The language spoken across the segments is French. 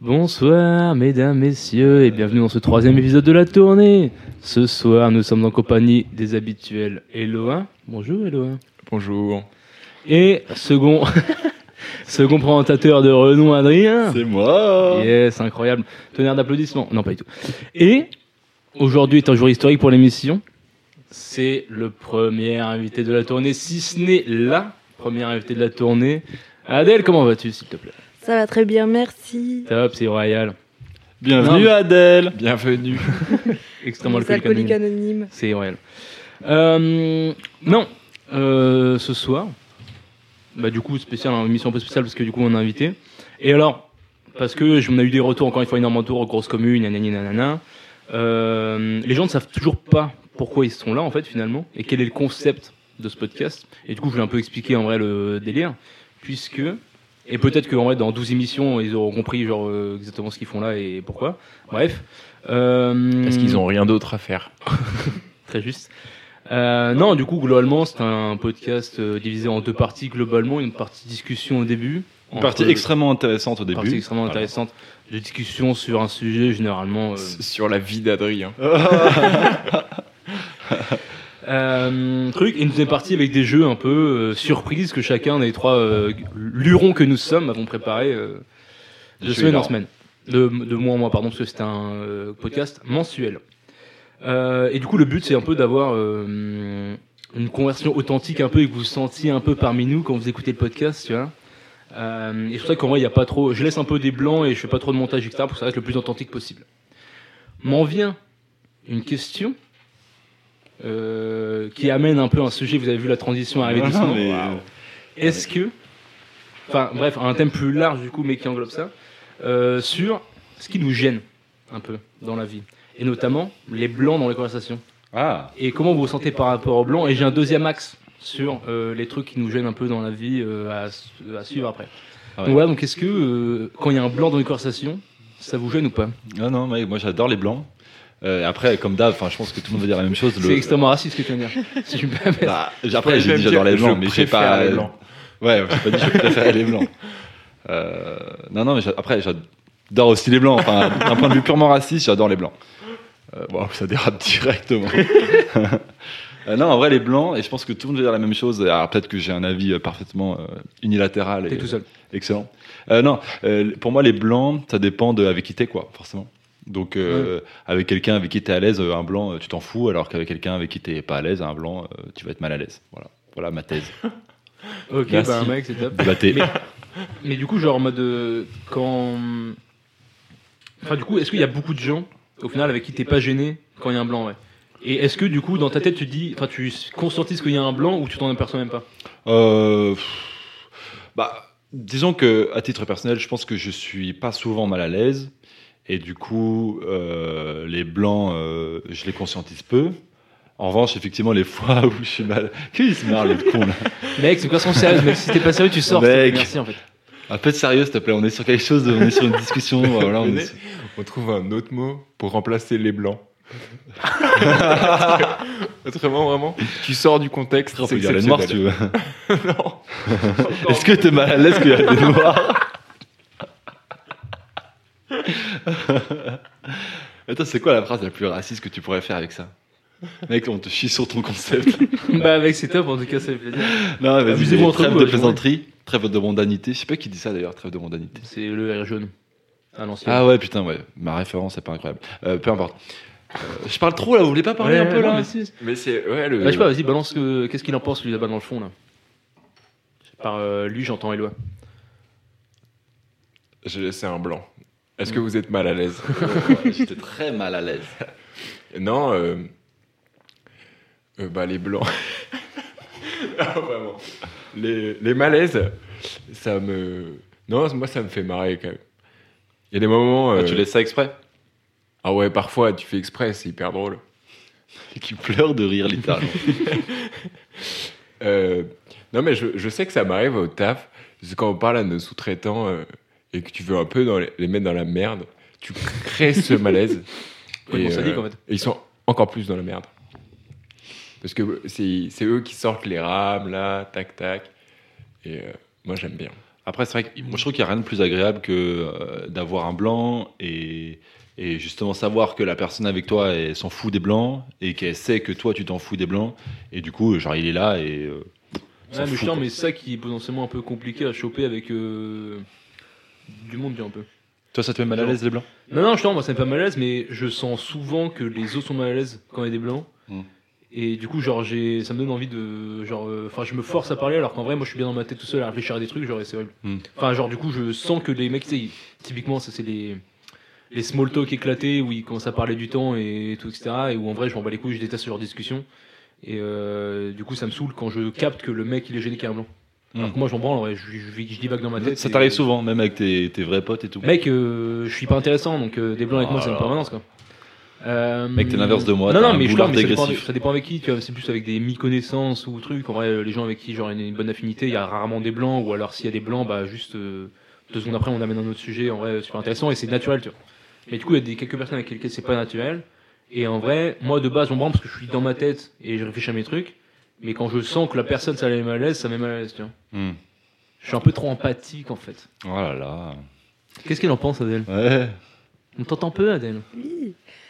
Bonsoir mesdames, messieurs et bienvenue dans ce 3e épisode de la tournée. Ce soir nous sommes en compagnie des habituels Eloin. Bonjour Eloin. Bonjour. Et second présentateur de renom Adrien. C'est moi. Yes, incroyable. Tonnerre d'applaudissements. Non, pas du tout. Et aujourd'hui est un jour historique pour l'émission. C'est le premier invité de la tournée, si ce n'est la première invitée de la tournée. Adèle, comment vas-tu s'il te plaît? Ça va très bien, merci. Top, c'est royal. Bienvenue Adèle. Bienvenue. Extrêmement Les alcooliques anonymes. C'est royal. Ce soir, du coup, spécial, une émission un peu spéciale parce que du coup, on a invité. Et alors, parce que on a eu des retours, encore une fois, énormément de retours, grosses communes, nanana. Les gens ne savent toujours pas pourquoi ils sont là, en fait, finalement, et quel est le concept de ce podcast. Et du coup, je vais un peu expliquer en vrai le délire, puisque. Et peut-être qu'en vrai, dans 12 émissions, ils auront compris exactement ce qu'ils font là et pourquoi. Bref. Parce qu'ils n'ont rien d'autre à faire. Très juste. Non, du coup, globalement, c'est un podcast divisé en deux parties. Globalement, une partie discussion au début. Une partie extrêmement intéressante au début. Partie extrêmement intéressante. De discussion sur un sujet, généralement... Sur la vie d'Adrien. Et une deuxième partie avec des jeux un peu surprises que chacun des trois lurons que nous sommes avons préparé de semaine en semaine. De mois en mois, pardon, parce que c'est un podcast mensuel. Et du coup, le but, c'est un peu d'avoir une conversion authentique un peu et que vous vous sentiez un peu parmi nous quand vous écoutez le podcast, tu vois. Et c'est pour ça qu'en vrai, il n'y a pas trop... Je laisse un peu des blancs et je fais pas trop de montage, etc. pour que ça reste le plus authentique possible. M'en vient une question... qui amène un peu un sujet, vous avez vu la transition arriver doucement. Wow. Est-ce que, enfin bref, un thème plus large du coup, mais qui englobe ça, sur ce qui nous gêne un peu dans la vie, et notamment les blancs dans les conversations. Ah. Et comment vous vous sentez par rapport aux blancs. Et j'ai un deuxième axe sur les trucs qui nous gênent un peu dans la vie à suivre après. Ah ouais. Donc voilà, donc est-ce que quand il y a un blanc dans une conversation, ça vous gêne ou pas? Non, mais moi j'adore les blancs. Après, comme d'hab, je pense que tout le monde va dire la même chose. C'est extrêmement raciste ce que tu viens de dire. Si je me permets. Après, j'ai dit j'adore les blancs, mais j'ai pas les blancs. Ouais, j'ai pas dit je préfère les blancs. Non, mais après, j'adore aussi les blancs. Enfin, d'un point de vue purement raciste, j'adore les blancs. Bon, ça dérape directement. Non, en vrai, les blancs, et je pense que tout le monde va dire la même chose. Alors peut-être que j'ai un avis parfaitement unilatéral. T'es tout seul. Excellent. Non, pour moi, les blancs, ça dépend de avec qui t'es, quoi, forcément. Donc, avec quelqu'un avec qui t'es à l'aise, un blanc, tu t'en fous, alors qu'avec quelqu'un avec qui t'es pas à l'aise, un blanc, tu vas être mal à l'aise. Voilà ma thèse. Ok, mec, c'est top. Mais du coup, genre en mode quand. Enfin, du coup, est-ce qu'il y a beaucoup de gens, au final, avec qui t'es pas gêné quand il y a un blanc, ouais. Et est-ce que du coup, dans ta tête, tu conscientises qu'il y a un blanc ou tu t'en aperçois même pas? Disons que, à titre personnel, je pense que je suis pas souvent mal à l'aise. Et du coup, les blancs, je les conscientise peu. En revanche, effectivement, les fois où je suis mal... Qui se marre, le con, là? Mec, c'est quoi son sérieux? Mec, si t'es pas sérieux, tu sors. Mec. Merci, en fait. Un peu de sérieux, s'il te plaît. On est sur quelque chose, on est sur une discussion. Voilà, on trouve un autre mot pour remplacer les blancs. Autrement, vraiment, tu sors du contexte. On peut dire les noirs, si tu veux. Non. Est-ce que t'es mal à l'aise qu'il y a des noirs? Attends, c'est quoi la phrase la plus raciste que tu pourrais faire avec ça? Mec, on te chie sur ton concept. Mec, c'est top, en tout cas, ça fait plaisir. Non, vas-y, amusez-vous entre trêve vous, de plaisanterie, trêve de mondanité. Je sais pas qui dit ça d'ailleurs, trêve de mondanité. C'est le R jaune. À l'ancien. Ah ouais, putain, ouais. Ma référence est pas incroyable. Peu importe. Je parle trop là, vous voulez pas parler un peu là? Mais c'est. Ouais, je sais pas, vas-y, balance qu'est-ce qu'il en pense lui là-bas dans le fond là. Par lui, j'entends Eloi. Je laissais un blanc. Est-ce que vous êtes mal à l'aise? J'étais très mal à l'aise. Non, les blancs. Non, vraiment. Les malaises, ça me... Non, moi, ça me fait marrer quand même. Il y a des moments... tu laisses ça exprès? Ah ouais, parfois, tu fais exprès, c'est hyper drôle. Et qui pleure de rire, littéralement. Non, mais je sais que ça m'arrive au taf. C'est quand on parle à nos sous-traitants et que tu veux un peu les mettre dans la merde, tu crées ce malaise. Et sadique, en fait. Et ils sont encore plus dans la merde. Parce que c'est eux qui sortent les rames, là, tac, tac. Et moi, j'aime bien. Après, c'est vrai que moi, je trouve qu'il n'y a rien de plus agréable que d'avoir un blanc et justement savoir que la personne avec toi, elle s'en fout des blancs et qu'elle sait que toi, tu t'en fous des blancs. Et du coup, genre, il est là et. Ouais, mais justement, mais c'est ça qui est potentiellement un peu compliqué à choper avec du monde, un peu. Toi, ça te met mal à l'aise, les blancs? Non, justement, moi ça me fait pas mal à l'aise, mais je sens souvent que les autres sont mal à l'aise quand il y a des blancs. Et du coup, genre, ça me donne envie de. Enfin, je me force à parler alors qu'en vrai, moi je suis bien dans ma tête tout seul à réfléchir à des trucs, genre, et c'est horrible. Enfin, genre, du coup, je sens que les mecs, tu sais, typiquement, ça c'est les small talk éclatés où ils commencent à parler du temps et tout, etc. Et où en vrai, je m'en bats les couilles, je déteste ce genre de discussion. Et du coup, ça me saoule quand je capte que le mec il est gêné qu'il y a un blanc. Alors que moi, j'en branle, ouais, je divague dans ma tête. Ça t'arrive souvent, même avec tes vrais potes et tout. Mec, je suis pas intéressant, donc des blancs avec moi, c'est une permanence, quoi. Mec, t'es l'inverse de moi. Non, mais dégressif. ça dépend avec qui. Tu vois, c'est plus avec des mi-connaissances ou trucs. En vrai, les gens avec qui genre une bonne affinité, il y a rarement des blancs. Ou alors s'il y a des blancs, bah juste 2 secondes après, on amène un autre sujet. En vrai, super intéressant et c'est naturel, tu vois. Mais du coup, il y a quelques personnes avec lesquelles c'est pas naturel. Et en vrai, moi de base, on branle parce que je suis dans ma tête et je réfléchis à mes trucs. Mais quand je sens que la personne ça met mal à l'aise, ça met mal à l'aise, tu vois. Je suis un peu trop empathique en fait. Oh là là. Qu'est-ce qu'elle en pense, Adèle? Ouais. On t'entend peu, Adèle. Oui.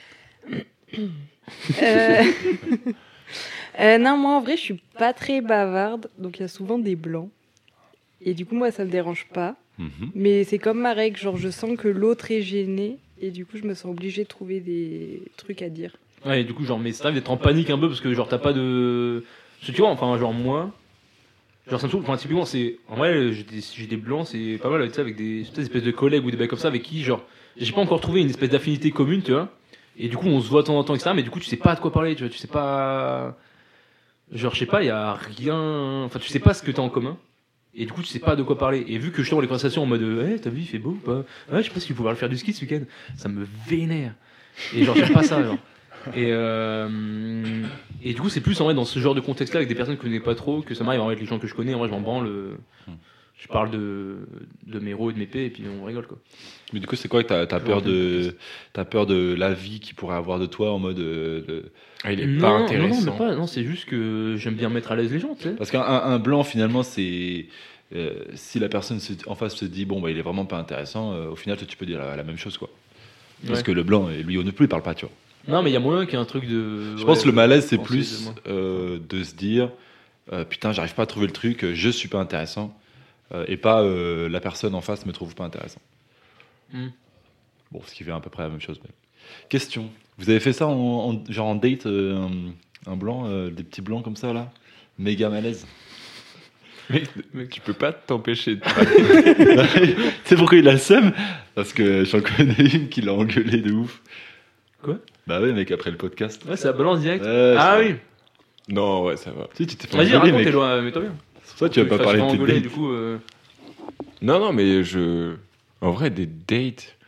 Non, moi en vrai, je suis pas très bavarde, donc il y a souvent des blancs. Et du coup, moi, ça me dérange pas. Mais c'est comme ma règle, genre je sens que l'autre est gêné et du coup, je me sens obligée de trouver des trucs à dire. Ouais, et du coup, genre, mais ça arrive d'être en panique un peu parce que genre t'as pas de. Parce que tu vois, enfin, genre moi. Genre ça me saoule, enfin typiquement c'est. En vrai j'ai des blancs, c'est pas mal avec ça, avec des espèces de collègues ou des mecs comme ça avec qui genre. J'ai pas encore trouvé une espèce d'affinité commune, tu vois. Et du coup on se voit de temps en temps, etc. Mais du coup tu sais pas de quoi parler, tu vois, tu sais pas. Genre je sais pas, y a rien. Enfin tu sais pas ce que t'as en commun. Et du coup tu sais pas de quoi parler. Et vu que je suis dans les conversations en mode t'as vu il fait beau ou pas? Ouais, je sais pas si tu pouvais aller faire du ski ce week-end. Ça me vénère. Et genre j'aime pas ça, genre. Et du coup, c'est plus en vrai dans ce genre de contexte-là avec des personnes que je connais pas trop que ça m'arrive. En vrai, avec les gens que je connais, en vrai, je m'en branle. Je parle de mes héros et de mes paix et puis on rigole, quoi. Mais du coup, c'est quoi que t'as peur de l'avis qu'il pourrait avoir de toi en mode. Il est pas intéressant. Non, c'est juste que j'aime bien mettre à l'aise les gens, tu sais. Parce qu'un blanc, finalement, c'est. Si la personne en face se dit, bon, bah, il est vraiment pas intéressant, au final, toi, tu peux dire la même chose, quoi. Parce que le blanc, lui, non plus, il parle pas, tu vois. Non, mais il y a moyen qu'il y ait un truc de. Je pense que le malaise, c'est plus de se dire putain, j'arrive pas à trouver le truc, je suis pas intéressant, et pas la personne en face me trouve pas intéressant. Bon, ce qui fait à peu près la même chose. Mais... Question, vous avez fait ça genre en date, un blanc, des petits blancs comme ça là, méga malaise? Mec, tu peux pas t'empêcher de. C'est pourquoi il a le seum? Parce que j'en connais une qui l'a engueulé de ouf. Quoi? Bah ouais, mec, après le podcast. Ouais, c'est la balance direct. Oui. Non, ouais, ça va. Si, tu t'es fait Vas-y, engueuler, raconte, mec. mais toi bien. C'est ça, tu vas pas parler de tes engueuler, dates. du coup. Non, mais en vrai, des dates.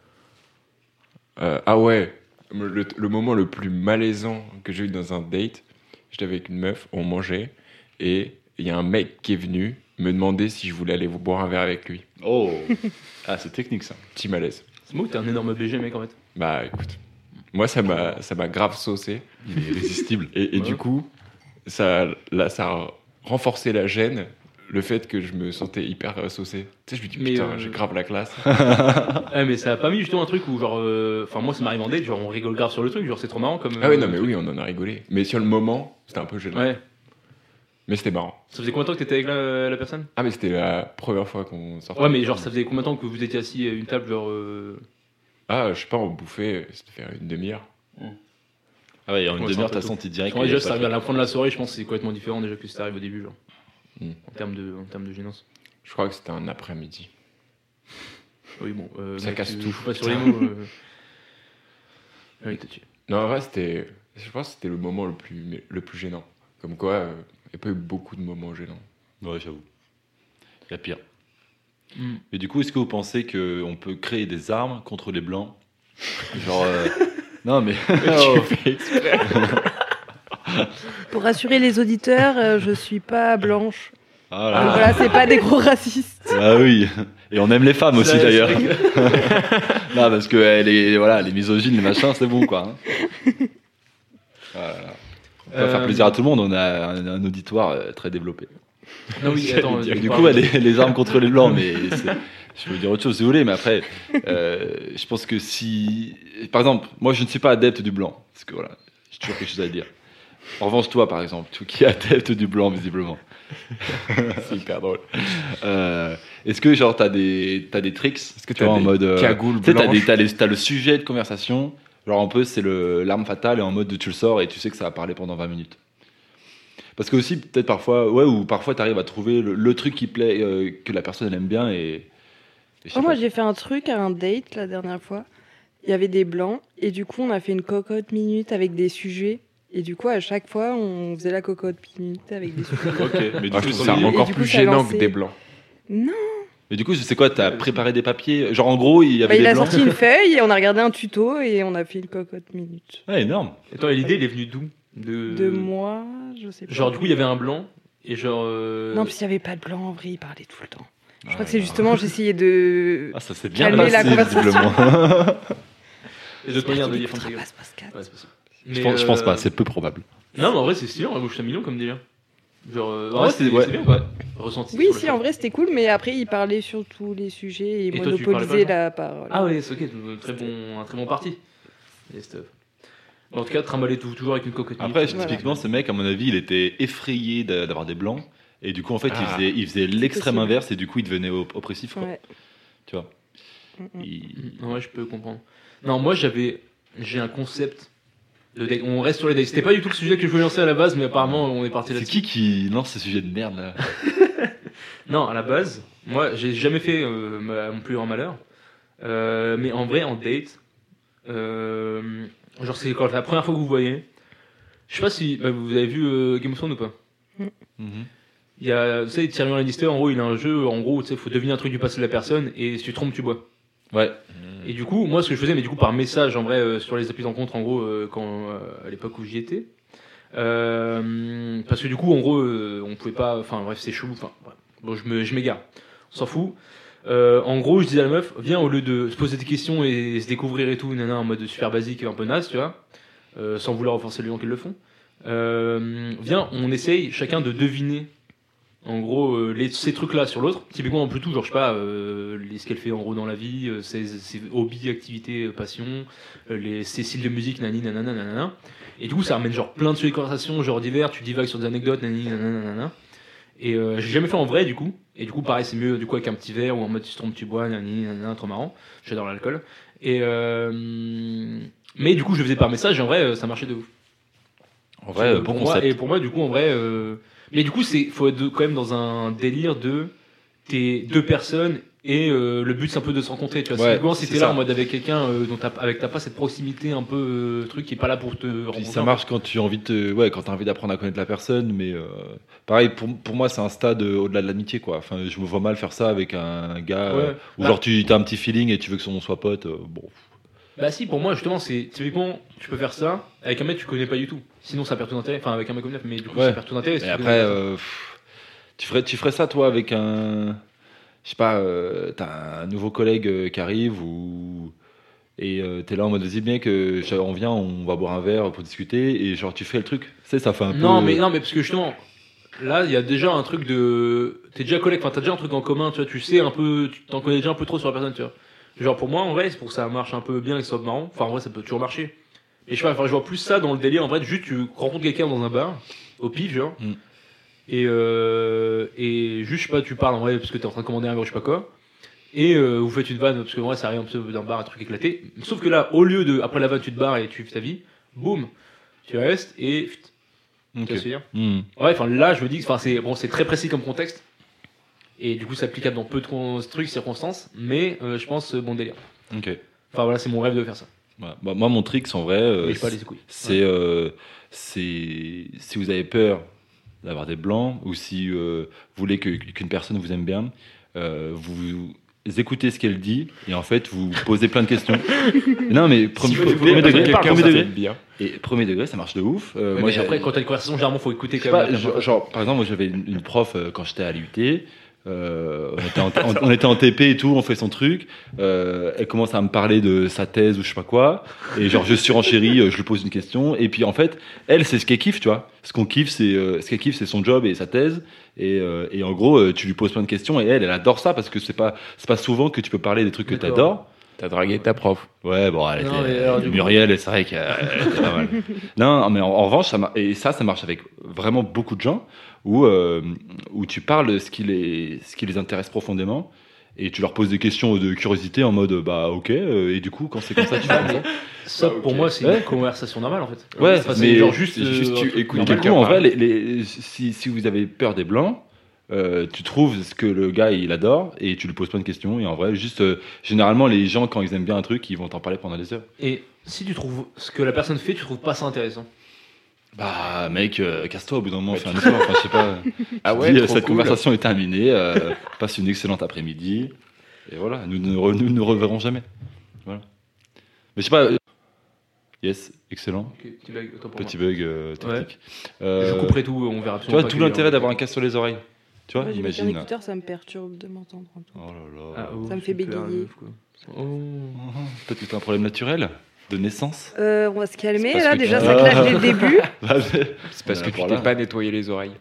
Ah ouais, le moment le plus malaisant que j'ai eu dans un date, j'étais avec une meuf, on mangeait, et il y a un mec qui est venu me demander si je voulais aller boire un verre avec lui. Oh. Ah, c'est technique ça. Petit malaise. C'est moi que t'es un énorme BG, mec, en fait. Bah écoute, moi ça m'a grave saucé. Il est irrésistible. Et du coup, ça a renforcé la gêne, le fait que je me sentais hyper saucé. Tu sais, je me dis putain, j'ai grave la classe. Mais ça a pas mis justement un truc où genre. Enfin, moi ça m'arrive en date, genre on rigole grave sur le truc, genre c'est trop marrant comme. Ah oui, non, mais oui, on en a rigolé. Mais sur le moment, c'était un peu gênant. Ouais. Mais c'était marrant. Ça faisait combien de temps que t'étais avec la personne? Ah, mais c'était la première fois qu'on sortait. Ouais, mais genre ça faisait combien de temps que vous étiez assis à une table, genre. Ah, je sais pas, on bouffait, c'était faire une demi-heure. Ah ouais, en une demi-heure, c'est un t'as peu senti direct. Ouais, déjà, ça arrive à la fin de la soirée, je pense que c'est complètement différent déjà que si t'arrives au début, genre. En termes de gênance. Je crois que c'était un après-midi. Oui, bon. Ça mec, casse tout. Je pas sur les mots. Oui, t'as tué. Non, en vrai, je pense que c'était le moment le plus gênant. Comme quoi, il n'y a pas eu beaucoup de moments gênants. Ouais, j'avoue. Il y a pire. Et du coup, est-ce que vous pensez qu'on peut créer des armes contre les blancs? Genre. Non, mais. Tu fais exprès. Pour rassurer les auditeurs, je suis pas blanche. Ah Donc voilà, c'est pas des gros racistes. Ah oui. Et on aime les femmes aussi Ça, d'ailleurs. c'est Non, parce que les misogynes, les machins, c'est bon quoi. Voilà. On va faire plaisir à tout le monde, on a un auditoire très développé. Non, oui, attends. Du coup, les armes contre les blancs, mais je peux dire autre chose si vous voulez, mais après, je pense que si. Par exemple, moi, je ne suis pas adepte du blanc, parce que voilà, j'ai toujours quelque chose à dire. En revanche, toi, par exemple, toi qui es adepte du blanc, visiblement. C'est hyper drôle. Est-ce que, genre, t'as des tricks? Est-ce que t'as en des mode. cagoules Tu sais, blanches? t'as le sujet de conversation, genre, un peu, c'est l'arme fatale, et en mode, tu le sors et tu sais que ça va parler pendant 20 minutes. Parce que aussi, peut-être parfois, ou parfois, t'arrives à trouver le truc qui plaît, que la personne elle aime bien, et je sais Moi, pas. j'ai fait un truc à un date la dernière fois. Il y avait des blancs, et du coup, on a fait une cocotte minute avec des sujets. Et du coup, à chaque fois, on faisait la cocotte minute avec des sujets. Ok, mais du Ah, coup, je trouve c'est- ça Et encore du coup, plus ça gênant lançait- que des blancs. Non, Mais du coup, c'est quoi? T'as préparé des papiers? Genre, en gros, il y avait il des a blancs. sorti une feuille et on a regardé un tuto et on a fait une cocotte minute. Ah, énorme. Attends, et l'idée, elle est venue d'où De moi, je sais pas. Genre, du coup, il y avait un blanc, et genre. Non, parce qu'il n'y avait pas de blanc en vrai, il parlait tout le temps. Je crois Ah, que c'est non. justement, j'essayais de. Ah, ça s'est bien Calmer la passé, conversation. visiblement. Et d'autres manières de Il dire n'écoutera comme pas ça. ce podcast. Ouais, c'est possible. Je pense pas, c'est peu probable. Non, mais en vrai, c'est stylé, moi, je trouve ça mignon comme délire. Genre, en Ouais, vrai, ouais. c'est bien, quoi. Ressenti. Oui, sur le si, fait. en vrai, c'était cool, mais après, il parlait sur tous les sujets et Et toi, tu parlais monopolisait pas, la parole. Ah ouais, c'est ok, un très bon parti. Et stuff. En tout cas, trimballer toujours avec une cocotte. Après, minute. typiquement, ce mec, à mon avis, il était effrayé d'avoir des blancs. Et du coup, en fait, Ah. il faisait l'extrême possible. inverse et du coup, il devenait oppressif. Quoi. Ouais. Tu vois. Mm. Il- Ouais, je peux comprendre. Non, moi, j'ai un concept de date. On reste sur les dates. C'était pas du tout le sujet que je voulais lancer à la base, mais apparemment, on est parti C'est là-dessus. qui lance ce sujet de merde là? Non, à la base, moi, j'ai jamais fait mon plus grand malheur. Mais en vrai, en date, genre, c'est quand la première fois que vous voyez. Je sais pas si vous avez vu Game of Thrones ou pas. Mhm. Il y a, vous savez, Tyrion Lannister, en gros, il a un jeu, en gros, tu sais, faut deviner un truc du passé de la personne, et si tu te trompes, tu bois. Ouais. Et du coup, moi, ce que je faisais, mais du coup, par message, en vrai, sur les applis de rencontre, en gros, à l'époque où j'y étais. Parce que du coup, en gros, on pouvait pas. Enfin, bref, c'est chelou. Enfin, bref. Bon, je m'égare. On s'en fout. En gros, je disais à la meuf, viens, au lieu de se poser des questions et se découvrir et tout, nana, en mode super basique, un peu naze, tu vois, sans vouloir offenser les gens qui le font. Viens, on essaye chacun de deviner. En gros, ces trucs-là sur l'autre, typiquement en plus tout, genre je sais pas, ce qu'elle fait en gros dans la vie, ses hobbies, activités, passions, ses styles de musique, nani, nanana, nanana. Et du coup, ça ramène genre plein de sujets de conversation, genre divers, tu divagues sur des anecdotes, nani, nanana, nanana. Et j'ai jamais fait en vrai du coup. Et du coup, pareil, c'est mieux du coup avec un petit verre ou en mode tu te trompes, tu bois, nani, nanana, trop marrant. J'adore l'alcool. Et mais du coup, je le faisais par message et en vrai, ça marchait de ouf. En vrai, bon Pour moi, concept. et pour moi, du coup, en vrai. Mais du coup, faut être quand même dans un délire de t'es deux personnes et le but c'est un peu de se rencontrer. Tu vois, Ouais, typiquement, si c'est t'es là ça. en mode avec quelqu'un dont t'as pas cette proximité un peu truc qui est pas là pour te Puis rencontrer. ça marche quand tu as envie quand t'as envie d'apprendre à connaître la personne, mais pareil pour moi c'est un stade au-delà de l'amitié quoi. Enfin, je me vois mal faire ça avec un gars Ouais. où Bah. genre tu as un petit feeling et tu veux que on soit pote. Bon, Bah si, pour moi justement, c'est typiquement tu peux faire ça avec un mec que tu connais pas du tout. Sinon ça perd tout d'intérêt. Enfin avec un mec comme neuf, mais du coup Ouais. ça perd tout d'intérêt. si et tu après connais pas. tu ferais ça toi avec un, je sais pas, t'as un nouveau collègue qui arrive et t'es là en mode vas-y bien que on vient, on va boire un verre pour discuter et genre tu fais le truc. Tu sais, ça fait un peu. Non mais parce que justement là il y a déjà un truc de t'es déjà collègue, enfin t'as déjà un truc en commun, tu vois, tu sais un peu, tu t'en connais déjà un peu trop sur la personne, tu vois. Genre pour moi en vrai c'est pour que ça marche un peu bien et que ça soit marrant. Enfin en vrai ça peut toujours marcher. Et je sais pas, enfin je vois plus ça dans le délire en vrai, juste tu rencontres quelqu'un dans un bar au pif genre. Mm. Et juste je sais pas, tu parles en vrai parce que t'es en train de commander un verre ou je sais pas quoi. Et vous faites une vanne parce que en vrai ça arrive un peu d'un bar, un truc éclaté. Sauf que là au lieu de après la vanne tu te barres et tu fais ta vie, boum, tu restes et Ok. tu vois ce que je veux dire. Hmm. Ouais, enfin là, je me dis que c'est très précis comme contexte. Et du coup, c'est applicable dans peu de trucs, circonstances. Mais je pense, bon délire. Ok. Enfin voilà, c'est mon rêve de faire ça. Voilà. Bah, moi mon trick en vrai Mais je pas les couilles. c'est si vous avez peur d'avoir des blancs ou si vous voulez qu'une personne vous aime bien, vous écoutez ce qu'elle dit et en fait vous posez plein de questions. Non mais premier degré, Quelqu'un, premier ça degré. fait bien. Et premier degré, ça marche de ouf. Ouais, Moi, mais après, quand t'as une conversation, généralement, faut écouter je sais quand pas, même. la personne. genre, par exemple, moi j'avais une prof quand j'étais à l'IUT. On était en TP et tout, on fait son truc. Elle commence à me parler de sa thèse ou je sais pas quoi. Et genre, je surenchéris, je lui pose une question. Et puis en fait, elle, c'est ce qu'elle kiffe, tu vois. Ce qu'elle kiffe, c'est son job et sa thèse. Et en gros, tu lui poses plein de questions et elle adore ça parce que c'est pas souvent que tu peux parler des trucs que D'accord. t'adores. T'as dragué ta prof. Ouais, bon, elle Non, était, mais alors, du coup- Muriel, c'est vrai qu'elle était pas mal. Non, mais en revanche, ça marche avec vraiment beaucoup de gens où tu parles de ce qui les intéresse profondément et tu leur poses des questions de curiosité en mode bah ok, et du coup, quand c'est comme ça, tu fais comme ça. Ça, Ah, ok. pour moi, c'est Ouais. une conversation normale en fait. Ouais, Enfin, c'est mais genre juste. tu un truc écoutes Du normal. coup, quelqu'un en vrai, parle. si vous avez peur des blancs, tu trouves ce que le gars il adore et tu lui poses plein de questions et en vrai juste généralement les gens quand ils aiment bien un truc ils vont t'en parler pendant des heures. Et si tu trouves ce que la personne fait, tu trouves pas ça intéressant. Bah mec, casse-toi au bout d'un moment, fais un effort, enfin je sais pas. Ah Tu ouais, dis, trop cette cool. conversation est terminée, passe une excellente après-midi et voilà, nous ne reverrons jamais. Voilà. Mais je sais pas. Yes, excellent. Ok, petit bug, autant pour Petit bug technique. moi. Je couperai tout, on verra. Tu vois tout l'intérêt d'avoir un casque sur les oreilles. Tu vois, Moi, j'ai mis un imagine. écouteur, ça me perturbe de m'entendre. un peu. Oh là là. Ah, oh, Ça me fait super, bégayer. meuf, quoi. Oh. Peut-être que t'as un problème naturel de naissance. On va se calmer, C'est parce là, que déjà, tu- ça clash dès le début. C'est parce que tu Voilà. t'es pas nettoyé les oreilles.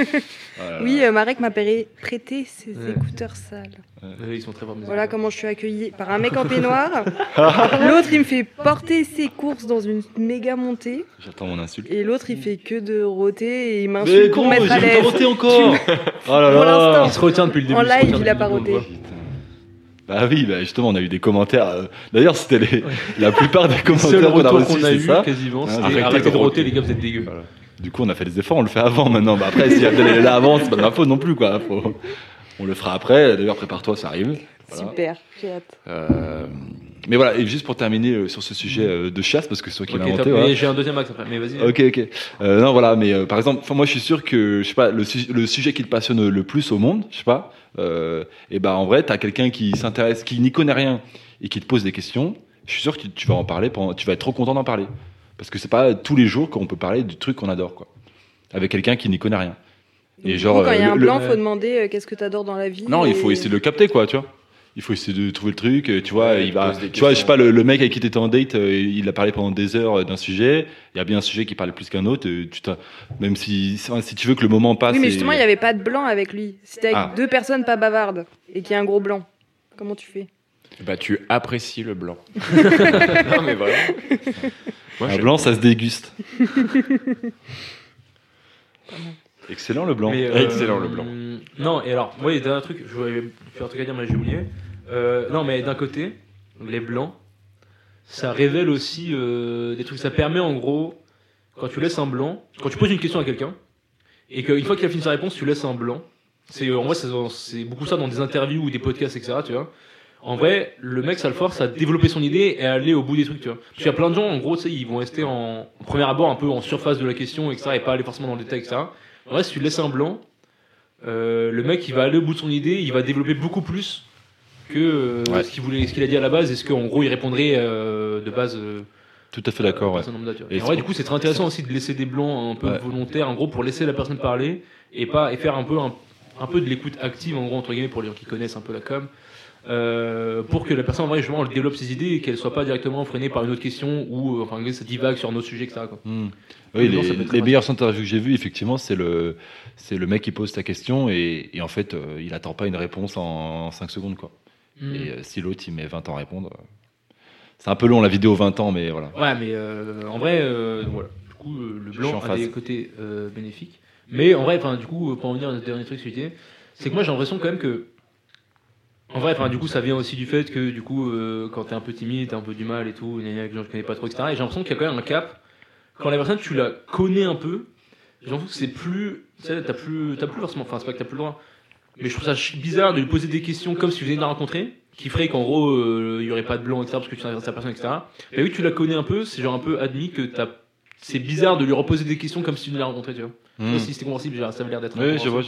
Oui, Marek m'a prêté ses Ouais. écouteurs sales. Ils sont très forts. mes Voilà écouteurs. comment je suis accueillie par un mec en peignoir. L'autre, il me fait porter ses courses dans une méga montée. J'attends mon insulte. Et l'autre, il fait que de rôter et il Mais m'insulte pour gros, mettre à j'ai l'aise. roté encore. Oh là Pour là. l'instant. Il se retient depuis le début. En il se live, retient il a depuis pas le début, on le roté. voit. Putain. Bah oui, bah justement, on a eu des commentaires. D'ailleurs, c'était la plupart des Le seul commentaires qu'on a retour reçus, qu'on a c'est eu ça. quasiment, Ah, c'était arrêtez arrêtez de de roter, roter. les gars, vous êtes dégueux. Voilà. Du coup, on a fait des efforts, on le fait avant maintenant. Bah après, si Abdel est là avant, c'est pas de ma faute non plus, quoi. On le fera après. D'ailleurs, prépare-toi, ça arrive. Voilà. Super, j'ai hâte. Mais voilà, et juste pour terminer sur ce sujet de chasse, parce que c'est toi qui Ok, l'as inventé. top. Voilà. Mais j'ai un deuxième axe après. Mais vas-y. Ok. Non, voilà, mais par exemple, moi je suis sûr que, je sais pas, le sujet qui te passionne le plus au monde, je sais pas, et bah en vrai, t'as quelqu'un qui s'intéresse, qui n'y connaît rien et qui te pose des questions, je suis sûr que tu vas en parler, tu vas être trop content d'en parler. Parce que c'est pas tous les jours qu'on peut parler du truc qu'on adore, quoi. Avec quelqu'un qui n'y connaît rien. Donc, Et du genre, coup, quand il y a un le- blanc, faut demander qu'est-ce que t'adores dans la vie. Non, il faut et- essayer de le capter, quoi, tu vois. Il faut essayer de trouver le truc, tu vois, Ouais, il va, pose des tu vois, je sais questions. pas, le mec avec qui t'étais en date, il a parlé pendant des heures d'un sujet, il y a bien un sujet qui parlait plus qu'un autre, même si tu veux que le moment passe. Oui, mais et- justement, il n'y avait pas de blanc avec lui. C'était avec Ah. deux personnes pas bavardes et qu'il y a un gros blanc. Comment tu fais? Bah, tu apprécies le blanc. Non, mais vraiment. Moi, Un je- blanc, ça se déguste. Excellent le blanc. Mais, Excellent, le blanc. Non, et alors, moi, il y a un truc, je voulais faire un truc à dire, mais j'ai oublié. Non, mais d'un côté, les blancs, ça révèle aussi des trucs. Ça permet en gros, quand tu laisses un blanc, quand tu poses une question à quelqu'un, et qu'une fois qu'il a fini sa réponse, tu laisses un blanc. En vrai, c'est beaucoup ça dans des interviews ou des podcasts, etc. Tu vois. En vrai, le mec, ça le force à développer son idée et à aller au bout des trucs, tu vois. Parce qu'il y a plein de gens, en gros, tu sais, ils vont rester en premier abord un peu en surface de la question, etc. et pas aller forcément dans le détail, etc. En vrai, si tu laisses un blanc, le mec, il va aller au bout de son idée, il va développer beaucoup plus que Ouais. ce qu'il a dit à la base et ce qu'en gros il répondrait de base. Tout à fait d'accord, ouais. personne lambda, tu vois. Et Et en vrai, du coup, c'est très intéressant aussi de laisser des blancs un peu Ouais. volontaires, en gros, pour laisser la personne parler et faire un peu de l'écoute active, en gros, entre guillemets, pour les gens qui connaissent un peu la com. Pour que la personne en vrai justement elle développe ses idées et qu'elle soit pas directement freinée par une autre question ou enfin ça divague sur un autre sujet, etc. quoi. Oui, Non, ça peut être très les meilleures interviews que j'ai vues, effectivement, c'est le mec qui pose sa question et en fait, il attend pas une réponse en 5 secondes, quoi. Et si l'autre il met 20 ans à répondre, c'est un peu long la vidéo 20 ans, mais voilà. Ouais, mais en vrai, voilà. Du coup, le Je suis en blanc a phase. des côtés bénéfiques. Mais en vrai, enfin, du coup, pour en venir à un dernier truc, c'est que moi j'ai l'impression quand même que, en vrai, enfin, du coup, ça vient aussi du fait que, du coup, quand t'es un peu timide, t'as un peu du mal et tout, il y a des gens que je connais pas trop, etc. Et j'ai l'impression qu'il y a quand même un cap. Quand la personne, tu la connais un peu, j'ai l'impression que c'est plus, tu sais, t'as plus forcément, enfin, c'est pas que t'as plus le droit. Mais je trouve ça bizarre de lui poser des questions comme si tu venais de la rencontrer, qui ferait qu'en gros, il y aurait pas de blanc, etc., parce que tu t'intéresses à la personne, etc. Mais oui, tu la connais un peu, c'est genre un peu admis que c'est bizarre de lui reposer des questions comme si tu venais de la rencontrer, tu vois. Je sais pas si c'était compréhensible, ça avait l'air d'être. Oui, je vois.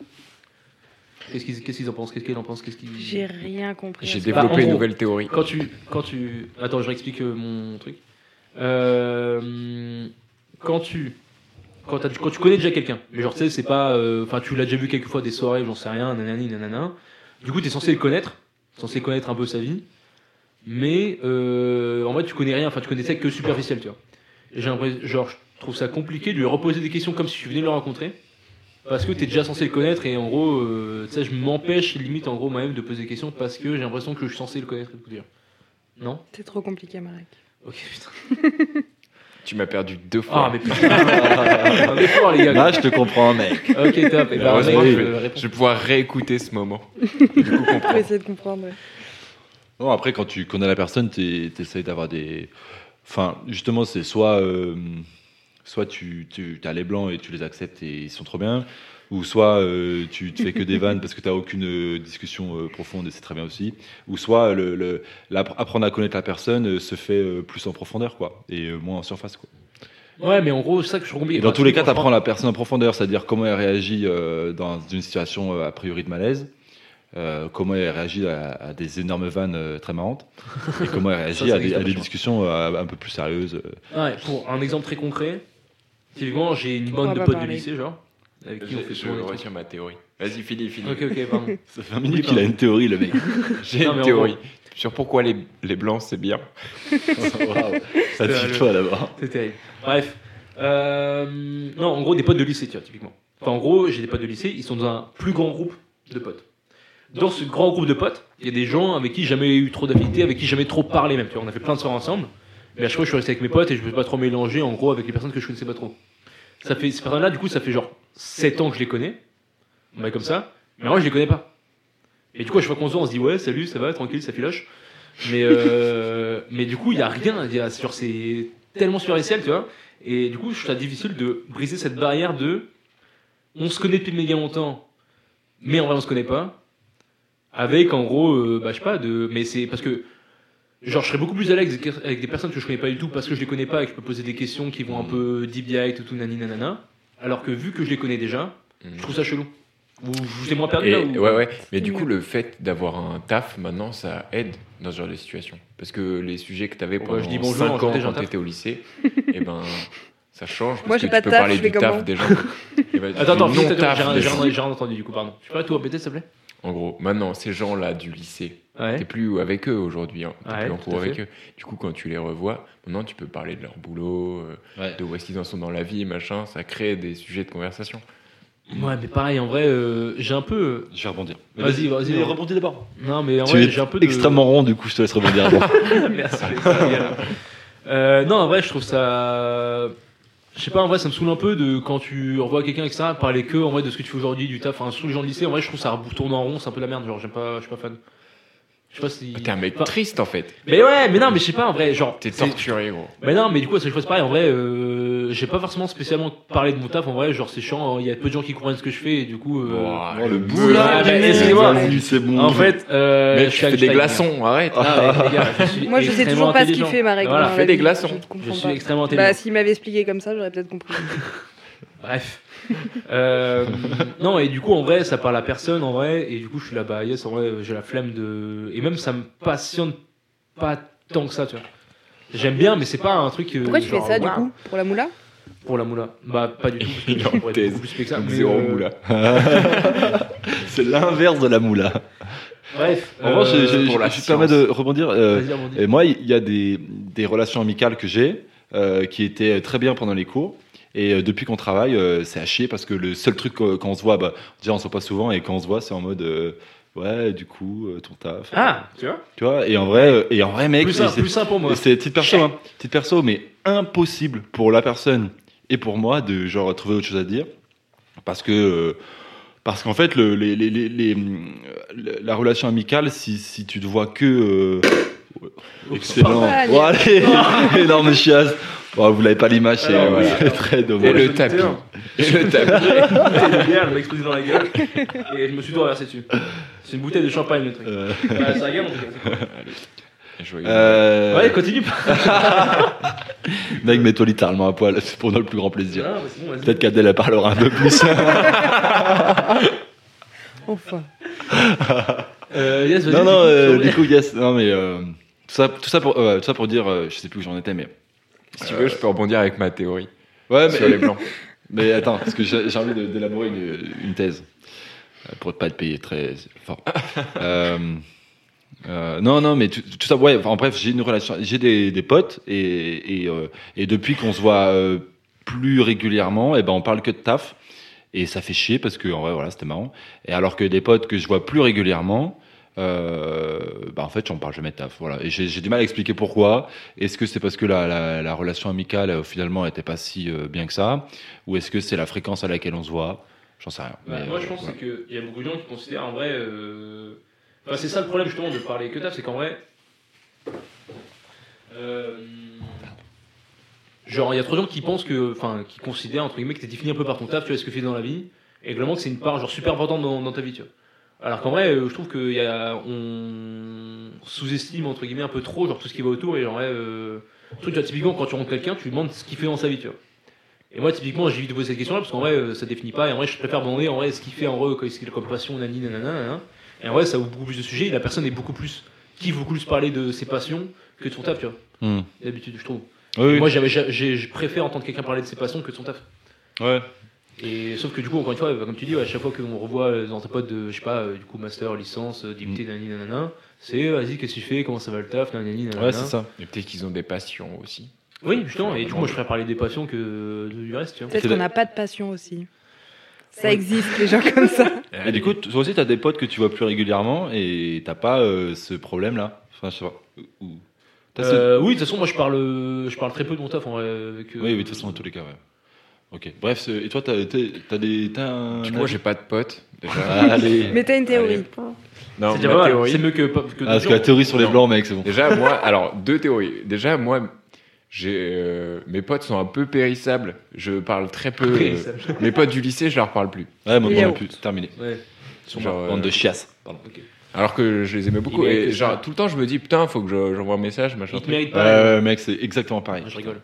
Qu'est-ce qu'ils en pensent? Qu'est-ce qu'elle en pense? J'ai rien compris. J'ai à ce Bah, en développé une gros, nouvelle théorie. Quand tu... Attends, je réexplique mon truc. Quand quand tu connais déjà quelqu'un. Mais genre, tu sais, c'est pas. Enfin, tu l'as déjà vu quelques fois des soirées, j'en sais rien, nanani, nanana. Du coup, t'es censé le connaître. Censé connaître un peu sa vie. Mais en vrai, tu connais rien. Enfin, tu connais ça que superficiel, tu vois. Et j'ai l'impression. Genre, je trouve ça compliqué de lui reposer des questions comme si tu venais de le rencontrer. Parce que t'es déjà censé le connaître. Et en gros, tu sais, je m'empêche limite, en gros, moi-même de poser des questions parce que j'ai l'impression que je suis censé le connaître et tout dire. Non? C'est trop compliqué, Marek. Ok, putain. Tu m'as perdu 2 fois. Ah, mais putain. Un effort, les gars. Là, je te comprends, mec. Ok, top. Et ben, Heureusement, mec, je vais pouvoir réécouter ce moment. On va essayer de comprendre. Ouais. Non, après, quand tu connais la personne, t'essayes d'avoir des. Enfin, justement, c'est soit tu as les blancs et tu les acceptes et ils sont trop bien, ou soit tu fais que des vannes parce que tu n'as aucune discussion profonde et c'est très bien aussi, ou soit apprendre à connaître la personne se fait plus en profondeur, quoi, et moins en surface, quoi. Ouais, mais en gros, c'est ça que je comprends. Et dans tous les cas, tu apprends la personne en profondeur, c'est-à-dire comment elle réagit dans une situation a priori de malaise. Comment elle réagit à des énormes vannes très marrantes et comment elle réagit à des discussions un peu plus sérieuses. Ouais, pour un exemple très concret, typiquement, j'ai une bande de potes de lycée, genre, avec qui on fait Je souvent des trucs. retiens ma théorie. Vas-y, finis. Ok, pardon. Ça fait un minute qu'il a une théorie, le mec. J'ai Non, mais une en théorie sur pourquoi les blancs c'est bien. Waouh. Ça te suit toi d'abord. C'est terrible. Bref. Non, en gros, des potes de lycée, tu vois, typiquement. Enfin, en gros, j'ai des potes de lycée, ils sont dans un plus grand groupe de potes. Dans ce grand groupe de potes, il y a des gens avec qui j'ai jamais eu trop d'affinités, avec qui j'ai jamais trop parlé même. Tu vois, on a fait plein de soirées ensemble, mais à chaque fois je suis resté avec mes potes et je ne veux pas trop mélanger en gros avec les personnes que je connaissais pas trop. Ça fait, ces personnes-là, du coup, ça fait genre 7 ans que je les connais, on comme ça, mais moi je les connais pas. Et du coup, à chaque fois qu'on se voit, on se dit ouais, salut, ça va, tranquille, ça filoche. Mais du coup, il y a rien, c'est tellement superficiel, tu vois. Et du coup, je trouve ça difficile de briser cette barrière de on se connaît depuis méga longtemps, mais en vrai on se connaît pas. Avec en gros, je sais pas, mais c'est parce que genre je serais beaucoup plus à l'aise avec des personnes que je connais pas du tout parce que je les connais pas et que je peux poser des questions qui vont un peu deep dive tout nani nanana. Alors que vu que je les connais déjà, je trouve ça chelou. Ou je vous ai moins perdu là ou... Ouais. Mais du coup, le fait d'avoir un taf maintenant, ça aide dans ce genre de situation. Parce que les sujets que tu avais pendant je dis bonjour, 5 ans déjà quand taf. tu étais au lycée, et ben ça change. Parce Moi, que j'ai tu pas de peux taf, parler je fais du taf comment des gens. Et ben, Attends, du non-taf j'ai rien entendu du coup, pardon. Tu peux pas tout répéter s'il te plaît? En gros, maintenant, ces gens-là du lycée, Ouais. t'es plus avec eux aujourd'hui, hein. T'es Ouais, plus en tout cours à avec fait. eux. Du coup, quand tu les revois, maintenant tu peux parler de leur boulot, Ouais. de où est-ce qu'ils en sont dans la vie, machin. Ça crée des sujets de conversation. Ouais, mais pareil, en vrai, j'ai un peu. Je vais rebondir. Vas-y. Rebondis d'abord. Non, mais en Tu vrai, es j'ai un peu de. extrêmement rond, du coup, je te laisse rebondir avant. Merci. Non, en vrai, je trouve ça. Je sais pas, en vrai, ça me saoule un peu de quand tu revois quelqu'un, etc., parler que en vrai de ce que tu fais aujourd'hui, du taf, enfin, surtout les gens de lycée, en vrai, je trouve ça tourne en rond, c'est un peu la merde, genre, je suis pas fan. Je sais pas si. T'es un mec Enfin, triste en fait. Mais ouais, mais non, mais je sais pas, en vrai, genre. T'es c'est- torturé, gros. Mais non, mais du coup, à chaque fois, c'est pareil, en vrai, j'ai pas forcément spécialement parlé de mon taf, en vrai, genre, c'est chiant, il y a peu de gens qui comprennent ce que je fais, et du coup. Ouah, Oh, le boulot. Ah, bah, excusez-moi. Vas-y, c'est bon. En fait, Mais je tu suis fais des Einstein, glaçons, arrête. Ah, ouais, les gars, je suis Moi, je sais extrêmement toujours pas ce qu'il intelligent. fait, Marek. Voilà, dans fais la des vie. glaçons. Je te comprends Je suis pas. extrêmement intelligent. Bah, s'il m'avait expliqué comme ça, j'aurais peut-être compris. Bref. Non, et du coup, en vrai, ça parle à personne, en vrai, et du coup, je suis là, bah, yes, en vrai, j'ai la flemme de. Et même, ça me passionne pas tant que ça, tu vois. J'aime bien, mais c'est pas un truc. Pourquoi tu fais genre, ça, du waouh, coup? Pour la moula? Pour la moula. Bah, pas du tout. Parce que Il est je en pourrais être thèse. beaucoup plus spé que ça. Donc mais, zéro moula. C'est l'inverse de la moula. Bref. En revanche, pour la je me permets de rebondir. Vas-y, rebondis. Et moi, il y a des relations amicales que j'ai qui étaient très bien pendant les cours. Et depuis qu'on travaille, c'est à chier parce que le seul truc quand on se voit, bah, déjà on se voit pas souvent et quand on se voit, c'est en mode ouais, du coup, ton taf. Ah, tu vois. Tu vois, et en vrai, mec, Plus simple pour moi. c'est petite perso, hein, petite perso, mais impossible pour la personne et pour moi de genre trouver autre chose à dire parce qu'en fait la relation amicale, si tu te vois que excellent, Ah, bon, allez, énorme chiasse. Bon, vous l'avez pas l'image, c'est Alors, oui. c'est très Et dommage. le tapis. Et le tapis. Le bière, elle m'a explosé dans la gueule et je me suis tout renversé dessus. C'est une bouteille de champagne le truc. Bah, ça regarde en tout cas. Joyeux. Ouais, continue. Mec, mets-toi littéralement à poil, c'est pour notre plus grand plaisir. Ah, bah, c'est bon, vas-y. Peut-être qu'Adèle elle parlera un peu plus. Enfin. Yes, vas-y, Non, non, du coup, du coup, yes. Non, mais tout ça pour dire, je sais plus où j'en étais, mais. Si tu veux, je peux rebondir avec ma théorie Ouais, sur les blancs. Mais attends, parce que j'ai envie d'élaborer une thèse pour ne pas être payé très fort. Non, mais tout ça, ouais. En bref, j'ai une relation, j'ai des potes et depuis qu'on se voit plus régulièrement, et ben on parle que de taf et ça fait chier parce que en vrai, voilà, c'était marrant. Et alors que des potes que je vois plus régulièrement, bah en fait, j'en parle jamais de taf. Voilà. Et j'ai du mal à expliquer pourquoi. Est-ce que c'est parce que la relation amicale finalement était pas si bien que ça, ou est-ce que c'est la fréquence à laquelle on se voit? J'en sais rien. Bah, moi, je pense ouais. qu'il y a beaucoup de gens qui considèrent en vrai. Enfin, c'est ça le problème justement de parler que taf, c'est qu'en vrai. Genre, il y a trop de gens qui pensent que. Enfin, qui considèrent entre guillemets que t'es défini un peu par ton taf, tu vois ce que tu fais dans la vie, et globalement que c'est une part genre super importante dans ta vie, tu vois. Alors qu'en vrai, je trouve on sous-estime entre guillemets un peu trop genre tout ce qui va autour, et genre, truc, tu vois, typiquement quand tu rencontres quelqu'un, tu lui demandes ce qu'il fait dans sa vie, tu vois. Et moi, typiquement, j'ai envie de poser cette question-là parce qu'en vrai, ça définit pas. Et en vrai, je préfère demander en vrai ce qu'il fait en vrai, ce qu'il a comme passion, nani, nanana. Et en vrai, ça ouvre beaucoup plus de sujets. Et la personne est beaucoup plus parler de ses passions que de son taf, tu vois. D'habitude, je trouve. Oui. Moi, je préfère entendre quelqu'un parler de ses passions que de son taf. Ouais. Et sauf que du coup, encore une fois, comme tu dis, à chaque fois qu'on revoit dans tes potes de, je sais pas, du coup, master, licence, débuté, nani, nanana, c'est vas-y, qu'est-ce que tu fais, comment ça va le taf, nani, nanana. Ouais, c'est ça. Et peut-être qu'ils ont des passions aussi. Oui, justement. Et du coup, moi, je préfère parler des passions que du reste, tu vois. Peut-être qu'on n'a pas de passion aussi. Ça existe, les gens comme ça. Et du coup, toi aussi, t'as des potes que tu vois plus régulièrement et t'as pas ce problème-là. Enfin, je sais pas. Oui, de toute façon, moi, je parle très peu de mon taf en vrai. Oui, de toute façon, dans tous les cas, ouais. Ok. Bref, et toi, t'as un. Moi, j'ai pas de potes. Déjà. Allez. Mais t'as une théorie. Allez. Non, C'est déjà ma pas mal. théorie. C'est mieux que Parce que la théorie sur les Non. blancs, mec, c'est bon. Déjà, moi, alors, deux théories. Déjà, moi, mes potes sont un peu périssables. Je parle très peu. Mes potes du lycée, je leur parle plus. Ouais, moi Léo. non plus. C'est terminé. Ouais. Genre, Bande de chiasses. Pardon. Ok. alors que je les aimais beaucoup. Il mérite Et que genre, ça. tout le temps, je me dis, putain, faut que j'envoie un message, machin. Il te truc. mérite pas. Mec, c'est exactement pareil. Je rigole.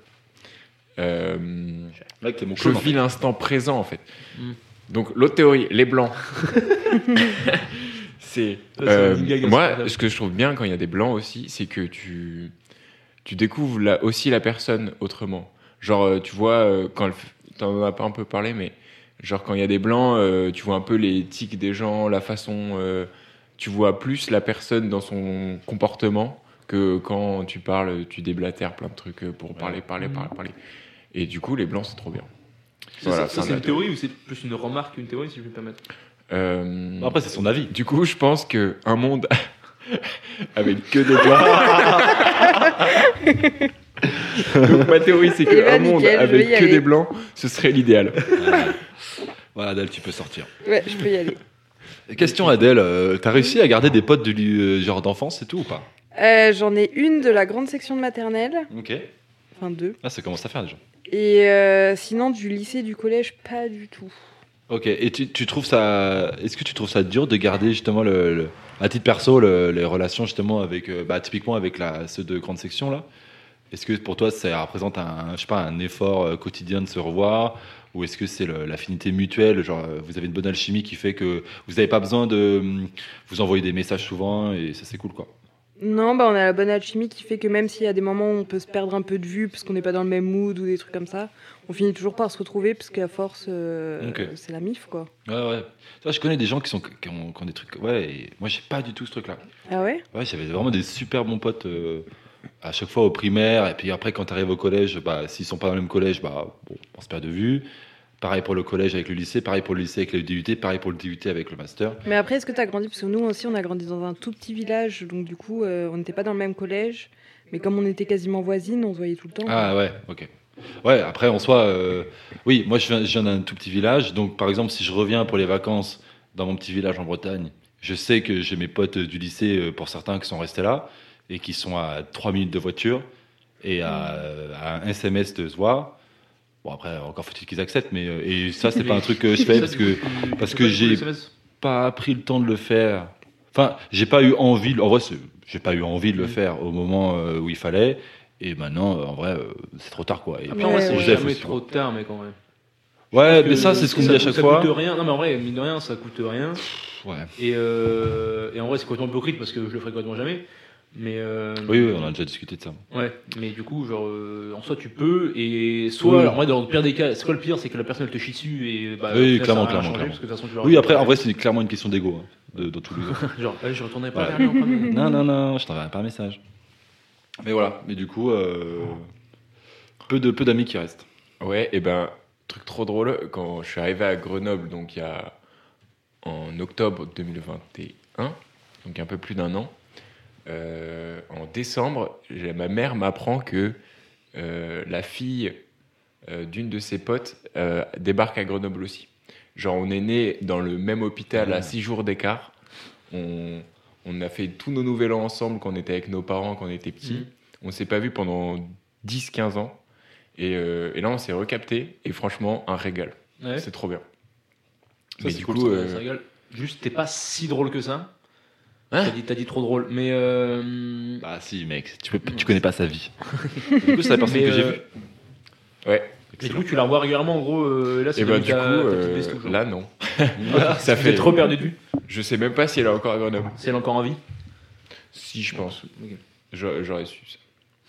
Mec, t'es mon Je clone, en vis fait. l'instant présent, en fait. Mm. Donc, l'autre théorie, les blancs. C'est. Ça, c'est une gag Moi, insupportable. ce que je trouve bien quand il y a des blancs aussi, c'est que tu découvres aussi la personne autrement. Genre, tu vois, t'en as pas un peu parlé, mais genre, quand il y a des blancs, tu vois un peu les tics des gens, la façon. Tu vois plus la personne dans son comportement que quand tu parles, tu déblatères plein de trucs pour parler. Et du coup, les blancs, c'est trop bien. Voilà, Ça, fin c'est de la une théorie ou c'est plus une remarque qu'une théorie, si je peux me permettre? Après, c'est son avis. Du coup, je pense que un monde avec que des blancs. Donc ma théorie, c'est Eh ben, qu'un monde nickel, je vais avec y que aller. des blancs, ce serait l'idéal. Voilà, Adèle, tu peux sortir. Ouais, je peux y aller. Question, Adèle, t'as réussi à garder des potes genre d'enfance et tout ou pas? J'en ai une de la grande section de maternelle, Ok. enfin deux. Ah, ça commence à faire déjà. Et sinon, du lycée, du collège, pas du tout. Ok, et tu trouves ça. Est-ce que tu trouves ça dur de garder justement à titre perso les relations justement avec typiquement avec ceux de grande section là? Est-ce que pour toi ça représente je sais pas, un effort quotidien de se revoir, ou est-ce que c'est l'affinité mutuelle, genre vous avez une bonne alchimie qui fait que vous n'avez pas besoin de vous envoyer des messages souvent et ça c'est cool quoi? Non, bah on a la bonne alchimie qui fait que même s'il y a des moments où on peut se perdre un peu de vue parce qu'on n'est pas dans le même mood ou des trucs comme ça, on finit toujours par se retrouver parce qu'à force, Ok. c'est la mif quoi. Ouais. Tu vois, je connais des gens qui ont des trucs. Ouais, et moi j'ai pas du tout ce truc là. Ah ouais? Ouais, j'avais vraiment des super bons potes à chaque fois au primaire. Et puis après, quand tu arrives au collège, s'ils sont pas dans le même collège, on se perd de vue. Pareil pour le collège avec le lycée, pareil pour le lycée avec le DUT, pareil pour le DUT avec le master. Mais après, est-ce que t'as grandi? Parce que nous aussi, on a grandi dans un tout petit village, donc du coup, on n'était pas dans le même collège. Mais comme on était quasiment voisines, on se voyait tout le temps. Ah ouais, ok. Ouais, après en soi, oui, moi je viens d'un tout petit village. Donc par exemple, si je reviens pour les vacances dans mon petit village en Bretagne, je sais que j'ai mes potes du lycée, pour certains, qui sont restés là et qui sont à 3 minutes de voiture et à un SMS de se voir. Bon, après, encore faut-il qu'ils acceptent, mais et ça, c'est pas un truc que je fais parce que j'ai pas pris le temps de le faire. Enfin, j'ai pas eu envie. En vrai, j'ai pas eu envie de le faire au moment où il fallait. Et maintenant, en vrai, c'est trop tard, quoi. Et Après, en vrai, c'est Ouais, jamais aussi, trop tard, mec, en vrai. Ouais, Parce mais que ça, c'est ce qu'on me dit à chaque fois. Ça coûte rien. Non, mais en vrai, mine de rien, ça coûte rien. Ouais. Et en vrai, c'est complètement hypocrite parce que je le ferai complètement jamais. Mais Oui, on a déjà discuté de ça. ouais, mais du coup, genre, en soi, tu peux, et soit, alors, moi, dans le pire des cas, c'est quoi le pire, c'est que la personne elle te chie dessus, et bah, Oui, ça clairement, a rien clairement, changé, clairement. parce que de toute façon, tu l'auras Oui, fait. après, en vrai, c'est clairement une question d'ego, dans tous les cas. Genre, je retournerai pas Ouais. vers lui en premier. Non, je t'enverrai pas un message. Mais voilà, mais du coup, peu d'amis qui restent. Ouais, et ben, truc trop drôle, quand je suis arrivé à Grenoble, donc il y a en octobre 2021, donc un peu plus d'un an, en décembre, ma mère m'apprend que la fille d'une de ses potes débarque à Grenoble aussi. Genre, on est né dans le même hôpital à 6 jours d'écart. On a fait tous nos nouvel an ensemble quand on était avec nos parents, quand on était petits. On s'est pas vus pendant 10-15 ans. Et là, on s'est recapté. Et franchement, un régal. Ouais. C'est trop bien. Ça, Mais c'est du cool, coup, Ça rigole. Juste, t'es pas si drôle que ça. Hein T'as dit trop drôle, mais Bah si, mec, tu connais pas sa vie. Du coup, c'est la personne mais, que j'ai vue. ouais. mais du coup, tu la revois régulièrement, en gros. Là, c'est Et bah, devenu du coup, ta petite bestou, genre. là, non. Ça fait trop perdu de vue. Je sais même pas si elle est encore à Grenoble. Si elle est encore en vie. Si, je pense. Ok. J'aurais su ça.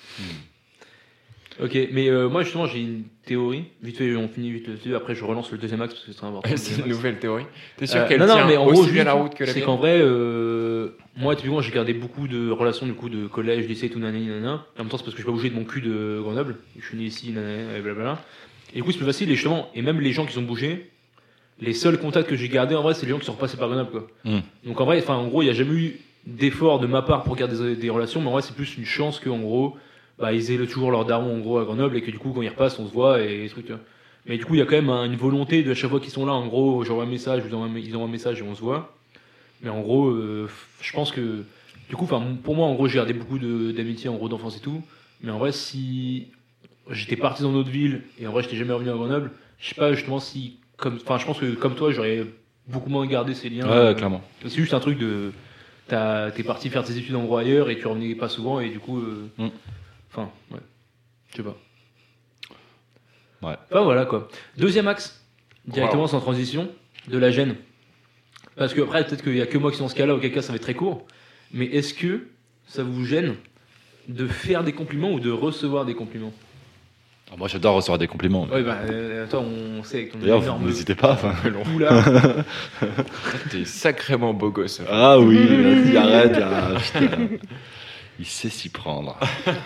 Ok, mais moi justement j'ai une théorie. Vite fait, on finit vite là-dessus. Après, je relance le deuxième axe parce que c'est très important. le C'est deuxième une axe. nouvelle théorie. T'es sûr qu'elle non, tient mais en aussi gros, bien juste, la route que la c'est mienne qu'en vrai, moi typiquement j'ai gardé beaucoup de relations du coup de collège, lycée, tout nanani nanana. En même temps, c'est parce que je suis pas bougé de mon cul de Grenoble. Je suis né ici, nanana, et blablabla. Et du coup, c'est plus facile. Et justement, et même les gens qui sont bougés, les seuls contacts que j'ai gardés en vrai, c'est les gens qui sont repassés par Grenoble, quoi. Donc en vrai, enfin en gros, il y a jamais eu d'effort de ma part pour garder des relations, mais en vrai, c'est plus une chance que en gros, bah ils aient toujours leur daron en gros à Grenoble et que du coup quand ils repassent, on se voit et des trucs. Tu vois. Mais du coup, il y a quand même une volonté de à chaque fois qu'ils sont là, en gros, j'envoie un message, ils envoient un message et on se voit. Mais en gros, je pense que du coup, enfin pour moi, en gros, j'ai gardé beaucoup d'amitié en gros d'enfance et tout. Mais en vrai, si j'étais parti dans notre ville et en vrai, j'étais jamais revenu à Grenoble, je sais pas justement si enfin, je pense que comme toi, j'aurais beaucoup moins gardé ces liens. Ouais, clairement. C'est juste un truc de. T'es parti faire tes études en gros ailleurs et tu revenais pas souvent et du coup. Enfin, ouais. Je sais pas. Ouais. Enfin voilà quoi. Deuxième axe, directement sans transition, de la gêne. Parce que après, peut-être qu'il y a que moi qui suis dans ce cas-là, auquel cas ça va être très court. Mais est-ce que ça vous gêne de faire des compliments ou de recevoir des compliments? Alors, moi, j'adore recevoir des compliments. Ouais, bah, toi, on sait avec ton D'ailleurs, énorme n'hésitez pas. Enfin, cou là. T'es sacrément beau gosse. Ah oui, vas-y, arrête là. Putain. Il sait s'y prendre.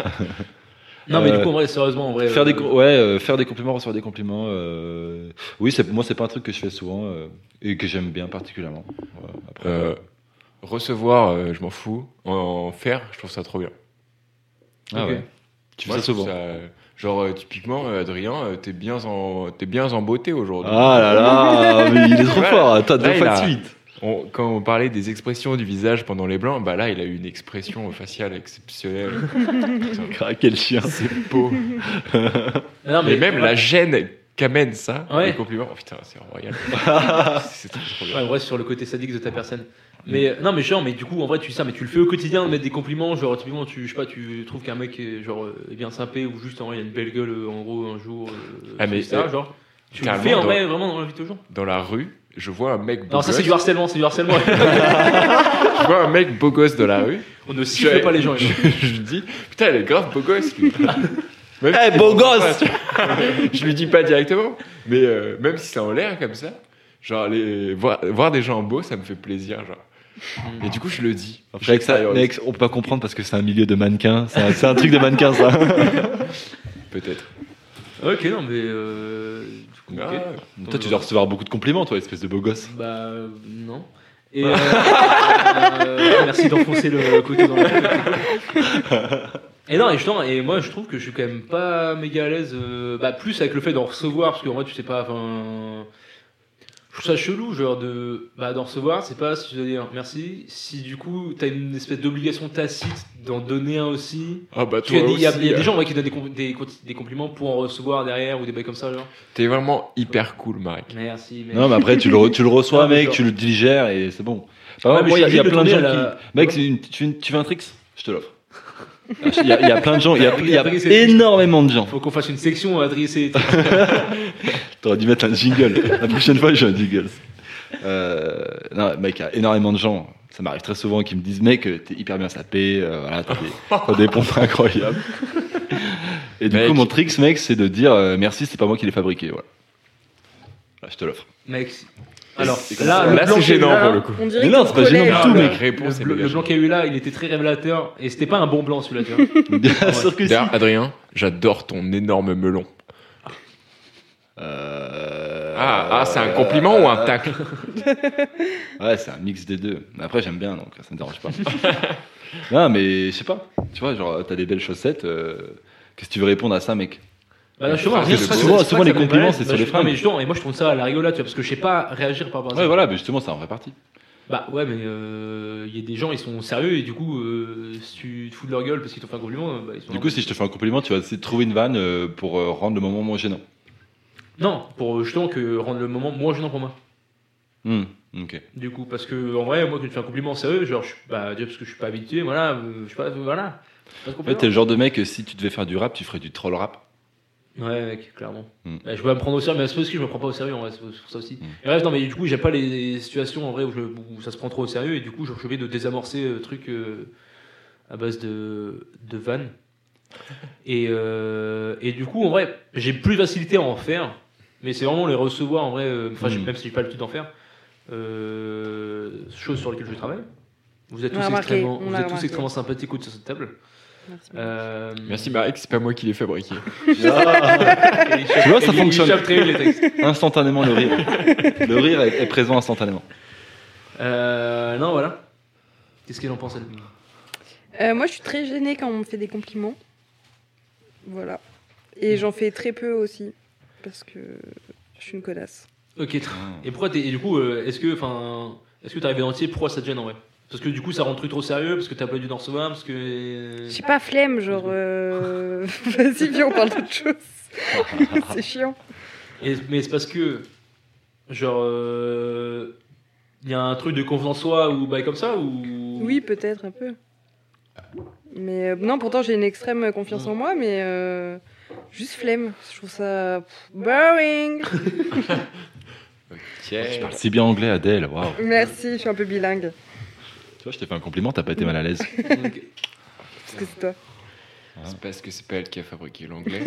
Non, mais du coup, en vrai, sérieusement, en vrai. Faire des compliments, recevoir des compliments. Oui, moi, c'est pas un truc que je fais souvent et que j'aime bien particulièrement. Après, Recevoir, je m'en fous. En faire, je trouve ça trop bien. ah ok. ouais. Tu fais Moi, ça je trouve souvent. genre, typiquement, Adrien, t'es bien en beauté aujourd'hui. Ah là là, mais il est trop Ouais. fort. Attends, deux Là, fois il de a- suite. Quand on parlait des expressions du visage pendant les blancs, bah là, il a eu une expression faciale exceptionnelle. Ah, quel chien. C'est beau. Non, Mais même la gêne qu'amène ça, Ouais. les compliments, oh, putain, c'est royal. C'est trop bien. Ouais, en vrai, sur le côté sadique de ta personne. Mais non, mais genre, mais du coup, en vrai, tu sais ça, mais tu le fais au quotidien, de mettre des compliments. Genre, typiquement, je sais pas, tu trouves qu'un mec est, genre, est bien sympé ou juste en vrai, il a une belle gueule, en gros, un jour. Ah, mais, etc. Genre, tu le carrément, fais en dans- vrai, vraiment dans la vie de tous les jours. Dans la rue, je vois un mec beau Non, ça, gosse. c'est du harcèlement, c'est du harcèlement. Je vois un mec beau gosse dans la rue. On ne siffle pas les gens. Je lui dis, putain, elle est grave beau gosse. lui. Même Eh, si- beau gosse. Je lui dis pas directement, mais même si c'est en l'air comme ça, genre voir des gens beaux, ça me fait plaisir, genre. Et du coup, je le dis. Après, avec ça, J'extériorise. mec, on peut pas comprendre parce que c'est un milieu de mannequins. C'est un truc de mannequin, ça. Peut-être. Ok, non, mais. Du coup, ok. Ah, Toi, tu dois recevoir beaucoup de compliments, toi, espèce de beau gosse. Bah, non. Et merci d'enfoncer le couteau dans la tête. Et non, et justement, et moi je trouve que je suis quand même pas méga à l'aise, bah, plus avec le fait d'en recevoir, parce qu'en vrai tu sais pas, enfin. Je trouve ça chelou, genre d'en recevoir, c'est pas si tu dois dire merci, si du coup t'as une espèce d'obligation tacite d'en donner un aussi. Ah bah Parce qu'il toi y a aussi, des gens ouais, qui donnent des compliments pour en recevoir derrière ou des bails comme ça, genre. T'es vraiment hyper cool, Marek. Merci, Non, mais après, tu le reçois, Non, mais mec, genre- tu le digères et c'est bon. Ouais, mais Moi, je il suis y a obligé de plein de le gens tourner à la- qui. Mec, tu veux un tricks? Je te l'offre. Il y a plein de gens, il y a Adrien, c'est- énormément de gens. Faut qu'on fasse une section adressée. T'aurais dû mettre un jingle. La prochaine fois, j'ai un jingle. Non, mec, il y a énormément de gens Ça m'arrive très souvent qu'ils me disent mec, t'es hyper bien sapé, voilà, t'as des pompes incroyables. Et du coup, mon trick, mec, c'est de dire merci, c'est pas moi qui l'ai fabriqué. Voilà. Là, je te l'offre. Mec, alors là c'est gênant pour le coup. On dirait Mais non, que c'est pas gênant du tout, mec. Réponse, le blanc qu'il y a eu là, il était très révélateur et c'était pas un bon blanc celui-là, tu vois. Bien sûr que si. D'ailleurs, Adrien, j'adore ton énorme melon. C'est un compliment ou un tacle? Ouais, c'est un mix des deux. Mais après, j'aime bien, donc ça me dérange pas. Non, mais je sais pas. Tu vois, genre, t'as des belles chaussettes. Qu'est-ce que tu veux répondre à ça, mec? Bah, justement, souvent les compliments, c'est sur les fringues. Mais justement, et moi je trouve ça à la rigolade, tu vois, parce que je sais pas réagir par rapport à ça. Ouais, voilà, mais justement, ça en fait partie. Bah ouais, mais il y a des gens, ils sont sérieux et du coup, si tu te fous de leur gueule parce qu'ils t'ont fait un compliment, bah, ils sont. Du coup, si je te fais un compliment, tu vas essayer de trouver une vanne pour rendre le moment moins gênant. Non, pour justement rendre le moment moins gênant pour moi. Ok. Du coup, parce que en vrai, moi, quand tu fais un compliment sérieux, genre, déjà parce que je suis pas habitué, voilà, je sais pas, voilà. En fait, t'es le genre de mec, si tu devais faire du rap, tu ferais du troll rap. Ouais, mec, clairement. Bah, je peux me prendre au sérieux, mais c'est parce que je me prends pas au sérieux, en vrai, c'est pour ça aussi. Et bref, non, mais du coup, j'aime pas les situations en vrai où ça se prend trop au sérieux, et du coup, je vais de désamorcer le truc à base de vannes. Et du coup, en vrai, j'ai plus de facilité à en faire, mais c'est vraiment les recevoir en vrai, même si j'ai pas le tout d'en faire, choses sur lesquelles je travaille. Vous êtes tous extrêmement sympathiques autour de cette table. Merci Marek, c'est pas moi qui l'ai fabriqué. Tu vois, ça fonctionne. Les textes. Instantanément, le rire. Le rire est présent instantanément. Non, voilà. Qu'est-ce qu'elle en pense, elle? Moi, je suis très gênée quand on me fait des compliments. Voilà. Et j'en fais très peu aussi. Parce que je suis une connasse. Ok. Et pourquoi et du coup, est-ce que t'arrives à identifier pourquoi ça te gêne en vrai? Parce que du coup, ça rend le truc trop sérieux, parce que t'as pas dû d'en recevoir, parce que. Je sais pas, flemme, genre. Vas-y, viens, on parle d'autre chose. C'est chiant. Mais c'est parce que. Genre. Il y a un truc de confiance en soi ou comme ça ou. Oui, peut-être un peu. Mais non, pourtant, j'ai une extrême confiance en moi, mais. Juste flemme. Je trouve ça. Boring. Tu parles si bien anglais, Adèle, waouh. Merci, je suis un peu bilingue. Tu vois, je t'ai fait un compliment, t'as pas été mal à l'aise. Parce que c'est toi. C'est parce que c'est pas elle qui a fabriqué l'anglais.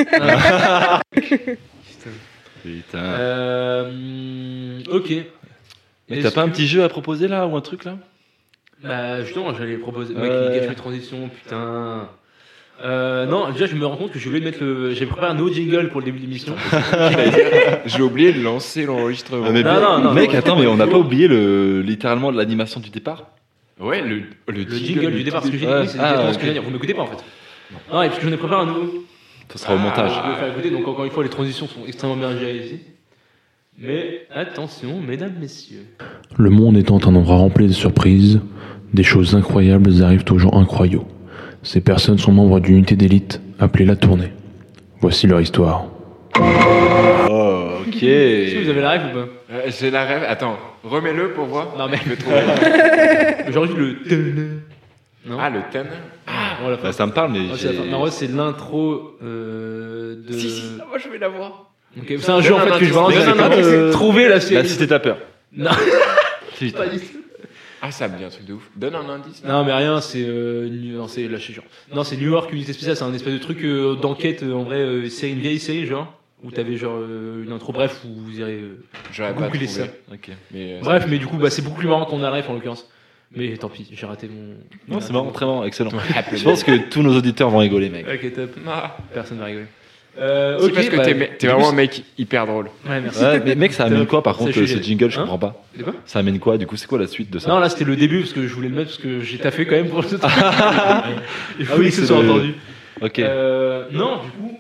Putain. Ok. Mais t'as pas un petit jeu à proposer là ou un truc là? Bah justement, j'allais proposer. Mec, il gâche mes transitions, putain. Non, déjà je me rends compte que j'ai oublié de mettre j'ai préparé un nouveau jingle pour le début de l'émission. J'ai oublié de lancer l'enregistrement. Non, mec, attends, mais on n'a pas oublié littéralement l'animation du départ. Ouais, le jingle du départ, parce que j'ai dit c'est exactement ce que je viens de dire. Vous m'écoutez pas en fait. Non, et puis j'en ai préparé un nouveau. Ça sera au montage. Je vais le faire écouter, donc encore une fois, les transitions sont extrêmement bien gérées ici. Mais attention, mesdames, messieurs. Le monde étant un endroit rempli de surprises, des choses incroyables arrivent aux gens incroyaux. Ces personnes sont membres d'une unité d'élite appelée La Tournée. Voici leur histoire. Oh, ok. Si vous avez la rêve ou pas? J'ai la rêve. Attends, remets-le pour voir. Non, mais je vais trouver. J'aurais dit le. Non. Ah, le ten. Voilà, Bah, ça me parle, mais. Mais en vrai, c'est l'intro de. Si, moi je vais la voir. Okay, c'est un jeu en fait que je vais trouver la série. La Cité ta peur. Non. Putain. Ah, ça me dit un truc de ouf. Donne un indice. Non, mais rien, c'est. Non, c'est lâché, genre. Non, c'est New York, unité spéciale, c'est un espèce de truc d'enquête, en vrai, une vieille série, genre, où t'avais genre une intro, bref, où vous irez. J'aurais pas trouvé ça. Ok. Mais, bref, mais du coup, c'est beaucoup plus marrant qu'on a rêve en l'occurrence. Mais tant pis, j'ai raté mon. Non, c'est marrant, très marrant, excellent. Je pense que tous nos auditeurs vont rigoler, mec. Ok, top. Personne va rigoler. Ok, parce que t'es vraiment un mec hyper drôle. Ouais, merci. Ouais, mais mec, ça amène quoi par contre ce jingle? Je comprends pas. C'est quoi? Ça amène quoi? Du coup, c'est quoi la suite de ça? Non, là c'était le début parce que je voulais le mettre parce que j'ai taffé quand même pour ce truc. Il faut que ce soit entendu. Ok. Non, du coup.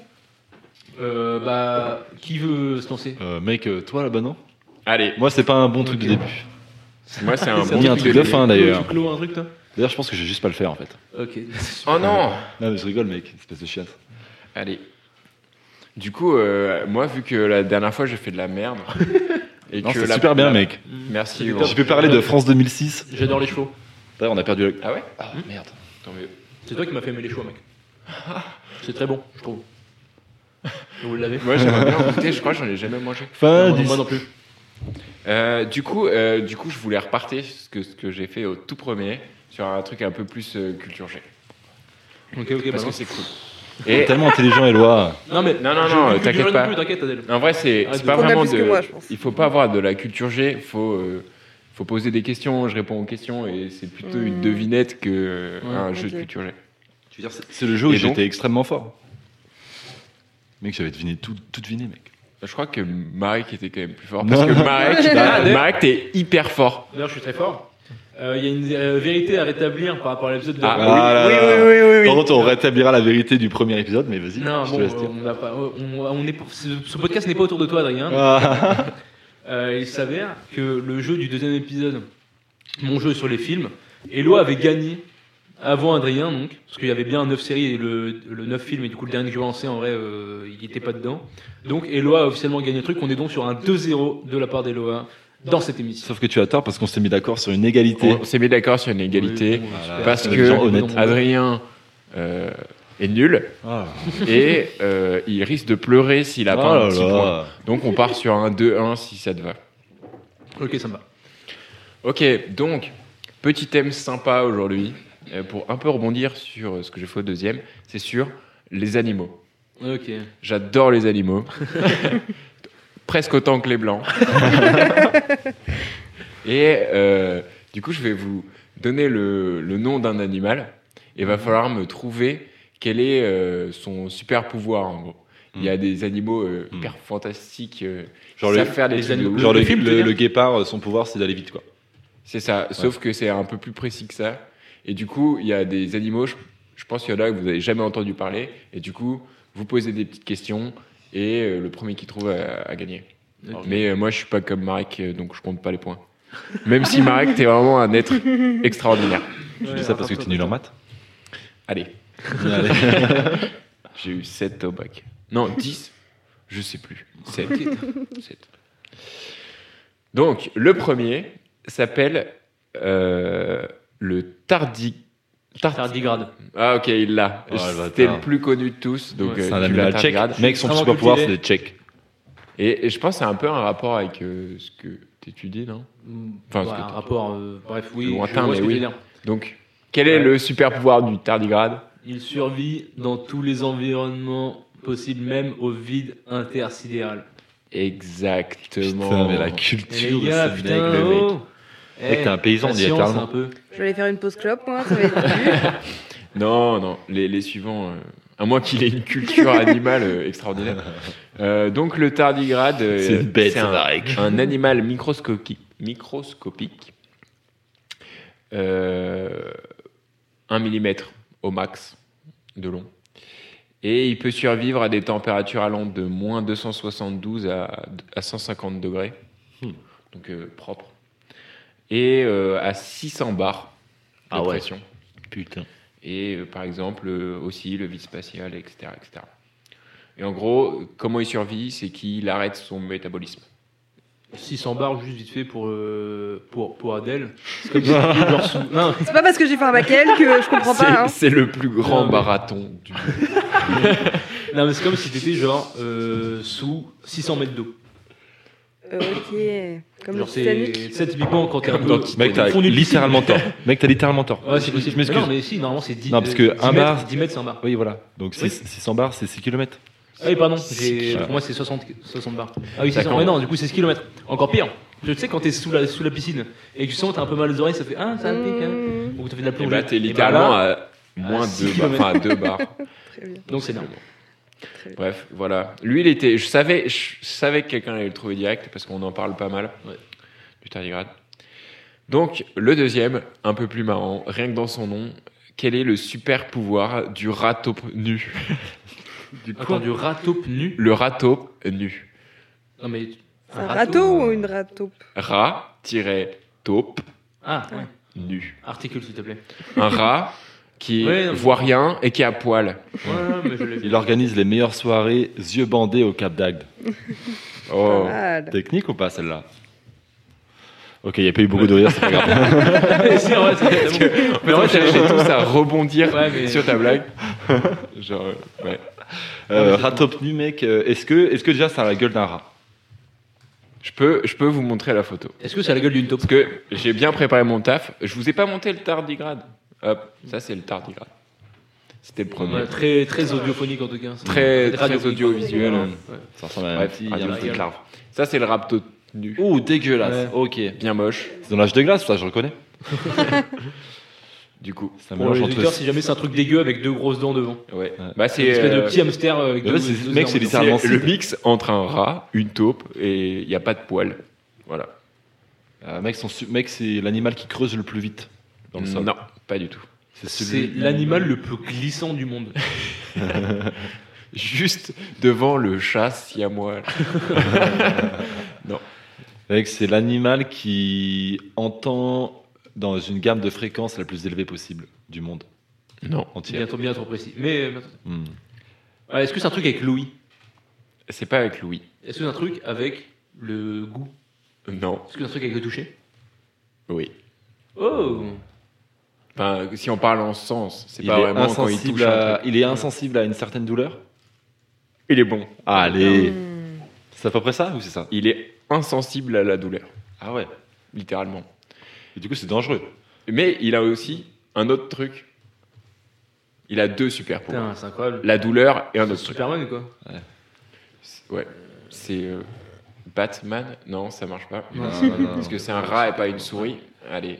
Qui veut se lancer? Mec, toi là-bas, non? Allez. Moi, c'est pas un bon truc de début. Moi, c'est un bon truc de fin d'ailleurs. Tu clôt un truc, toi? D'ailleurs, je pense que je vais juste pas le faire en fait. Ok. Oh non! Non, mais je rigole, mec, espèce de chiasse. Allez. Du coup, moi, vu que la dernière fois j'ai fait de la merde. Et non, que c'est super bien, mec. Merci. Tu peux parler de France 2006. J'adore les chevaux. D'ailleurs, on a perdu le. Ah ouais? Ah merde. Tant mieux. C'est toi qui m'as fait aimer les chevaux, mec. C'est très bon, je trouve. Vous l'avez? Moi, j'aimerais bien en goûter, je crois que j'en ai jamais mangé. Fin Moi non plus. Du coup, je voulais repartir ce que j'ai fait au tout premier sur un truc un peu plus culture G. Ok, Parce bah que c'est cool. Et tellement intelligent, Éloi. non, mais Non, t'inquiète pas. T'inquiète, Adèle. En vrai, c'est pas On a vraiment plus que moi, je pense. il faut pas avoir de la culture G. Faut poser des questions. Je réponds aux questions et c'est plutôt une devinette que un jeu de culture G. Tu veux dire, c'est le jeu où Et donc j'étais extrêmement fort. Mec, j'avais deviné tout deviné, mec. Je crois que Marek était quand même plus fort. Non. Parce que Marek, t'es hyper fort. D'ailleurs, je suis très fort. Il y a une vérité à rétablir par rapport à l'épisode de. Là là. Oui. Par contre, on rétablira la vérité du premier épisode, mais vas-y. Non, je te bon, laisse dire. on n'a pas. Ce podcast n'est pas autour de toi, Adrien. Ah. Il s'avère que le jeu du deuxième épisode, mon jeu sur les films, Eloi avait gagné avant Adrien, donc, parce qu'il y avait bien 9 séries et le 9 films, et du coup, le dernier que j'ai lancé, en vrai, il n'était pas dedans. Donc, Eloi a officiellement gagné le truc. On est donc sur un 2-0 de la part d'Eloi dans cette émission. Sauf que tu as tort parce qu'on s'est mis d'accord sur une égalité. On s'est mis d'accord sur une égalité. Oui, Voilà. Parce Des gens honnêtes. que Adrien est nul Ah. et il risque de pleurer s'il a Oh pas là un petit là. point. Donc on part sur un 2-1 si ça te va. Ok, ça me va. Ok, donc petit thème sympa aujourd'hui pour un peu rebondir sur ce que j'ai fait au deuxième, c'est sur les animaux. Ok. J'adore les animaux. Presque autant que les blancs. Et du coup, je vais vous donner le nom d'un animal. Et il va falloir me trouver quel est son super pouvoir, en gros. Il y a des animaux hyper fantastiques Genre qui le- savent faire des les trucs de animaux- ouf. Genre Le film, tu veux dire le guépard, son pouvoir, c'est d'aller vite, quoi. C'est ça, sauf que c'est un peu plus précis que ça. Et du coup, il y a des animaux, je pense qu'il y en a que vous n'avez jamais entendu parler. Et du coup, vous posez des petites questions et le premier qui trouve a gagné. Ok. Mais moi, je suis pas comme Marek, donc je compte pas les points. Même si Marek, t'es vraiment un être extraordinaire. Je dis ça parce que tu es nul en maths. Allez, Allez. j'ai eu 7 au bac. Non, 10. Je sais plus. 7. 7. Donc, le premier s'appelle le Tardigrade. Ah, ok, il l'a. Oh, le C'était bâtard. le plus connu de tous. Donc, Ouais, C'est un tu l'as, animal tchèque. tardigrade. Mec, son Extrêmement super pouvoir, c'est cultivé. d'être tchèque. Et je pense que c'est un peu un rapport avec ce que tu étudies, non? Enfin, Ouais, ce que un t'as- rapport, bref, oui. Lointain, je vois mais ce que oui. tu veux dire. Donc, quel est le super pouvoir du tardigrade? Il survit dans tous les environnements possibles, même au vide intersidéral. Exactement. Putain, mais la Et culture les gars, de ce putain, mec, le mec. oh. Mec, t'es un paysan, la on dit science, littéralement. un peu. Je vais aller faire une pause clope, moi, ça va être Non, les suivants, à moins qu'il ait une culture animale extraordinaire. Donc le tardigrade, C'est une bête, c'est ça, Marek. un animal microscopique, 1 mm au max de long. Et il peut survivre à des températures allant de moins 272 à 150 degrés, donc propre, et à 600 bars de Ah ouais. pression. Putain. Et par exemple aussi le vide spatial, etc., etc. Et en gros, comment il survit, c'est qu'il arrête son métabolisme. 600 bars juste vite fait pour Adèle. C'est comme si c'était genre sous. Non, C'est pas parce que j'ai fait un bac L que je comprends C'est, pas. Hein. c'est le plus grand Non, mais- marathon du monde. non, mais c'est comme si t'étais genre sous 600 mètres d'eau. Ok. Comme le Genre Titanic. c'est typiquement quand t'es un Comme peu. dans Titanic. Mec, t'as Fond du littéralement tort. Mec, t'as littéralement tort. Ouais, c'est possible. Je m'excuse. Mais non, mais si, normalement c'est 10. Non, parce que 10 un mètres, bar- 10 mètres, c'est un bar. Oui, voilà. Donc Oui. 600 bars, c'est 6 km. Ah oui, pardon. Voilà. Pour moi, c'est 60 bars. Ah oui, 600. D'accord. Ouais, non, du coup, c'est 6 km. Encore pire. Tu sais, quand t'es sous la piscine et que tu sens que t'as un peu mal aux oreilles, ça fait ah, ça pique. Hein. Mmh. Ou t'as fait de la Et plongée. bah, t'es Et bah littéralement là, à moins 6 2 bars. Enfin, à 2 bars. Très bien. donc c'est énorme. Bref, voilà. Lui, il était. Je savais que quelqu'un allait le trouver direct parce qu'on en parle pas mal Ouais. du tardigrade. Donc, le deuxième, un peu plus marrant, rien que dans son nom, quel est le super pouvoir du rat taupe nu? Attends, du rat taupe nu. Le rat taupe nu. Non, mais. C'est un râteau ou une râteau? Rat-taupe Ah, ouais. nu. Articule, s'il te plaît. Un rat qui Ouais, non, mais- voit rien et qui est à poil. Ouais, mais je l'ai vu. Il organise les meilleures soirées yeux bandés au Cap d'Agde. Oh. Malade. Technique ou pas celle-là? Ok, il n'y a pas eu beaucoup de rire, c'est pas grave. Si, en vrai, c'est bon. Mais en fait, cherchait tous à rebondir Ouais, mais- sur ta blague. Genre, ouais. Rat top nu, mec. Est-ce que déjà ça a la gueule d'un rat? Je peux vous montrer la photo. Est-ce que c'est la gueule d'une taupe? Parce que j'ai bien préparé mon taf. Je vous ai pas monté le tardigrade. Hop, ça c'est le tardigrade. C'était le premier. Ouais, très, très audiophonique en tout cas. Très radiophonique. audiovisuel. Ouais. Ça ressemble à un Bref, petit radiophonique. larve. Ça c'est le raptonu. Ouh, dégueulasse. Ouais. Ok. Bien moche. C'est dans l'âge de glace, ça, je reconnais. Du coup. Ça Pour les mélange auditeurs, entre. si jamais c'est un truc dégueu avec 2 grosses dents devant. Ouais. Ouais. Bah C'est une espèce de petit hamster avec Mais deux, là, c'est- deux mec, c'est ailes en littéralement- c'est le mix entre un rat, une taupe et il n'y a pas de poils. Voilà. Mec, c'est l'animal qui creuse le plus vite dans le sol. Non, pas du tout. C'est l'animal le plus glissant du monde. Juste devant le chat siamois. Mec, c'est l'animal qui entend dans une gamme de fréquences la plus élevée possible du monde Non. entier. Bien trop précis. Mais Hmm. ouais, est-ce que c'est un truc avec Louis? C'est pas avec Louis. Est-ce que c'est un truc avec le goût? Non. Est-ce que c'est un truc avec le toucher? Oui. Oh! Enfin, si on parle en sens, c'est Il pas est vraiment quand il insensible touche un truc. il est insensible à une certaine douleur. Il est bon. Allez, Hmm. c'est à peu près ça ou c'est ça? Il est insensible à la douleur, Ah ouais. littéralement. Et du coup, c'est dangereux. Mais il a aussi un autre truc. Il a 2 super pouvoirs. Putain, c'est incroyable. La douleur et un autre truc. Superman quoi? Ouais. C'est Batman. Non, ça marche pas. Non, non, non. Parce que c'est un rat et pas une souris. Allez.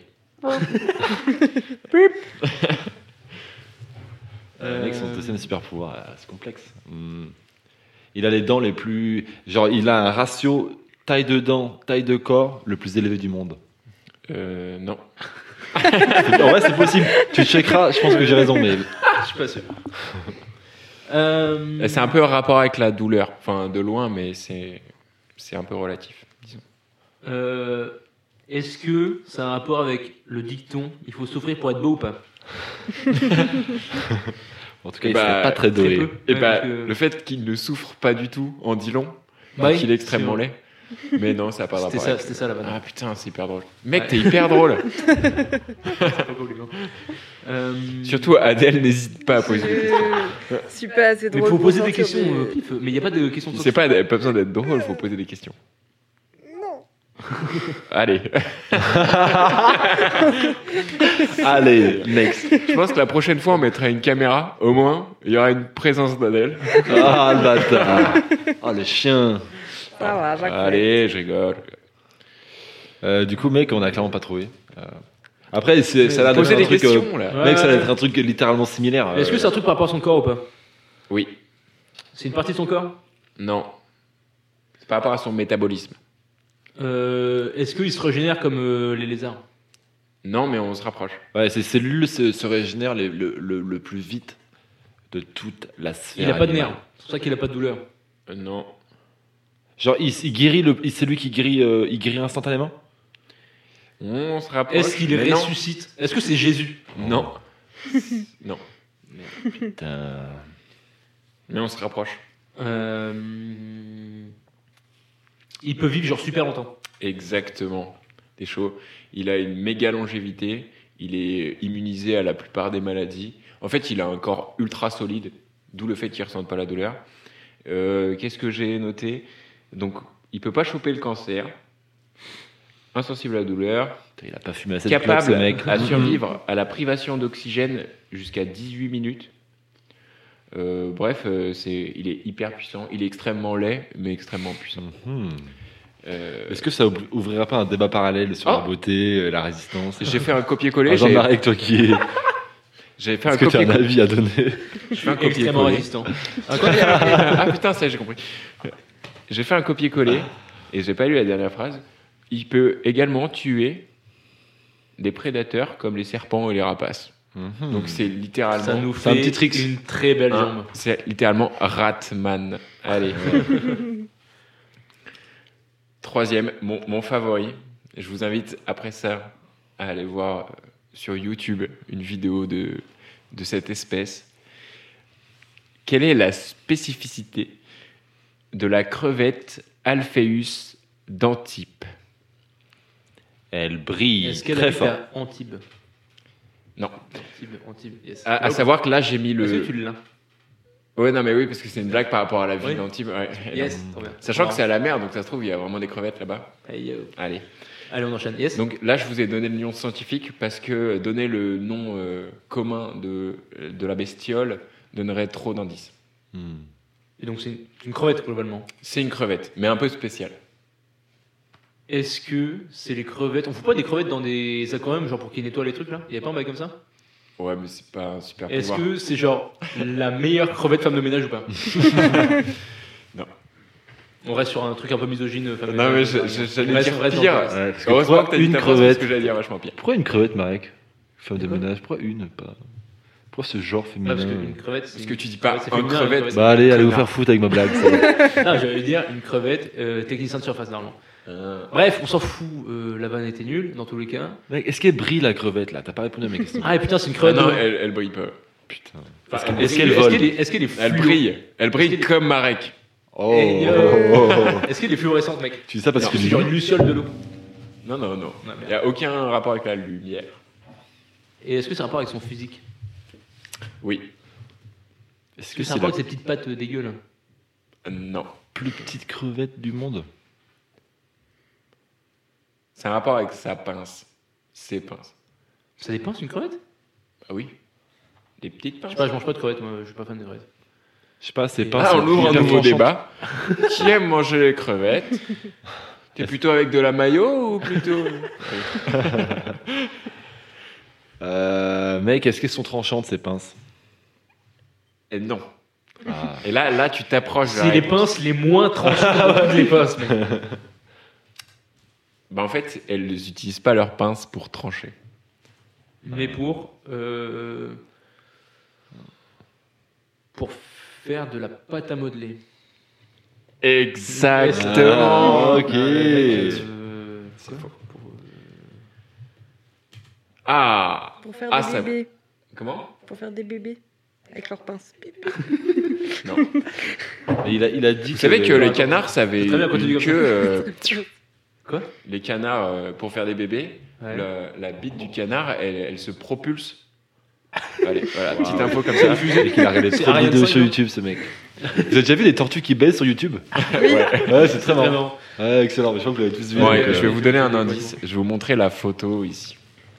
Mec, son deuxième super pouvoir, c'est complexe. Il a les dents les plus. Genre, il a un ratio taille de dents, taille de corps le plus élevé du monde. Non. En vrai, c'est possible. Tu checkeras, je pense que j'ai raison, mais. Je suis pas sûr. C'est un peu en rapport avec la douleur. Enfin, de loin, mais c'est un peu relatif, disons. Est-ce que ça a un rapport avec le dicton il faut souffrir pour être beau ou pas? En tout cas, Et il bah, serait pas très très doué. peu. Et Ouais, bah, parce que- le fait qu'il ne souffre pas du tout en dit long. Bah oui, qu'il est extrêmement c'est laid. Mais non, ça n'a pas de rapport. avec- C'était ça la vanne. Ah putain, c'est hyper drôle. Mec, Ouais. t'es hyper drôle. Surtout Adèle, n'hésite pas à poser des questions. Je suis pas assez Mais drôle. faut pour poser des sortir questions, pif. Mais il n'y a pas de questions. C'est pas besoin d'être drôle, faut poser des questions. Non. Allez. Allez, next. Je pense que la prochaine fois, on mettra une caméra. Au moins, il y aura une présence d'Adèle. Ah, le bâtard. Oh, le chien. Ça va, j'accepte. Allez, je rigole. Du coup, mec, on a clairement pas trouvé. Après, ça a l'air Posez d'être des un truc. questions, là. Ouais. Mec, ça va être un truc littéralement similaire. Est-ce que c'est un truc par rapport à son corps ou pas? Oui. C'est une partie de son corps? Non. C'est par rapport à son métabolisme. Est-ce qu'il se régénère comme les lézards? Non, mais on se rapproche. Ouais, ces cellules se régénèrent le plus vite de toute la sphère. Il a pas de animale. nerfs. C'est pour ça qu'il a pas de douleur. Non. Genre, il guérit c'est lui qui guérit, il guérit instantanément. On se rapproche. Est-ce qu'il mais non. ressuscite? Est-ce que c'est Jésus? Non. Non. Putain. Mais on se rapproche. Il peut vivre genre super longtemps. Exactement. T'es chaud. Il a une méga longévité. Il est immunisé à la plupart des maladies. En fait, il a un corps ultra solide, d'où le fait qu'il ne ressente pas la douleur. Qu'est-ce que j'ai noté? Donc, il peut pas choper le cancer. Insensible à la douleur. Putain, il a pas fumé assez de clopes, Capable ce mec. à survivre à la privation d'oxygène jusqu'à 18 minutes. Bref, il est hyper puissant. Il est extrêmement laid, mais extrêmement puissant. Mhm. Euh, Est-ce que ça ouvrira pas un débat parallèle sur Oh. la beauté, la résistance? j'ai fait un copier-coller. Jean-Marc, toi qui est. J'ai fait un Est-ce que tu as un copier-coller. avis à donner? J'ai fait un Extrêmement copier-coller. résistant. Ah putain, ça j'ai compris. J'ai fait un copier-coller et j'ai pas lu la dernière phrase. Il peut également tuer des prédateurs comme les serpents et les rapaces. Donc c'est littéralement. Ça nous C'est un fait petit trick. une très belle Hein, jambe. c'est littéralement Ratman. Allez. Troisième, mon favori. Je vous invite après ça à aller voir sur YouTube une vidéo de cette espèce. Quelle est la spécificité de la crevette Alpheus d'Antibes? Elle brille Est-ce qu'elle très habite fort. à Antibes? Non. Antibes, yes. À savoir que là, j'ai mis Est-ce que le. tu l'as? Ouais, non, mais oui, parce que c'est une blague par rapport à la ville Oui. d'Antibes. Ouais. Yes, trop bien. Sachant que c'est à la mer, donc ça se trouve, il y a vraiment des crevettes là-bas. Hey, yo. Allez. Allez, on enchaîne. Yes. Donc là, je vous ai donné le nom scientifique parce que donner le nom commun de la bestiole donnerait trop d'indices. Et donc, c'est une crevette, globalement. C'est une crevette, mais un peu spéciale. Est-ce que c'est les crevettes? On fout pas des crevettes dans des aquariums, genre pour qu'ils nettoient les trucs là? Y a pas un bail comme ça? Ouais, mais c'est pas un super Est-ce pouvoir. que c'est genre la meilleure crevette femme de ménage ou pas? Non. On reste sur un truc un peu misogyne. Femme de Non, mais ménage. j'allais Reste- dire reste dans pire. le- Ouais, parce que Heureusement pourquoi que t'as dit une ta phrase, parce crevette que j'allais dire vachement pire. Pourquoi une crevette, Marek? Femme de Quoi ménage, pourquoi une pas? Pourquoi ce genre Ah, féminin? parce qu'une crevette. Parce que tu dis pas c'est un féminin, une crevette. Bah allez vous Connard. faire foutre avec ma blague. Ça va. Non, j'allais dire une crevette technicien de surface normalement. Bref, on s'en fout. La vanne était nulle dans tous les cas. Mec, est-ce qu'elle brille la crevette là? T'as pas répondu à mes questions. Ah, et putain, c'est une Ah crevette. non, de- elle brille pas. Putain. Enfin, est-ce qu'elle vole? Est-ce qu'elle est Elle fluo- brille. Elle brille Est-ce qu'elle- comme Marek. Oh, Et, oh. Est-ce qu'elle est fluorescente, mec? Tu dis ça parce Non, que C'est genre une luciole de l'eau. Non, non, non. Non, Il merde. n'y a aucun rapport avec la lumière. Et est-ce que c'est un rapport avec son physique? Oui. Est-ce Est-ce que que c'est un c'est rapport la avec ses petites pattes dégueu là? Non. plus petite crevette du monde? C'est un rapport avec sa pince. Ses pinces. Ça dépend, c'est une crevette? Ah oui. Des petites Je pinces. sais pas, je mange pas de crevettes, moi, je suis pas fan de crevettes. Je sais pas, c'est Ah, pas. Ah, on ouvre un hyper nouveau tranchantes. débat. Qui aime manger les crevettes? T'es plutôt avec de la mayo ou plutôt... Mec, est-ce qu'elles sont tranchantes ces pinces? Et non. Ah. Et là, tu t'approches de la C'est les réponse. pinces les moins tranchantes de toutes les pinces, mec. Bah, en fait, elles n'utilisent pas leurs pinces pour trancher. Mais pour faire de la pâte à modeler. Exactement. Ah, ok. C'est faux. Pour, Ah. Pour faire Ah, des ça- bébés. Comment? Pour faire des bébés. Avec leurs pinces. Non. Mais il a dit. Vous savez que les canards, ça avait C'est très bien quand tu dis une comme queue... Quoi? Les canards, pour faire des bébés, Ouais. la bite du canard, elle se propulse. Allez, voilà, petite info comme ça. Et qu'il a regardé C'est trop de Ariane vidéos 5, sur non YouTube, ce mec. Vous avez déjà vu des tortues qui baissent sur YouTube? Ouais, c'est très marrant. Vraiment. Ouais, excellent. Mais je crois que vous l'avez tous vu. Bon, donc, je vais vous donner un ouais. indice. Je vais vous montrer la photo ici.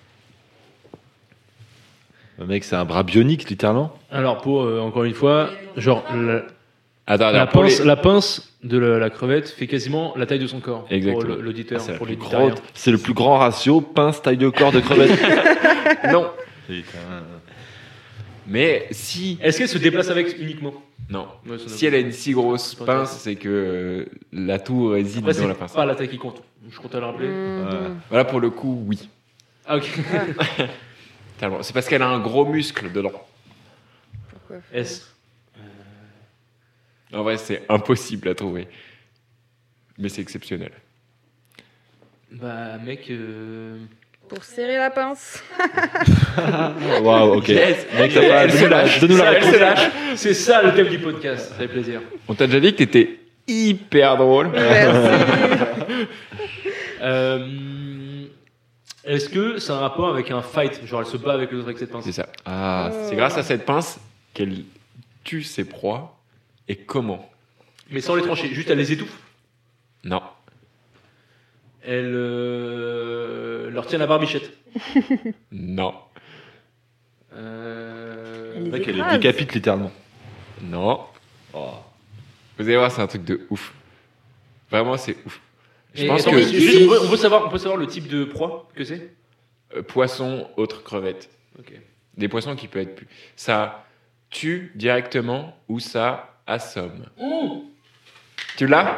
Le mec, c'est un bras bionique, littéralement. Alors, pour, encore une fois, genre, Attends, la pour pince, les- la pince de la crevette fait quasiment la taille de son corps. Exactement. Pour l'auditeur, Ah, c'est la pour plus l'éditorial. C'est le plus grand ratio pince taille de corps de crevette. Non. Putain. Mais si... Est-ce qu'elle se déplace avec uniquement? Non. Ouais, ça Si elle a une si grosse C'est pas pince, intéressant. c'est que l'atout réside Après, dans c'est la pince. pas la taille qui compte. Je compte à le rappeler. Voilà, pour le coup, oui. Ah, ok. Tellement. C'est parce qu'elle a un gros muscle dedans. Pourquoi S. En vrai, c'est impossible à trouver. Mais c'est exceptionnel. Bah, mec. Pour serrer la pince. Waouh, ok. Yes. Mec, t'as pas. Elle se lâche. Donne-nous la Elle réponse. se lâche. C'est ça le thème du podcast. Ça fait plaisir. On t'a déjà dit que t'étais hyper drôle. Merci. Est-ce que c'est un rapport avec un fight? Genre, elle se bat avec les autres avec cette pince? C'est ça. Ah, C'est grâce à cette pince qu'elle tue ses proies. Et comment? Mais sans les trancher, juste elle les étouffe. Non. Elle leur tient la barbichette. Non. Elle le mec, elle écrase. les décapite littéralement. Non. Oh. Vous allez voir, c'est un truc de ouf. Vraiment, c'est ouf. Je Et pense attends, que mais juste, on peut savoir le type de proie que c'est? poisson, autre crevette. Ok. Des poissons qui peuvent être plus. Ça tue directement ou ça assomme. Tu l'as?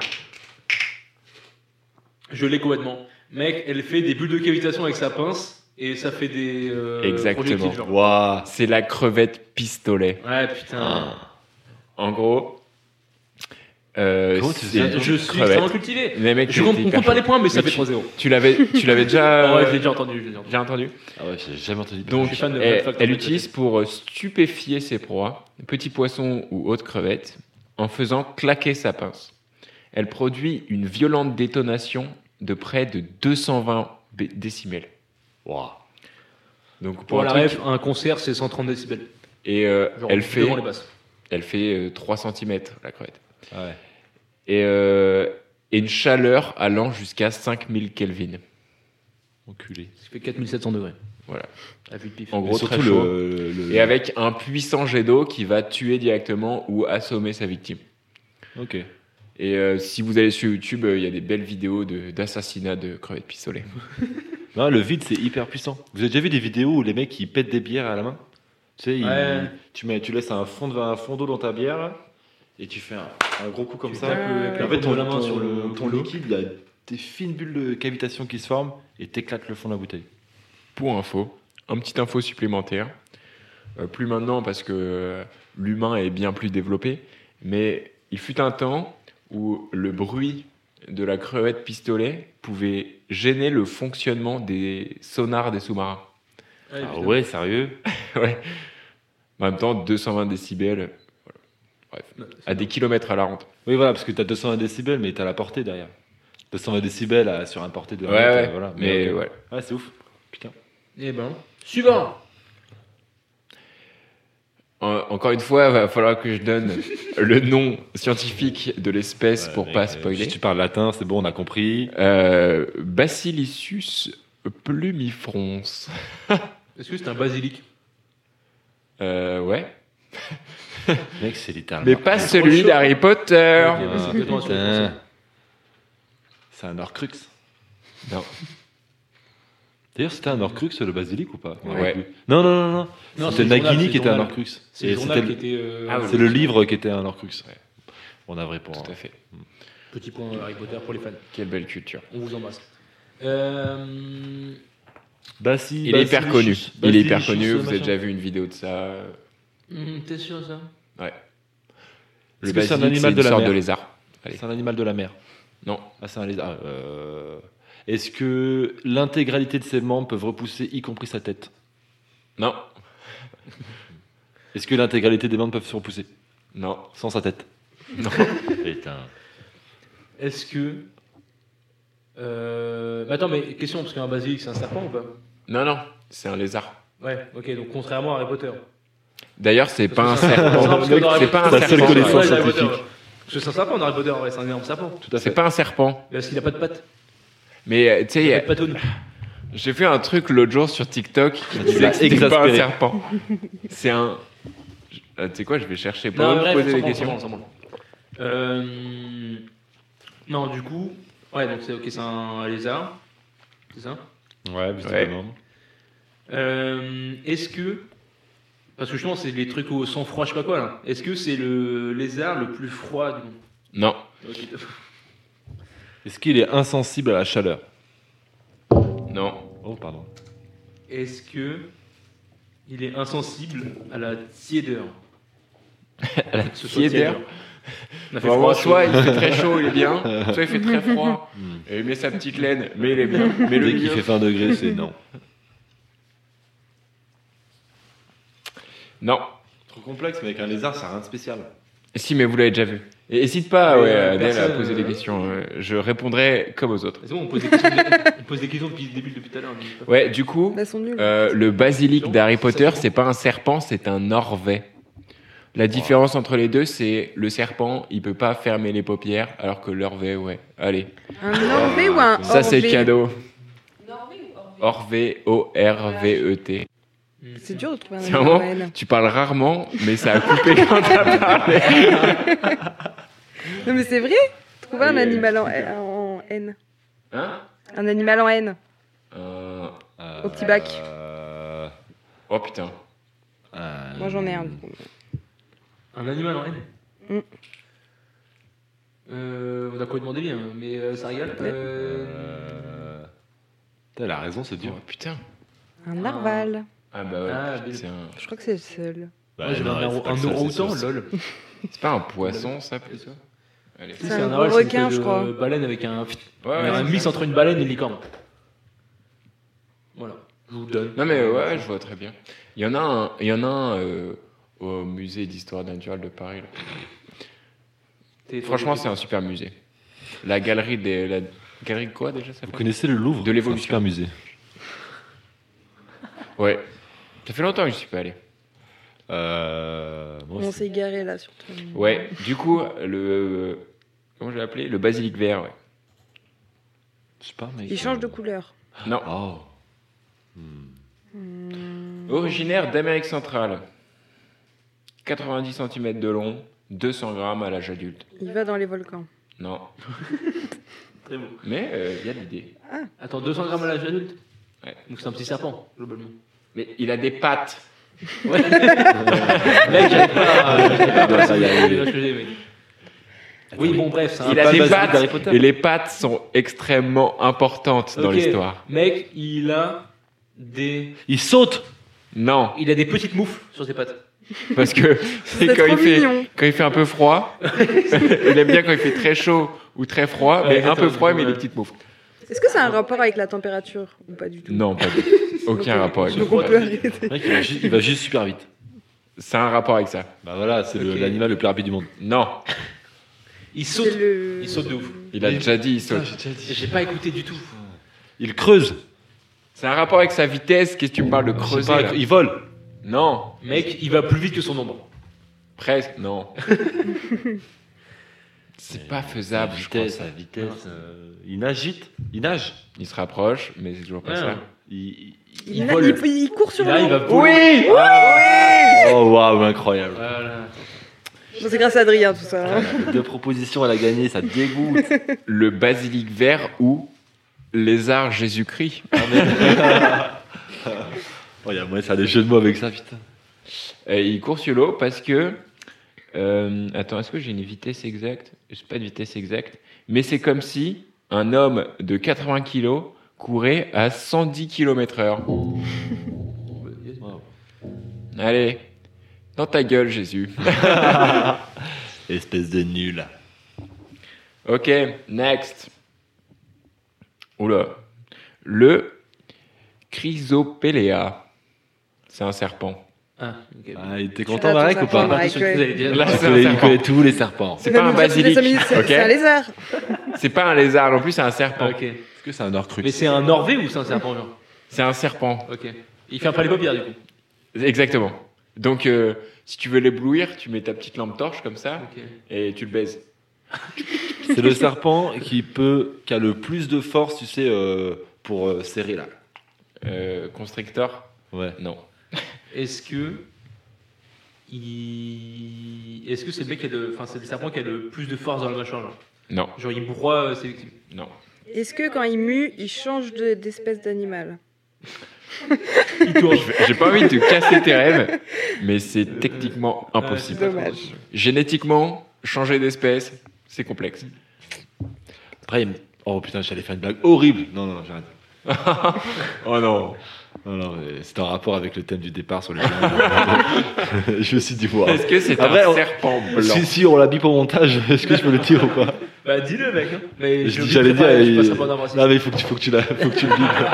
Je l'ai complètement. Mec, elle fait des bulles de cavitation avec sa pince et ça fait des Exactement. projectiles, genre. Waouh. C'est la crevette pistolet. Ouais, putain. En gros, Comment tu c'est sais une Je suis crevette. extrêmement cultivé. Mais mec, Je t'es compte, on hyper compte pas chaud. les points, mais ça Mais fait 3-0. Tu l'avais déjà, Ouais, je l'ai déjà entendu. Je l'ai déjà entendu. déjà entendu. Ah ouais, j'ai jamais entendu. Donc, Je suis fan de elle, Fun Fact elle en utilise pour stupéfier ses proies, petits poissons ou autres crevettes, en faisant claquer sa pince. Elle produit une violente détonation de près de 220 décibels. Waouh. Donc Pour la un truc- ref, un concert, c'est 130 décibels. et Genre elle fait devant les basses. Elle fait 3 cm, la crevette. Ah ouais. Et une chaleur allant jusqu'à 5000 Kelvin. Enculé. Ça fait 4700 degrés. Voilà. À vue de pif. En gros, surtout très chaud. le- Et avec un puissant jet d'eau qui va tuer directement ou assommer sa victime. Ok. Et si vous allez sur YouTube, il y a des belles vidéos d'assassinat de crevettes pistolet. Non, le vide, c'est hyper puissant. Vous avez déjà vu des vidéos où les mecs ils pètent des bières à la main? Tu sais, Ouais. tu laisses un fond d'eau dans ta bière là, et tu fais un gros coup comme Tu ça. tapes avec Et la en fait, paume de la main sur le ton l'eau. liquide, il y a des fines bulles de cavitation qui se forment et t'éclates le fond de la bouteille. Pour info, un petit info supplémentaire. Plus maintenant parce que l'humain est bien plus développé, mais il fut un temps où le bruit de la crevette pistolet pouvait gêner le fonctionnement des sonars des sous-marins. Ah ouais, sérieux? Ouais. En même temps, 220 décibels, voilà. Bref, à des kilomètres à la ronde. Oui, voilà, parce que t'as 220 décibels, mais t'as la portée derrière. 220 décibels sur un portée de 1 Ouais, mètre, ouais. voilà. Mais ok. ouais. Ouais, c'est ouf. Putain. Eh ben, suivant. Encore une fois, il va falloir que je donne le nom scientifique de l'espèce pour Ouais, pas mec, spoiler. Si tu parles latin, c'est bon, on a compris. Basilissus plumifrons. Est-ce que c'est un basilic? Ouais. Mec, c'est littéralement. Mais pas celui d'Harry Potter. Ok, bah, c'est exactement ce que je putain. pensais. C'est un Horcrux. Non. D'ailleurs, c'était un Horcrux le basilic ou pas? Ouais. Non, non, non, non. Non, C'était c'est le journal, Nagini c'est qui le était un journal. Horcrux. C'est le Et journal qui c'était était. Ah oui. c'est le livre qui était un Horcrux. Ouais. On a vrai pour. Tout à fait. Petit point Harry Potter pour les fans. Quelle belle culture. On vous embrasse. Il est hyper connu. Il est hyper connu. Vous avez déjà vu une vidéo de ça. T'es sûr de ça? Ouais. Est-ce Le que c'est un basilic, animal une de la sorte mer? de lézard. Allez. C'est un animal de la mer. Non. Ah, c'est un lézard. Est-ce que l'intégralité de ses membres peuvent repousser, y compris sa tête? Non. Est-ce que l'intégralité des membres peuvent se repousser Non. sans sa tête? Non. Putain. Est-ce que. Mais attends, mais question, parce qu'un basilic c'est un serpent ou pas? Non, non. C'est un lézard. Ouais, ok, donc contrairement à Harry Potter. D'ailleurs, c'est pas un Parce que c'est serpent. parce que dans Harry C'est pas un Potter, Ta seule serpent. connaissance Ouais, Harry scientifique. Potter. Parce que c'est un serpent dans Harry Potter, en vrai, c'est un énorme serpent. Tout à C'est fait. pas un serpent. Parce qu'il a pas de pattes. Mais tu Il a sais, pas de patounes. j'ai fait un truc l'autre jour sur TikTok qui disait l'a que c'était pas un exaspéré. serpent. C'est un. Tu sais quoi, je vais chercher pour Non, vous bref, poser on des s'en questions. branle, on s'en branle. Non, du coup. Ouais, donc c'est ok, c'est un lézard. C'est ça? Ouais, visiblement. Est-ce que. Parce que justement, c'est les trucs au sang froid, je sais pas quoi là. Est-ce que c'est le lézard le plus froid du monde? Non. Ok. Est-ce qu'il est insensible à la chaleur? Non. Oh, pardon. Est-ce que. Il est insensible à la tiédeur? À la Ce soit tiédeur. On a fait Vraiment, froid, soit chaud. il fait très chaud, il est bien. Soit il fait très froid. Et il met sa petite laine, mais il est bien. Mais le Dès qu'il milieu. fait 20 degrés, c'est non. Non. Trop complexe, mais avec un lézard, ça n'a rien de spécial. Si, mais vous l'avez déjà vu. Et n'hésite pas, ouais, Adèle, à personne, poser des questions. Je répondrai comme aux autres. C'est bon, on pose des questions, on pose des questions depuis le début, depuis tout à l'heure. n'hésite pas. Ouais, du coup, Bah, elles sont nuls. le basilic d'Harry Potter, c'est pas un serpent, c'est un orvet. La différence entre les deux, c'est le serpent, il peut pas fermer les paupières, alors que l'orvet, ouais. Allez, Un Orvé ou un ça c'est Orvé? cadeau. Orvet, O-R-V-E-T. C'est dur de trouver un C'est animal vraiment, en haine. tu parles rarement, mais ça a coupé quand t'as parlé. Non mais c'est vrai. Trouver un Oui, animal en haine. Hein Un animal en haine. Au petit bac. Oh putain. Moi j'en ai un. Un animal en haine. Mm. On a quoi demander bien, mais ça régale. Elle a raison, c'est dur. Oh putain. Un narval. Ah bah ouais, Ah, putain, mais- c'est un... Je crois que c'est le seul. Moi, j'avais un orang-outan, lol. C'est pas un poisson, ça, plutôt Allez. C'est un narwhal, gros c'est une requin, espèce je de crois. Baleine avec un Ouais, mix entre une baleine et une licorne. Voilà, je vous le donne. Non mais ouais, je vois très bien. Il y en a un au musée d'histoire naturelle de Paris. Là. Franchement, c'est un super musée. La galerie la galerie de quoi déjà ça Vous s'appelle connaissez le Louvre? De l'évolution. C'est un super musée. Ouais. Ça fait longtemps que je suis pas allé. Moi, On s'est garé là sur ton. Ouais, du coup, comment je l'ai appelé? Le basilic vert, ouais. je sais pas, mec. Il change de couleur. Non. Oh. Originaire d'Amérique centrale. 90 cm de long, 200 grammes à l'âge adulte. Il va dans les volcans. Non. Très beau. Mais il y a de l'idée. Attends, 200 grammes à l'âge adulte. Ouais. Donc c'est un petit serpent, globalement. Mais il a des pattes. Mec, j'arrive pas Ça y est. mec. Oui, bon, bref, c'est un Il a pas des le basilic d'Harry pattes. Potter. Et les pattes sont extrêmement importantes dans Ok. l'histoire. Mec, il a des Non, petites moufles sur ses pattes. parce que c'est C'est quand trop mignon. il fait un peu froid. Il aime bien quand il fait très chaud ou très froid, mais un peu froid, mais ouais. des petites moufles. Est-ce que ça a un rapport avec la température ou pas du tout? Non, pas du tout. Aucun rapport avec ça. Donc on peut arrêter. Mec, il va juste super vite. C'est un rapport avec ça. Bah voilà, c'est Ok. l'animal le plus rapide du monde. Non, Il saute. C'est le... Il saute de ouf. il a déjà dit, il saute. J'ai pas écouté du tout. Il creuse. C'est un rapport avec sa vitesse. Qu'est-ce que tu me parles de Je sais creuser pas, là il vole. Non, Mec, il va plus vite que son ombre. presque, non. C'est pas faisable, je crois. Ça. La vitesse. Il nage. Il se rapproche, mais c'est toujours pas Ouais. ça. Il vole. il court sur Il arrive à l'eau. voler. Oh waouh, incroyable. Voilà. Bon, c'est grâce à Adrien tout ça. hein. Deux propositions, elle a gagné, ça dégoûte. Le basilic vert ou lézard Jésus-Christ. Oh, il y a moyen de faire des jeux de mots avec ça, putain. Il court sur l'eau parce que. Attends, est-ce que j'ai une vitesse exacte? Je pas de vitesse exacte. Mais c'est comme si un homme de 80 kilos courait à 110 km/h. Allez, dans ta gueule, Jésus. Espèce de nul. Ok, next. Oula. Le Chrysopelea. C'est un serpent. Ah, ok. Ah, il était Tu content, as ton Marek, ou serpent, pas Marek. Attention, ce que vous allez dire. Là, il c'est un connaît, il serpent. connaît tous les serpents. C'est Il va pas un nous dire toutes les basilic. 5 minutes, c'est Ok. c'est un lézard. C'est pas un lézard non plus, c'est un serpent. Ok. Est-ce que c'est un orcrux? Mais c'est un Norvé ou c'est un serpent, genre? C'est un serpent. Ok. Il fait un palais paupières, du coup. Exactement. Donc, si tu veux l'éblouir, tu mets ta petite lampe torche comme ça Ok. et tu le baises. C'est le serpent qui a le plus de force, tu sais, pour serrer là. Constrictor? Ouais. Non. Est-ce que c'est le mec qui a c'est le serpent qui a le plus de force dans le machin, genre? Non. Genre il broie ses victimes. Non. Est-ce que quand il mue, il change d'espèce d'animal? Il tourne. J'ai pas envie de te casser tes rêves, mais c'est techniquement impossible. Dommage. Génétiquement, changer d'espèce, c'est complexe. Après, oh putain, j'allais faire une blague horrible. Non, j'arrête. Oh non. Non, mais c'est en rapport avec le thème du départ sur les gens. Je me suis dit, wow. Est-ce que c'est Après, un on- serpent blanc? Si on l'a bip au montage, est-ce que je peux le dire ou pas? Bah dis-le mec. Hein. Mais J'allais dire, je passerai pas d'avoir non mais il faut que tu le bipes.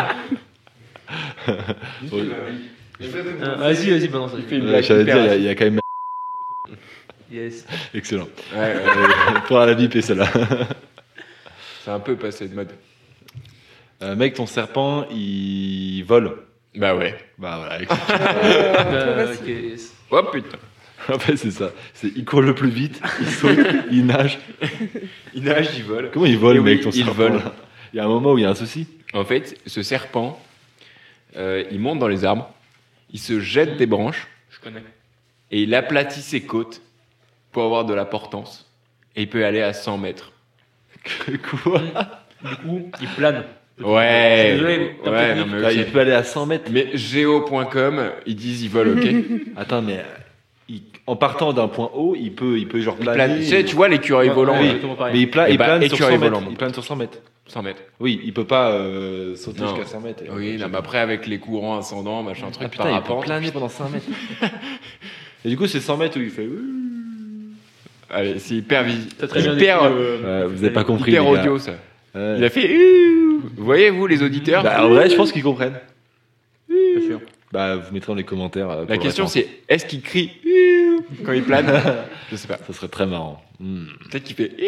Vas-y, balance. Il fait une blague J'allais hyper dire, il y a quand même. Yes. Excellent. Ouais, Pour la biper celle-là. c'est un peu passé de mode. Mec, ton serpent, il vole. Bah ouais. Bah voilà. écoute. Ok. Yes. Oh putain. En fait, c'est ça. Il court le plus vite, il saute, il nage. Il nage, il vole. Comment il vole, Et mec, oui, ton il serpent vole. là Il y a un moment où il y a un souci. En fait, ce serpent, il monte dans les arbres, il se jette des branches Je connais. et il aplatit ses côtes pour avoir de la portance. Et il peut aller à 100 mètres. Quoi Du coup, il plane. Ouais. Je suis désolé, t'as Ouais, technique. non, mais Ah, ok. il peut aller à 100 mètres. Mais géo.com, ils disent ils volent, ok? Attends, mais en partant d'un point haut, il peut genre Il planer. plane. Tu sais, tu vois l'écureuil Ouais, volant, ouais, oui. là, exactement pareil. Mais il plane, Eh il bah, plane sur écureuil 100 mètres. volant. Il plane sur 100 mètres. 100 mètres. Oui, il peut pas sauter Non. jusqu'à 100 mètres. Oui, non, mais après, avec les courants ascendants, machin truc, Ah, putain, il peut parapente. planer pendant 100 mètres. Et du coup, c'est 100 mètres où il fait. Allez, c'est hyper T'as très bien hyper, décrit, vous avez pas compris. hyper les gars. audio, ça. Ouais. Il a fait. Vous voyez, vous, les auditeurs? Bah, en vrai, je pense qu'ils comprennent. Pas sûr. Bah, vous mettrez dans les commentaires. pour La le question, répondre. c'est est-ce qu'il crie quand il plane? Je sais pas. Ça serait très marrant. Peut-être qu'il fait.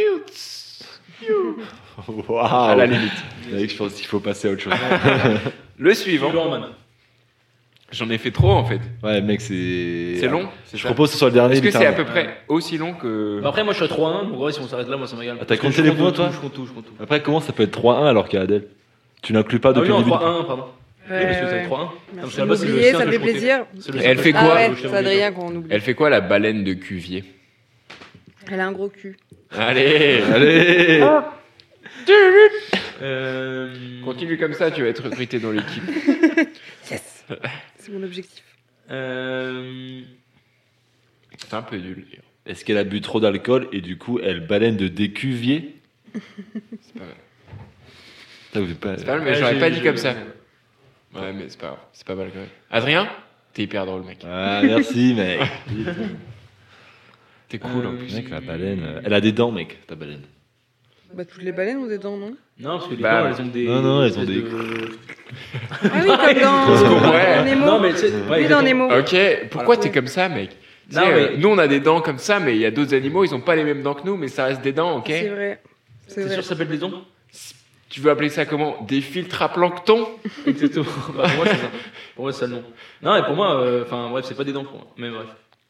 Waouh. À la limite. Mec, je pense qu'il faut passer à autre chose. Le suivant. Lorman. J'en ai fait trop en fait. Ouais, mec, c'est. C'est long. Je propose que ce soit le dernier. Est-ce que c'est à littéralement. peu près aussi long que. Bah, après, moi, je suis à 3-1. Donc, ouais, si on s'arrête là, moi, ça m'égale. Ah, t'as Parce que compté je les compte points, tout, toi Je compte tout. Après, comment ça peut être 3-1 alors qu'il y a Adèle? Tu n'inclus pas Ah depuis oui, le non, début. 3-1, pardon. Oui, parce que ça fait 3-1. Comme Merci ça, de là-bas, c'est le m'oublier, sien ça que fait je comptais. plaisir. C'est le Et sien elle que fait je quoi Ah ouais, comptais. c'est Adrien qu'on oublie. Elle fait quoi la baleine de Cuvier? Elle a un gros cul. Allez. Allez. Continue comme ça, tu vas être recruté dans l'équipe. Yes. C'est mon objectif. C'est un peu nul. Est-ce qu'elle a bu trop d'alcool et du coup elle baleine de décuvier? C'est pas mal. Ça vous fait pas. C'est pas mal, mais j'aurais pas dit comme ça. Ouais, mais c'est pas grave. C'est pas mal quand même. Adrien, t'es hyper drôle, mec. Ah, merci, mec. T'es cool en plus. Mec, la baleine. Elle a des dents, mec, ta baleine. Bah, toutes les baleines ont des dents, non? Non, parce que les Bah, dents, elles ont des. non, elles ont espèces des- de- Ah oui, comme dans, Ouais. dans Nemo. Non, mais tu sais. ouais, Oui, dans exactement. Nemo. Ok, pourquoi Voilà. t'es comme ça, mec? Tu Non, sais, mais- nous on a des dents comme ça, mais il y a d'autres animaux, ils ont pas les mêmes dents que nous, mais ça reste des dents, ok? C'est vrai. C'est T'es sûr vrai. que ça s'appelle des dents? Tu veux appeler ça comment? Des filtres à plancton? Exactement. Bah, pour moi, c'est ça. Pour moi, c'est ça le nom. Non, et pour moi, enfin, bref, c'est pas des dents pour moi. Mais bref.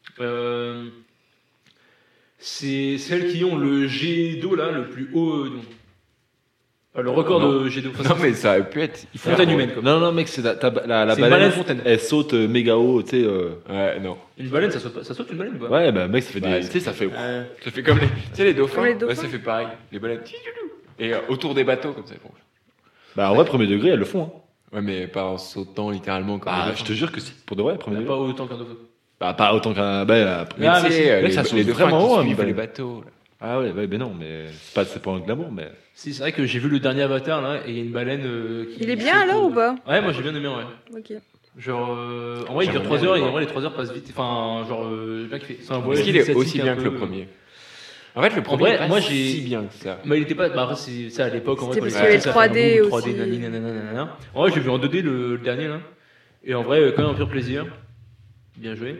C'est celles qui ont le jet d'eau, là, le plus haut du monde. Enfin, le record Non. de jet d'eau. Non, mais ça aurait pu être. Fontaine humaine, quoi. Non, mec, c'est la C'est une baleine. baleine fontaine. Elle saute méga haut, tu sais. Ouais, non. Une baleine, ça saute une baleine ou pas? Ouais, bah, mec, ça fait Bah, des. Tu sais, ça fait. Ça fait comme les, tu sais, les dauphins. Comme les dauphins. Ouais, ça fait pareil. Les baleines. Et autour des bateaux, comme ça. Bon. Bah, en vrai, premier degré, elles le font. Hein. Ouais, mais pas en sautant littéralement comme Bah, les je dauphins. te jure que si. Pour de vrai, premier degré. Pas autant qu'un dauphin. Bah, pas autant qu'un. Bah, Mais Ah, tu mais sais, si. les, Mec, ça saute les dauphins vraiment haut, qui hein, suivent une les baleine. bateaux. Là. Ah ouais, mais non, mais c'est pas un glamour, mais. Si, c'est vrai que j'ai vu le dernier Avatar, là, et il y a une baleine qui. Il est bien alors ou pas? Ouais, moi j'ai bien aimé, ouais. Ok. Genre, en vrai, il dure 3 heures et en vrai, les 3 heures passent vite. Enfin, genre, j'ai bien kiffé. C'est un Est-ce voyage qu'il est initiatique aussi un bien que peu, le premier? En fait, le premier vrai, est pas moi, si j'ai- bien que ça. Mais il était pas. Bah, après, c'est ça à l'époque. En vrai, C'était quand parce il qu'il y était avait sorti, le ça fait un 3D boom, 3D, aussi. nani, nanana, nanana. En vrai, j'ai vu en 2D le dernier, là. Et en vrai, quand même un pur plaisir. Bien joué.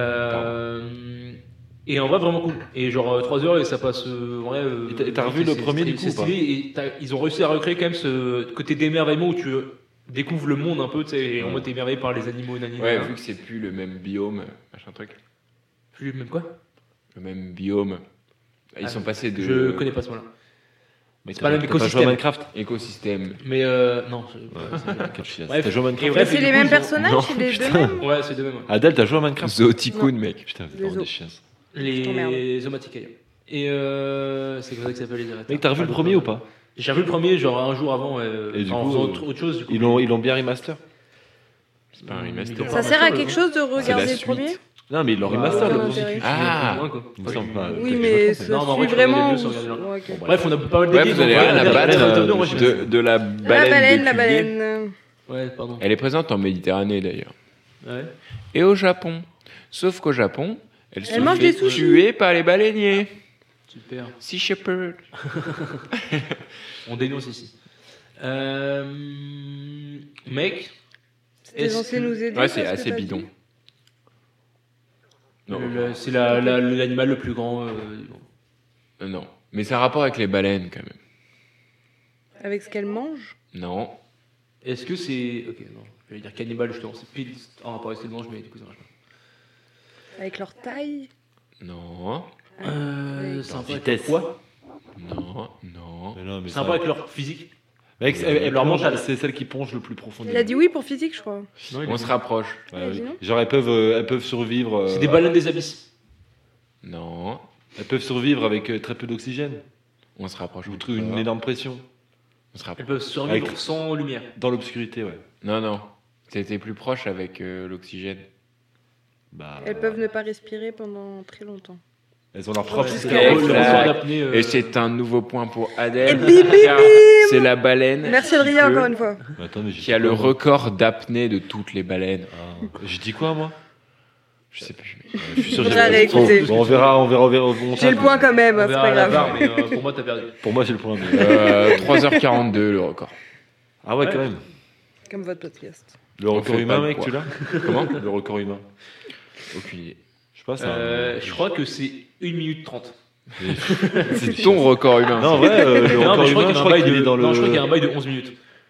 Et en vrai, vraiment cool. Et genre 3 heures et ça passe. En vrai, Et t'as revu le c'est- premier, c'est- du coup, C'est ou pas stylé. Et ils ont réussi à recréer quand même ce côté d'émerveillement où tu découvres le monde un peu, tu sais, et en mode t'es émerveillé par les animaux, nani, Ouais, nanana. vu que c'est plus le même biome, machin truc. Plus même quoi? Le même biome. Ils Ah, sont passés de. Je connais pas ce mot-là. Mais C'est pas le même t'as joué à écosystème. Minecraft? Écosystème. Mais non. Quelle chiasse. Bref. T'as joué à Et Minecraft? bref, C'est et les du coup, mêmes ils ont- personnages, Non, c'est les deux putain. mêmes. Ouais, c'est de même. Ouais. Adèle, t'as joué à Minecraft? Zooticoon, mec. Putain, c'est Les vraiment os. des chiasses. t'emmerde. Les Zomaticaya. Et c'est comme ça que ça s'appelle les avatars. Mec, t'as revu le premier ou pas? J'ai revu le premier, genre un jour avant, Et du en coup, faisant autre chose. Du coup, Ils l'ont bien remaster? C'est pas un remaster. Ils l'ont Ça pas sert à remaster, quelque chose de regarder le suite. premier? Non, mais ils l'ont Ouais, remaster, aucun le ouais, premier. intérêt. Ah. moins, quoi. Il me semble pas. Oui, Peut-être mais que je me trompe, ça Non, mais en vrai, suit je crois qu'il y a vraiment. mieux sur Regarder le Ouais, ok. Bref, on a pas mal Ouais, d'équipes, vous avez donc, rien à la battre baleine, moi, j'ai bien. de la La baleine, la Cuvier. baleine. Ouais, pardon. Elle est présente en Méditerranée d'ailleurs. Ouais. Et au Japon. Sauf qu'au Japon, elle se mange fait des sushis. tuer par les baleiniers. Super. Sea Shepherd. On dénonce ici. Mec. C'était est-ce censé que- nous aider. Ouais, c'est parce que assez t'as bidon. dit. Non, C'est l'animal le plus grand du monde. non. Mais c'est un rapport avec les baleines quand même. Avec ce qu'elle mange. Non. Est-ce que c'est. Ok, non. Je vais dire cannibale, justement. C'est pile en rapport avec ce qu'elle mange, mais du coup, ça marche pas. Avec leur taille. Non. Sympa avec vitesse. leur poids. Non. Non. Mais non, mais Sympa ça- avec leur physique. Mec, leur mental. c'est celle qui plonge le plus profondément. Il a dit oui pour physique, je crois. Non, il On est- se rapproche. Ouais, Il a oui. dit non Genre, elles peuvent survivre. C'est des baleines des abysses. Non. Elles peuvent survivre avec très peu d'oxygène. On se rapproche. Ou une énorme pression. On se Elles rapproche. peuvent survivre Avec- sans lumière. Dans l'obscurité, ouais. Non, non. C'était plus proche avec l'oxygène. Bah, Elles peuvent ne pas respirer pendant très longtemps. elles ont leur propre Ouais, système. c'est- le Flac. record d'apnée, Et c'est un nouveau point pour Adèle. Et bim, bim, car c'est la baleine. Merci qui Adrien peut- encore une fois. Mais attends, mais j'ai Qui a dit le quoi, moi record d'apnée de toutes les baleines. Ah, j'ai dit quoi, moi Je sais plus. mais- Je suis sûr que Faudra j'ai réécouter. Bon, on verra au montage. J'ai le point quand même, on c'est verra pas à la grave. barre, mais pour moi, t'as perdu. Pour moi, j'ai le point. mais- 3h42 le record. Ah ouais, quand même. Comme votre podcast. Le record fait humain, pas le mec, poids. tu l'as Comment Le record humain. Aucune idée. Je sais pas, ça. Je crois que c'est 1 minute 30. C'est ton record humain. Non, en vrai, le Non, mais record je crois humain, qu'il y je a un crois bail qu'il de. est dans Non, je crois qu'il y a un le. bail de 11 minutes.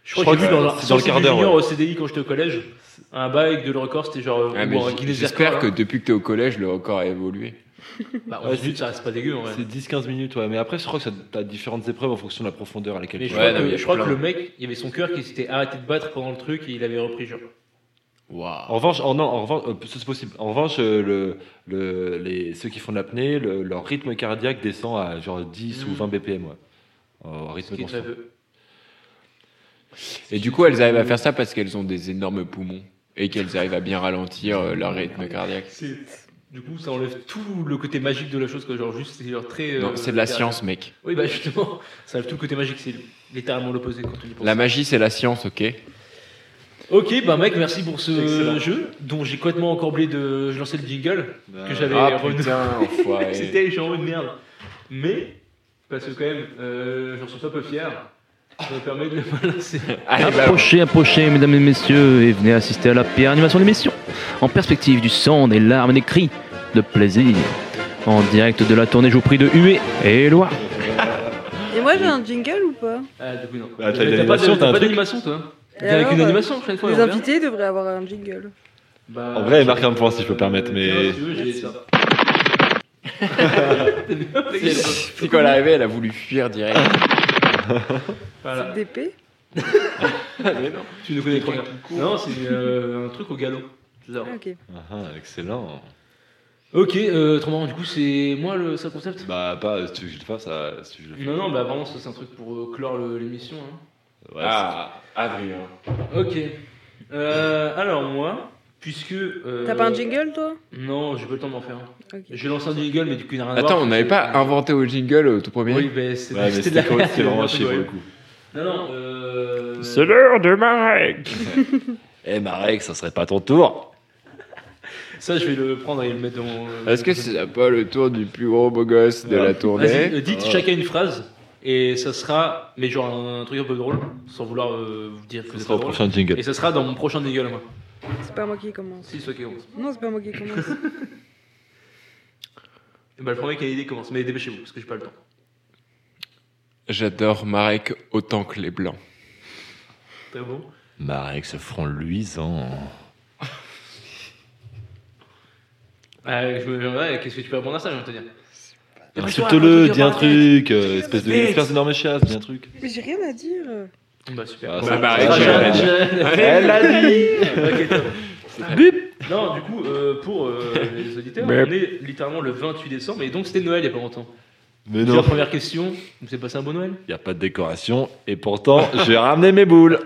Je crois que j'ai vu dans c'est dans le quart d'heure, junior ouais. au CDI quand j'étais au collège, un bail de le record, c'était genre Ah, ou mais un Guinness j'espère record, que là. depuis que t'es au collège, le record a évolué. Bah, Ouais, 11 minutes, ça reste pas dégueu en vrai. C'est 10-15 minutes, ouais. Mais après, je crois que t'as différentes épreuves en fonction de la profondeur à laquelle Mais tu je vas. crois, non, mais je crois plein. que le mec, il y avait son cœur qui s'était arrêté de battre pendant le truc et il avait repris genre. En revanche, c'est possible. En revanche, ceux qui font de l'apnée, leur rythme cardiaque descend à genre 10 ou 20 BPM, ouais. Au Ce rythme qui est constant. très peu. Et du coup, elles arrivent à faire ça parce qu'elles ont des énormes poumons et qu'elles arrivent à bien ralentir leur rythme cardiaque. Du coup, ça enlève tout le côté magique de la chose, quoi. Genre juste, c'est genre très. Non, c'est de la derrière. science, mec. Oui, bah justement, ça enlève tout le côté magique, c'est littéralement l'opposé quand on y pense. La magie, c'est la science, ok. Ok, bah mec, merci pour ce Excellent. jeu dont j'ai complètement encore oublié de. Je lançais le jingle que j'avais Ah renouvelé. putain, enfoiré. C'était genre une merde. Mais, parce que quand même, j'en suis un peu fier, ça me permet de le balancer. Allez, bah, Approchez, mesdames et messieurs, et venez assister à la pire animation de l'émission. En perspective du sang, des larmes et des cris de plaisir. En direct de la tournée, je vous prie de huer et loin. Et moi, j'ai un jingle ou pas? Ah, du coup, non. Bah, t'as une pas animation, t'as un pas truc d'animation, toi? Et Viens avec alors, une animation, chaque fois. Les on revient. invités devraient avoir un jingle. Bah, En vrai, elle marque un point, si je peux permettre, mais- tiens, si tu veux, j'ai ça. c'est quand elle est arrivée, elle a voulu fuir direct. Voilà. DP? Mais non. Tu nous connais trop bien. Non, c'est un truc au galop. C'est ça. Ah, ok. Ah, excellent. Ok, trop marrant. Du coup, c'est moi le seul concept. Bah, pas, si tu veux que je le fasse, ça, si tu veux que je le Non, non, bah vraiment, ça, c'est un truc pour clore l'émission. Hein. fasse. Ouais, Ah, avril. Hein. Ok. Alors moi, puisque. T'as pas un jingle, toi? Non, j'ai pas le temps d'en faire un. Ok. J'ai lancé un jingle, mais du coup, il n'a rien à voir. Attends, on n'avait c'est- pas inventé au jingle au tout premier. Oui, mais c'était Ouais, mais c'était de la c'était merde. c'était vraiment un à peu chier pour de le vrai. coup. Non, non. C'est l'heure de Marek. Eh, Marek, ça serait pas ton tour. Ça, je vais le prendre et le mettre dans. Est-ce que c'est pas le tour du plus gros beau gosse de la Vas-y, tournée dites chacun une phrase. Et ça sera, mais genre un truc un peu drôle, sans vouloir vous dire que Ce c'est sera pas au drôle. prochain jingle. Et ça sera dans mon prochain jingle à moi. C'est pas moi qui commence. Si, soit qui commence. Non, c'est pas moi qui commence. Et bah, le premier qui a l'idée commence, mais dépêchez-vous, parce que j'ai pas le temps. J'adore Marek autant que les blancs. Très bon. Marek, ce front luisant. Ouais, qu'est-ce que tu peux répondre à ça, je vais te dire. Insulte-le, dis un truc, espèce d'énorme chiasse, dis un truc. Mais j'ai rien à dire. Bah, super. Ah, Bon, ça, bah, ça, Marek, je- Elle l'a dit. Ok, top. Non, du coup, pour les auditeurs, Mais- on est littéralement le 28 décembre, et donc c'était Noël il y a pas longtemps. Mais Déjà, non, première question, vous avez passé un bon Noël? il n'y a pas de décoration, et pourtant, j'ai ramené mes boules.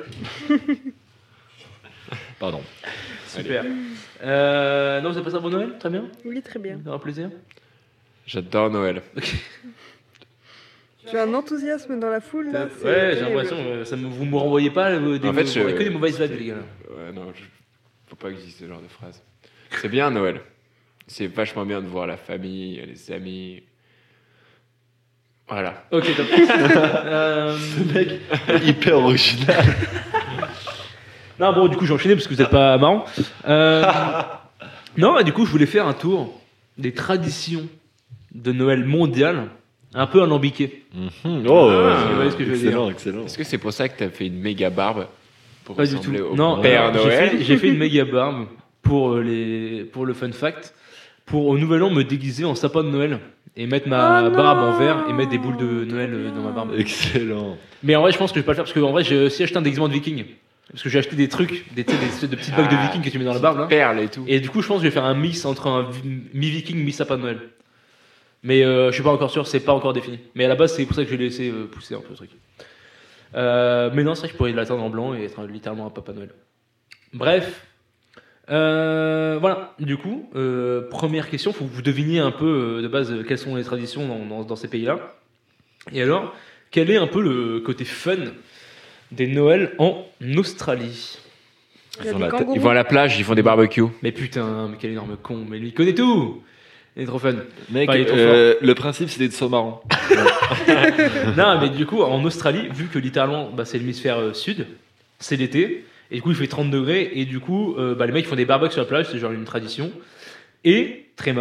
Pardon. Super. Non, vous avez passé un bon Noël? Très bien. Oui, très bien. Un plaisir. J'adore Noël. Tu as un enthousiasme dans la foule, là. c'est Ouais, j'ai terrible. l'impression, vous me renvoyez pas des, En fait, vous renvoyez que des mauvaises vibes, les gars. Là. Ouais, non, faut pas que je dise ce genre de phrase. C'est bien Noël. C'est vachement bien de voir la famille, les amis. Voilà. Ok, top. Ce mec, hyper original. Non, bon, du coup, j'ai enchaîné parce que vous êtes pas marrant. Non, et du coup, je voulais faire un tour des traditions de Noël mondial, un peu alambiqué. Oh, vous voyez ce que je veux excellent, excellent. Est-ce que c'est pour ça que t'as fait une méga barbe pour Pas du tout. ressembler au Non, Père j'ai Noël fait une méga barbe pour le fun fact. Pour au nouvel an me déguiser en sapin de Noël et mettre ma Oh non. barbe en verre et mettre des boules de Noël dans ma barbe. Excellent. Mais en vrai, je pense que je vais pas le faire parce que en vrai, j'ai aussi acheté un déguisement de viking. Parce que j'ai acheté des trucs, des espèces de petites bagues de viking que tu mets dans la barbe là. Perles et tout. Et du coup, je pense que je vais faire un mix entre un mi-viking, mi-sapin de Noël. Mais je suis pas encore sûr, c'est pas encore défini. Mais à la base, c'est pour ça que je vais laisser pousser un peu le truc. Mais non, c'est vrai que je pourrais l'atteindre en blanc et être littéralement un Papa Noël. Bref. Voilà, du coup, première question, faut que vous deviniez un peu de base quelles sont les traditions dans ces pays-là. Et alors, quel est un peu le côté fun des Noëls en Australie? Il y a Ils ont des la tête- kangourous. Ils vont à la plage, ils font des barbecues. Mais putain, mais quel énorme con, mais lui il connaît tout. Il est trop fun. Mec, Enfin, il est trop le principe, c'était de marrant. Non, mais du coup, en Australie, vu que littéralement, bah, c'est l'hémisphère sud, c'est l'été, et du coup, il fait 30 degrés, et du coup, bah, les mecs font des barbecues sur la plage, c'est genre une tradition. Et, très marrant,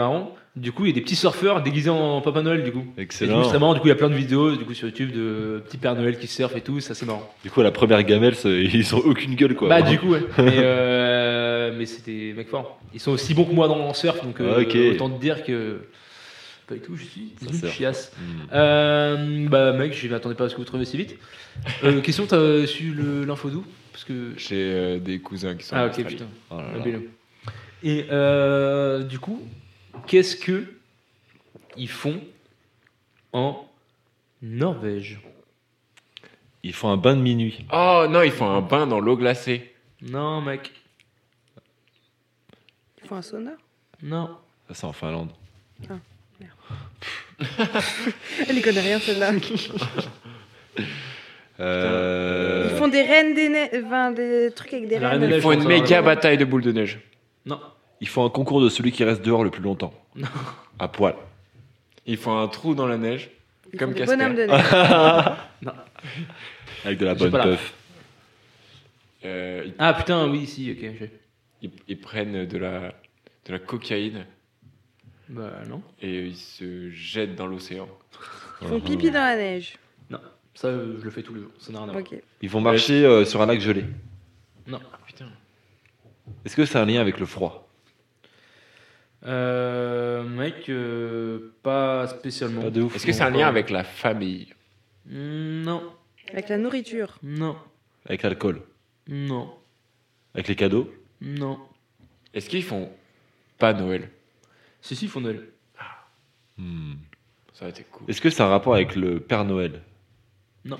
Du coup, il y a des petits surfeurs déguisés en Papa Noël, du coup. Et du coup, Excellent. c'est marrant, du coup, il y a plein de vidéos du coup, sur YouTube de petits Père Noël qui surfent et tout, ça c'est marrant. Du coup, à la première gamelle, ils ont aucune gueule, quoi. Bah, du coup, ouais. Mais c'était des mecs forts. Ils sont aussi bons que moi dans le surf, donc Ok. autant te dire que. Pas du tout, je suis Ça une sert. chiasse. Hmm. Bah, mec, je m'attendais pas à ce que vous trouviez si vite. Question, t'as su l'info d'où? Parce que. J'ai des cousins qui sont Ah, en ok, Australie. putain. Oh là là. Abello. Et du coup, qu'est-ce que ils font en Norvège? Ils font un bain de minuit. Oh non, ils font un bain dans l'eau glacée. Non, mec. Ils font un sauna. Non. Ça, c'est en Finlande. Elle y connaît rien, celle-là. Ils font des reines des neiges. Enfin, des trucs avec des La reines. Reine des Ils Neiges, font je une pense, méga ouais. bataille de boules de neige. Non. Ils font un concours de celui qui reste dehors le plus longtemps. Non. À poil. Ils font un trou dans la neige, Ils comme font des Casper. bonhommes de neige. Avec de la J'ai bonne pas la puff. Ah putain, oui, si, ok. Ils prennent de la cocaïne Bah, non. et ils se jettent dans l'océan. Ils font pipi dans la neige. Ça, je le fais tous les jours. Ça n'a rien à voir. Ok. Ils vont marcher sur un lac gelé. Non. Putain. Est-ce que c'est un lien avec le froid? Mec, pas spécialement. Pas de ouf. Est-ce que c'est un lien avec la famille? Non. Avec la nourriture. Non. Avec l'alcool? Non. Avec les cadeaux? Non. Est-ce qu'ils font pas Noël? Si, ils font Noël. Hmm. Ça aurait été cool. Est-ce que c'est un rapport avec le Père Noël? Non.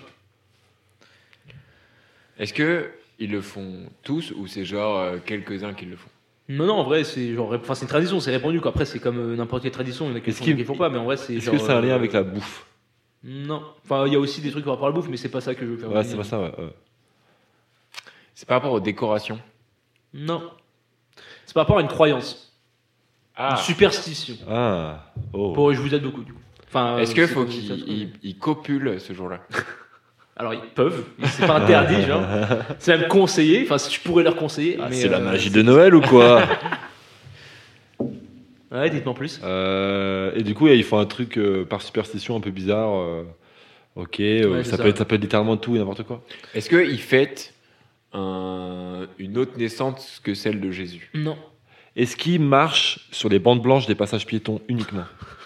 Est-ce que ils le font tous ou c'est genre quelques-uns qui le font? Non, non, en vrai, c'est genre. Enfin, c'est une tradition, c'est répandu, quoi. Après, c'est comme n'importe quelle tradition. Il y en a qui le Est-ce font, il y en a qu'il- qui le font pas, mais en vrai, c'est Est-ce genre. que c'est un lien avec la bouffe? Non. Enfin, il y a aussi des trucs par rapport à la bouffe, mais c'est pas ça que je veux faire. Ouais, c'est pas ça, ouais. C'est par rapport aux décorations. Non. C'est par rapport à une croyance. Ah. Une superstition. Ah, oh. Bon, je vous aide beaucoup, du coup. Enfin, Est-ce qu'il c'est faut comme ça, qu'ils copulent ce jour-là? Alors, ils peuvent, mais c'est pas interdit, genre. C'est même conseillé. Enfin, si je pourrais leur conseiller. Ah, mais, c'est la magie de Noël ou quoi? Ouais, dites-moi en plus. Et du coup, ils font un truc par superstition un peu bizarre. Ok, Ouais, c'est ça ça. peut être littéralement tout et n'importe quoi. Est-ce qu'ils fêtent une autre naissance que celle de Jésus? Non. Est-ce qu'ils marchent sur les bandes blanches des passages piétons uniquement?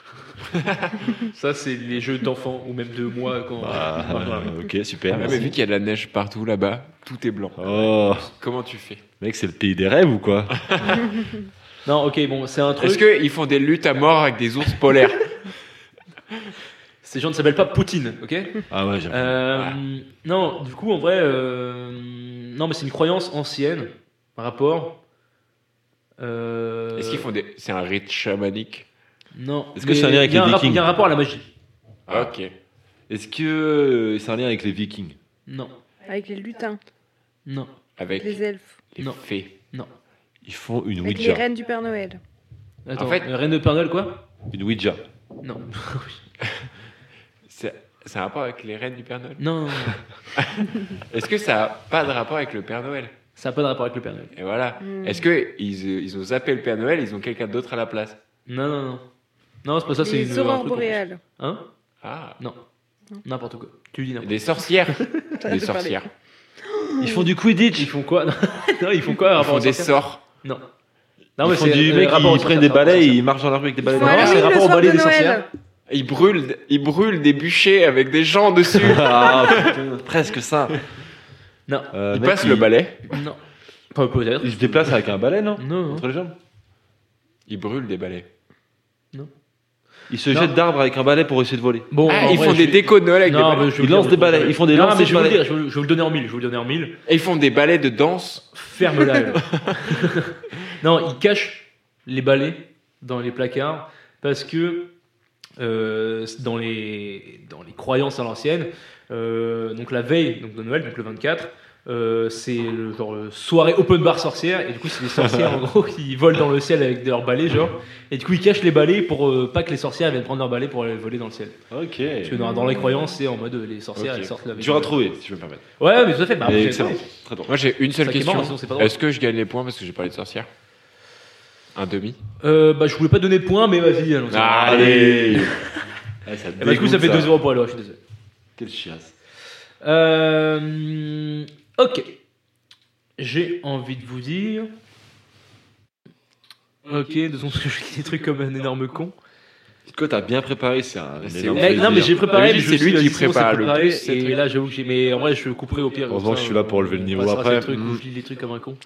Ça, c'est les jeux d'enfants, ou même de moi, quand. Voilà. Ok, super. Ah, mais merci. vu qu'il y a de la neige partout là-bas, tout est blanc. Oh, Comment tu fais? mec, c'est le pays des rêves ou quoi? Non, ok, bon, c'est un truc. Est-ce qu'ils font des luttes à mort avec des ours polaires? Ces gens ne s'appellent pas Poutine, ok? Ah ouais, j'aime. Non, du coup, en vrai, non, mais c'est une croyance ancienne, par rapport. Est-ce qu'ils font des... C'est un rite chamanique? Non. Est-ce que mais c'est un lien avec il y a les rapport- Vikings? Il y a un rapport à la magie. Ok. Est-ce que c'est un lien avec les Vikings? Non. Avec les lutins. Non. Avec Les elfes. les Non. fées. Non. Ils font une Avec les Ouija. reines du Père Noël. Attends, En fait- Reine de Père Noël, quoi? Une Ouija. Non. C'est un rapport avec les reines du Père Noël? Non, non, non. Est-ce que ça n'a pas de rapport avec le Père Noël? Ça n'a pas de rapport avec le Père Noël. Et voilà. Hmm. Est-ce qu'ils ont zappé le Père Noël, ils ont quelqu'un d'autre à la place? Non, non, non. Non, c'est pas ça, c'est Les une. un aurores truc- boréales. Hein? Ah. Non. N'importe quoi. Tu dis n'importe Des sorcières. T'en as Des fait parler. sorcières. Ils font du Ils Quidditch. font quoi? Non, ils font quoi? Ils rapport font aux des sorcières sorts. Non. Non, Ils font du mec, ils prennent des balais et ils marchent dans la rue avec des balais. Ils font Non, Halloween c'est le rapport au soir balai de des Noël. sorcières. Ils brûlent des bûchers avec des gens dessus. Ah, putain, presque ça. Non. Ils Mec, passent le balai. Non. Pas peut-être. Il se déplace avec un balai, non? Non, non. Entre les jambes. Ils brûlent des balais. Ils se Non. jettent d'arbres avec un balai pour essayer de voler. Bon, Ah, en ils vrai, font je des vais- décos de Noël avec des Non, balais. mais je vais Ils vous lancent dire, des balais. Ils font des Non, lancers mais de je vais vous le balais. dire, je vais vous le donner en mille. Je vais vous le donner en mille. Et ils font des balais de danse. Ferme-la. là. Non, ils cachent les balais dans les placards parce que dans les croyances à l'ancienne, donc la veille donc de Noël, donc le 24, c'est le genre soirée open bar sorcière et du coup c'est des sorcières en gros qui volent dans le ciel avec leurs balais genre et du coup ils cachent les balais pour pas que les sorcières viennent prendre leurs balais pour aller voler dans le ciel. Ok. Parce que dans les croyances c'est en mode les sorcières Ok. elles sortent avec. Dur à trouver, si je peux me permettre. Ouais, mais tout à fait. Bah, Mais après, excellent. ouais. Très drôle. Moi j'ai une seule Ça qui est marrant, question. sinon c'est pas drôle. Est-ce que je gagne les points parce que j'ai parlé de sorcières? Un demi. Je voulais pas donner de points, mais vas-y, allons-y. Allez. Du coup, ça fait 2-0 pour Eloi, je suis désolé. Quelle chiasse. Ok. J'ai envie de vous dire. Ok, de toute façon, je dis des trucs comme un énorme con. Quoi, t'as bien préparé, c'est un énorme Non, plaisir. mais j'ai préparé, mais C'est lui qui prépare le plus, ces Et trucs. là, j'avoue que j'ai. Mais en vrai, je couperai au pire. Heureusement que je suis là pour relever le niveau on passera après. ces trucs où je lis des trucs comme un con.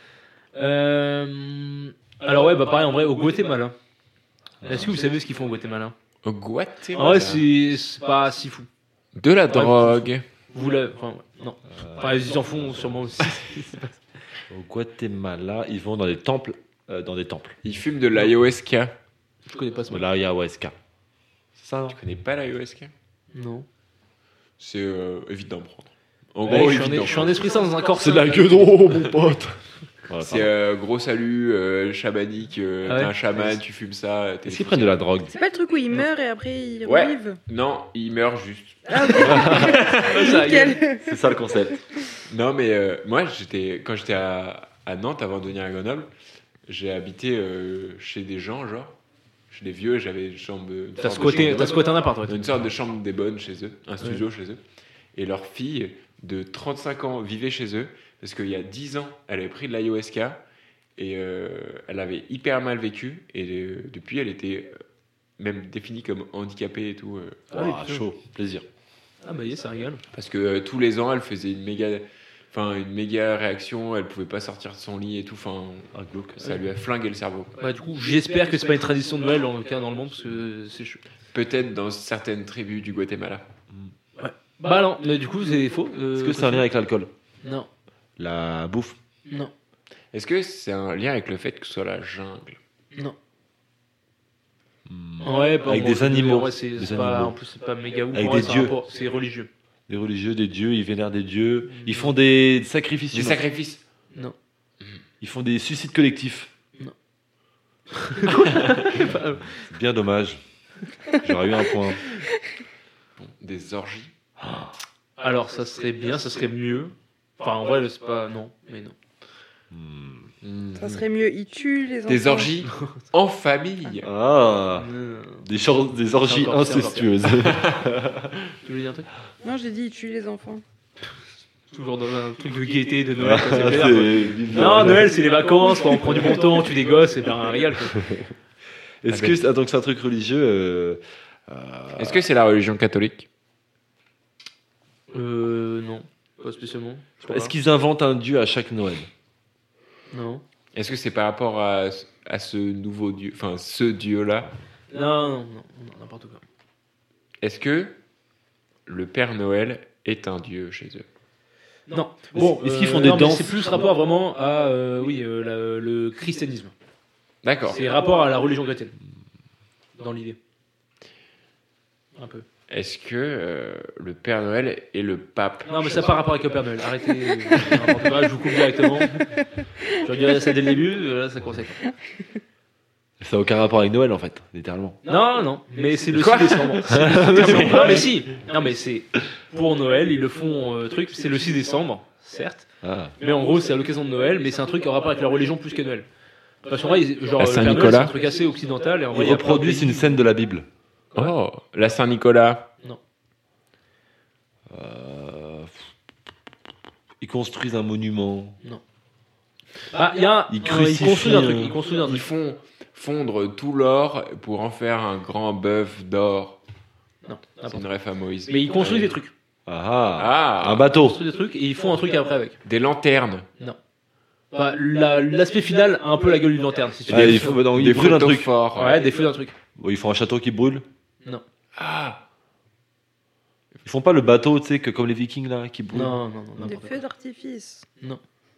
Alors, ouais, pareil, en vrai, au Guatemala. Est-ce que vous savez ce qu'ils font au Guatemala? Au Guatemala. En vrai, c'est pas si fou. De la drogue. Vous l'avez. Enfin, ouais, non. Enfin, ils en font sûrement aussi. Au Guatemala, ils vont dans des temples. Ils fument de l'ayahuasca. Je connais pas ce mot. Là, il y a ayahuasca. C'est ça, non? Tu connais pas l'ayahuasca? Non. C'est évident d'en prendre. En Ouais, gros, je suis en esprit sain dans un corps. C'est de la gueudreau, mon pote. Voilà, c'est gros salut, chamanique, t'es ouais. un chaman, tu fumes ça. t'es Est-ce qu'ils prennent de la drogue? C'est pas le truc où il meurt et après il Ouais. revive. Non, il meurt juste. Ah, ok. Ça, Nickel. C'est ça le concept. Non, mais moi, quand j'étais à Nantes avant de venir à Grenoble, j'ai habité chez des gens, chez des vieux, j'avais une chambre. T'as squatté un appart, ouais. Une sorte de chambre des bonnes chez eux, un studio chez eux. Et leur fille de 35 ans vivait chez eux parce qu'il y a 10 ans, elle avait pris de l'ayahuasca et elle avait hyper mal vécu. Et depuis, elle était même définie comme handicapée et tout. Ah oui, Ah, putain. chaud, plaisir. Ah bah, ça régale. Parce que tous les ans, elle faisait une méga réaction. Elle pouvait pas sortir de son lit et tout. Enfin, ça lui a flingué le cerveau. Bah, du coup, j'espère que c'est pas une tradition de Noël en tout cas dans le monde parce que c'est chaud. Peut-être dans certaines tribus du Guatemala. Bah non, mais du coup c'est faux. Est-ce que c'est un lien avec l'alcool? Non, La bouffe? non, Est-ce que c'est un lien avec le fait que ce soit la jungle? non. Ouais, pas Avec bon, des animaux. En vrai, c'est Des pas, animaux. en plus, c'est pas méga ouf. Avec En vrai, des c'est un dieux. rapport, c'est religieux. Des religieux, des dieux, ils vénèrent des dieux. Ils font des sacrifices Des humains. sacrifices. Non. Ils font des suicides collectifs. Non. C'est bien dommage. J'aurais eu un point. Bon, des orgies. Alors ça serait bien, ça serait mieux. Enfin en vrai, c'est pas. Non, mais non. Ça serait mieux, il tue les enfants. Des orgies en famille. Ah, des orgies C'est encore pire, incestueuses. Tu voulais dire un truc? Non, j'ai dit il tue les enfants. Toujours dans un truc de gaieté, de Noël. quoi, c'est Ah, clair, quoi. Non, Noël c'est les vacances, quoi, on prend du bon temps, tu des gosses, c'est bien un régal. Quoi. Est-ce que donc c'est un truc religieux Est-ce que c'est la religion catholique? Non, pas spécialement. Est-ce qu'ils inventent un dieu à chaque Noël? Non. Est-ce que c'est par rapport à ce nouveau dieu, enfin ce dieu-là? Non, n'importe quoi. Est-ce que le Père Noël est un dieu chez eux? Non. Est-ce qu'ils font des non, mais danses? c'est plus rapport vraiment à le christianisme. D'accord. C'est rapport à la religion chrétienne. Dans l'idée. Un peu. Est-ce que le Père Noël est le pape? Non, mais ça n'a pas rapport avec le Père Noël. Arrêtez. N'importe quoi, je vous coupe directement. Je dirais ça dès le début, là ça commence. Ça n'a aucun rapport avec Noël en fait, littéralement. Non, mais c'est le 6 Quoi décembre. C'est le 6 décembre. Non, mais si. Non, mais c'est pour Noël, ils le font c'est le 6 décembre, certes. Ah. Mais en gros, c'est à l'occasion de Noël, mais c'est un truc en rapport avec la religion plus que Noël. Parce qu'en vrai, genre, La le Père Noël, Saint-Nicolas. c'est un truc assez occidental. Et en vrai, Ils il y a plein de reproduisent pays- une scène de la Bible. Oh, la Saint-Nicolas. Ils construisent un monument. Ah, il y a Ils ils crucifient, construisent un truc. Ils construisent un Ils truc. font fondre tout l'or pour en faire un grand bœuf d'or. Non, C'est n'importe une ref à Moïse. Mais ils construisent des trucs. Ah, un Ah, Ils bateau. construisent des trucs et ils font un truc après avec. des lanternes. Enfin, l'aspect final a un peu la gueule d'une lanterne, si tu veux. Ah, il faut, non, ils Des brûlent un truc. photophores. Ouais, des feux d'un truc. Bon, ils font un château qui brûle. Ah, Ils font pas le bateau, tu sais, que comme les Vikings là, qui brûlent. Non, Des n'importe quoi. feux d'artifice. Non,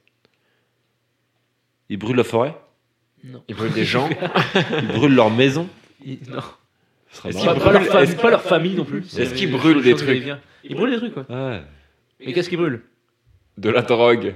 Ils brûlent la forêt. non. ils brûlent des gens. Ils brûlent leur maison. Non. Ce serait Est-ce marrant. qu'ils Pas leur brûlent- famille, pas leur famille non plus. Est-ce qu'ils C'est brûlent autre des chose qui trucs vient. Ils brûlent des trucs, quoi. Ouais. Mais qu'est-ce qu'ils brûlent? De la drogue.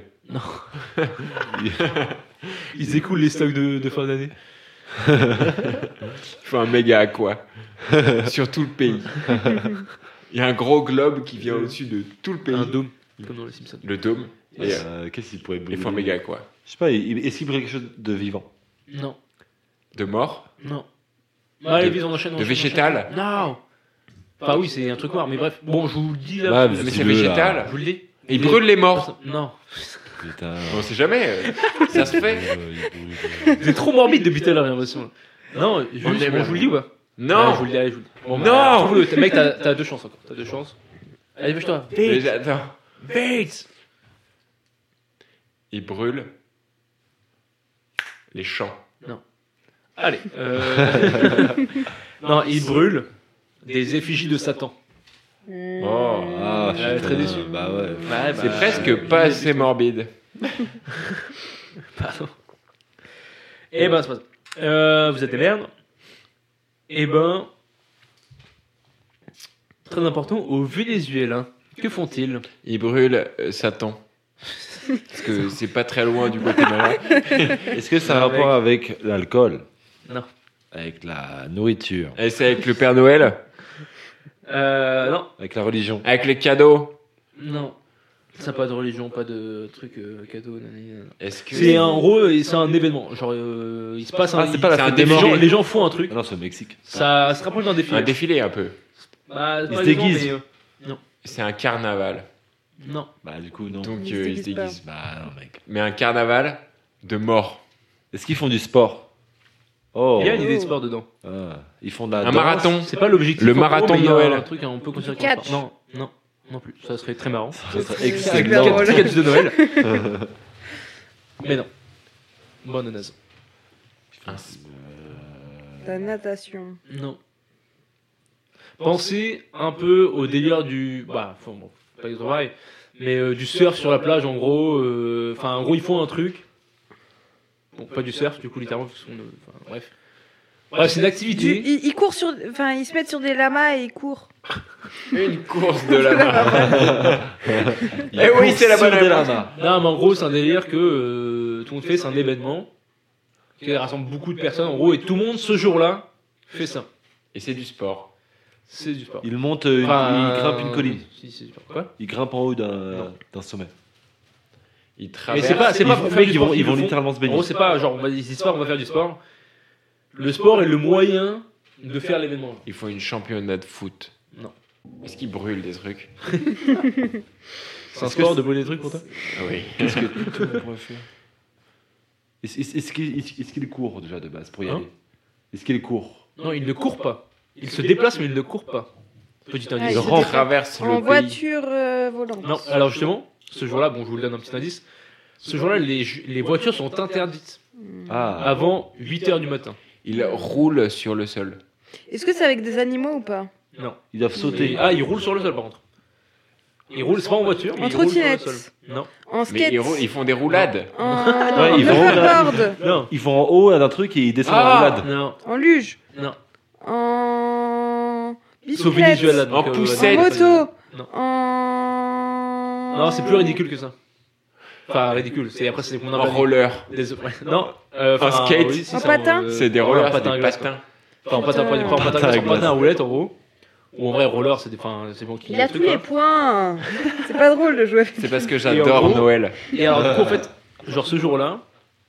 Ils écoulent les stocks de fin d'année. Il faut un méga aqua. Sur tout le pays. Il y a un gros globe qui vient au-dessus de tout le pays. Un dôme, comme dans les Simpsons. Le dôme. Et Qu'est-ce qu'ils pourraient brûler? il faut un méga aqua. Je sais pas, est-ce qu'ils brûlent quelque chose de vivant? Non. De mort. Non. Allez, vite, on enchaîne. De végétal. Non. Enfin oui, c'est un truc noir, mais bref. Bon, je vous le dis là. Ouais, Mais c'est dis-le, végétal. là. Je vous le dis. Il brûle les morts. Non. Putain. On sait jamais. Ça se fait. Vous êtes trop morbide depuis tout à l'heure, j'ai l'impression. Non, juste, On est bon, je vous le dis ou pas Non. Je vous le dis, allez, je vous le dis. Bon, Non. bah, trouve-le. Mec, t'as 2 chances encore. T'as 2 chances. Allez, dépêche-toi. Mais attends. Vite. Il brûle les champs. Allez. Non, il brûle des effigies de Satan. Oh. Ah, Ouais, putain. très déçu. Bah ouais. Ouais, C'est presque pas assez morbide. Pardon. Eh ben, c'est pas ça. Vous êtes des merdes. Eh ben. Très important, au Vénézuela, que font-ils? Il brûle Satan. Parce que c'est pas très loin du Guatemala. Est-ce que ça a un rapport avec l'alcool? Non. Avec la nourriture? Et c'est avec le Père Noël. Non. Avec la religion? Avec les cadeaux. Non. Ça n'a pas de religion, pas de truc cadeau. Nanani. Est-ce que C'est en gros, c'est un événement. Genre, il se passe un. Ah, c'est pas la c'est un fête des défilé. morts? les gens font un truc. Ah non, c'est au Mexique. Ça se rapproche d'un défilé. un défilé un peu? Bah, Ils pas se les gens, déguisent. mais, C'est un carnaval. non. Bah du coup, non. Donc Ils se ils se déguisent pas. déguisent. Bah non, mec. Mais un carnaval de mort. Est-ce qu'ils font du sport? Oh. Il y a une idée de sport dedans. Ah, ils font de la Un danse? marathon. C'est pas l'objectif. Le en gros, marathon mais de il y a Noël. Un truc, on peut considérer comme Catch. sport. Non plus. Ça serait très marrant. Ça serait C'est excellent. super drôle. Catch de Noël. Mais non. Bonne naze. La natation. Non. Pensez un peu au délire du. Bah, enfin, bon, pas du travail, mais du surf sur la plage en gros. Enfin, en gros, ils font un truc. Bon, pas du surf, du coup, littéralement, parce qu'on, enfin, bref. Bref, c'est une activité. Ils courent sur. Enfin, ils se mettent sur des lamas et ils courent. Une course de la main. Eh oui, c'est la bonne Sur des réponse. lamas. Non, mais en gros, c'est un délire que tout le monde fait, c'est un événement qui rassemble beaucoup de personnes en gros, et tout le monde ce jour-là fait ça. Et c'est du sport. C'est du sport. Ils montent, Enfin, ils grimpent une colline. Si, c'est du sport. Quoi? Ils grimpent en haut Non. d'un sommet. Ils Mais traversent. c'est pas Ils pour vont- faire du ils vont- sport ils qu'ils vont le font. littéralement se En baigner. gros, c'est pas genre on va dire on va faire du sport. Le sport est le moyen de faire l'événement. Ils font une championnat de foot. Non. Est-ce qu'ils brûlent des trucs? C'est un sport de brûler des trucs pour toi? Ah oui. Qu'est-ce que tout le monde pourrait faire? Est-ce qu'il court déjà de base pour y Hein aller? Est-ce qu'il court? Non, il ne court pas. Il se déplace mais il ne court pas. Petit Ah, indice. il se Ils traversent En le pays. voiture volante. Non, alors justement, ce jour-là, bon, je vous le donne un petit indice. Ce jour-là, les voitures sont interdites Ah, avant 8h du matin. Ils roulent sur le sol. Est-ce que c'est avec des animaux ou pas? Non. ils doivent sauter. Ah, ils roulent sur le sol par contre. Ils roulent, c'est pas en voiture, mais En ils roulent sur le trottinette. sol. Non. En Mais skate? ils font des roulades. En Ouais, ils vont- paddleboard? Non. Ils vont en haut d'un truc et ils descendent en roulade. Non. En luge? Non. En C'est au bicyclette? Venezuela. En donc, poussette. En moto? Non. En... Non, c'est plus ridicule que ça. Enfin, ridicule. C'est après, c'est qu'on En roller. Non. En skate. Oui, si, En c'est patin? C'est des ouais, rollers, en patin c'est à des glace, quoi. patins. Enfin, en patin, pas en patin, Patin à en patin glace. à roulette en gros. Ou en vrai, roller, c'est c'est bon qui. Il a tous les points. C'est pas drôle de jouer avec. C'est parce que Et j'adore en gros- Noël. Et alors, du coup, en fait, genre ce jour-là,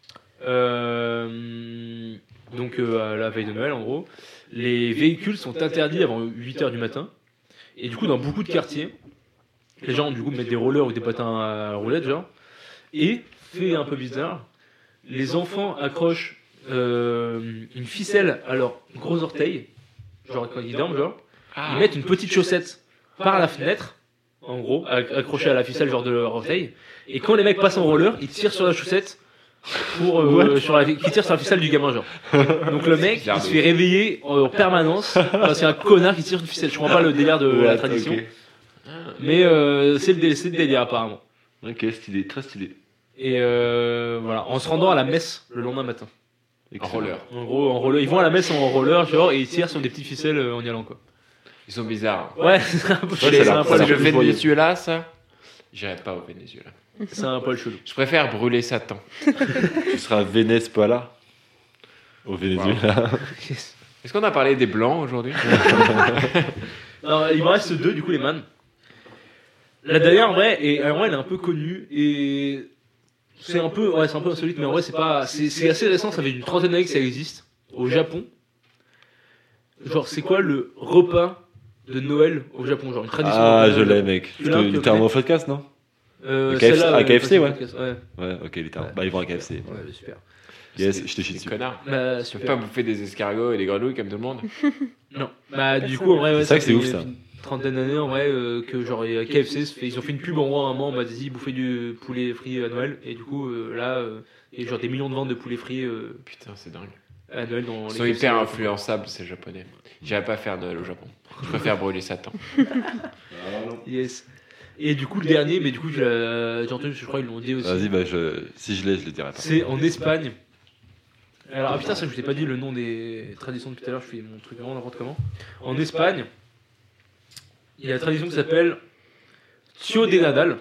donc à la veille de Noël, en gros, les véhicules sont interdits avant 8h du matin. Et du coup, dans beaucoup de quartiers, les gens, du coup, mettent des rollers ou des patins à roulettes, genre. Et, fait un peu bizarre, les enfants accrochent une ficelle à leurs gros orteils, genre quand ils dorment, genre. Ils mettent une petite chaussette par la fenêtre, en gros, accrochée à la ficelle, genre de leur orteil. Et quand les mecs passent en roller, ils tirent sur la chaussette pour qui tire sur la ficelle du gamin, genre. Donc le mec, il se fait réveiller en permanence parce qu'il y a un connard qui tire une ficelle. Je comprends pas le délire de la tradition, Ok, mais c'est le délire apparemment. Ok, stylé, très stylé. Et voilà, en se rendant à la messe le lendemain matin. En Excellent. roller. En gros, en roller, ils vont à la messe en roller, genre, et ils tirent sur des petites ficelles en y allant, quoi. Ils sont bizarres. Ouais, c'est un peu c'est c'est la- un c'est poil la- Le chelou. Venezuela, ça J'irai pas au Venezuela. C'est un poil chelou. Je préfère brûler Satan. Tu seras Venezuela au Venezuela. Est-ce qu'on a parlé des blancs aujourd'hui? Non, il me reste deux, du coup, les man. La dernière, en vrai, elle est un peu connue et c'est un peu insolite, mais en vrai, c'est assez récent. Ça fait une trentaine d'années que ça existe. au Japon, genre c'est quoi le repas de Noël au Japon, genre une tradition. Ah, de je Noël. l'ai, mec. Tu l'as, Littéralement au podcast, non? Celle-là, à KFC, ouais. podcast, ouais. Ouais, ok, littéralement. Bah, ils vont à KFC. Ouais, super. Yes, je te chie Des dessus. connards. Bah, Tu peux super. pas bouffer des escargots et des grenouilles comme tout le monde. Non. Bah, du coup, en vrai, ouais, C'est ça que c'est fait ouf, ça. une trentaine d'années, en vrai, que genre, KFC, ils ont fait une pub en gros à un moment, on m'a dit bouffer du poulet frit à Noël, et du coup, là, il y a genre des millions de ventes de poulet frit Putain, c'est dingue. à Noël dans Ils les sont KFC. hyper influençables, ces japonais. J'irai pas faire Noël au Japon. Je préfère brûler Satan. Yes. Et du coup, le dernier, mais du coup, j'ai entendu, parce que je crois qu'ils l'ont dit aussi. Vas-y, bah, si je l'ai, je le dirai pas. C'est en Espagne. Alors, ah putain, ça, je t'ai pas dit le nom des traditions depuis tout à l'heure, je fais mon truc vraiment n'importe comment. En Espagne, il y a la tradition qui s'appelle Tio de Nadal.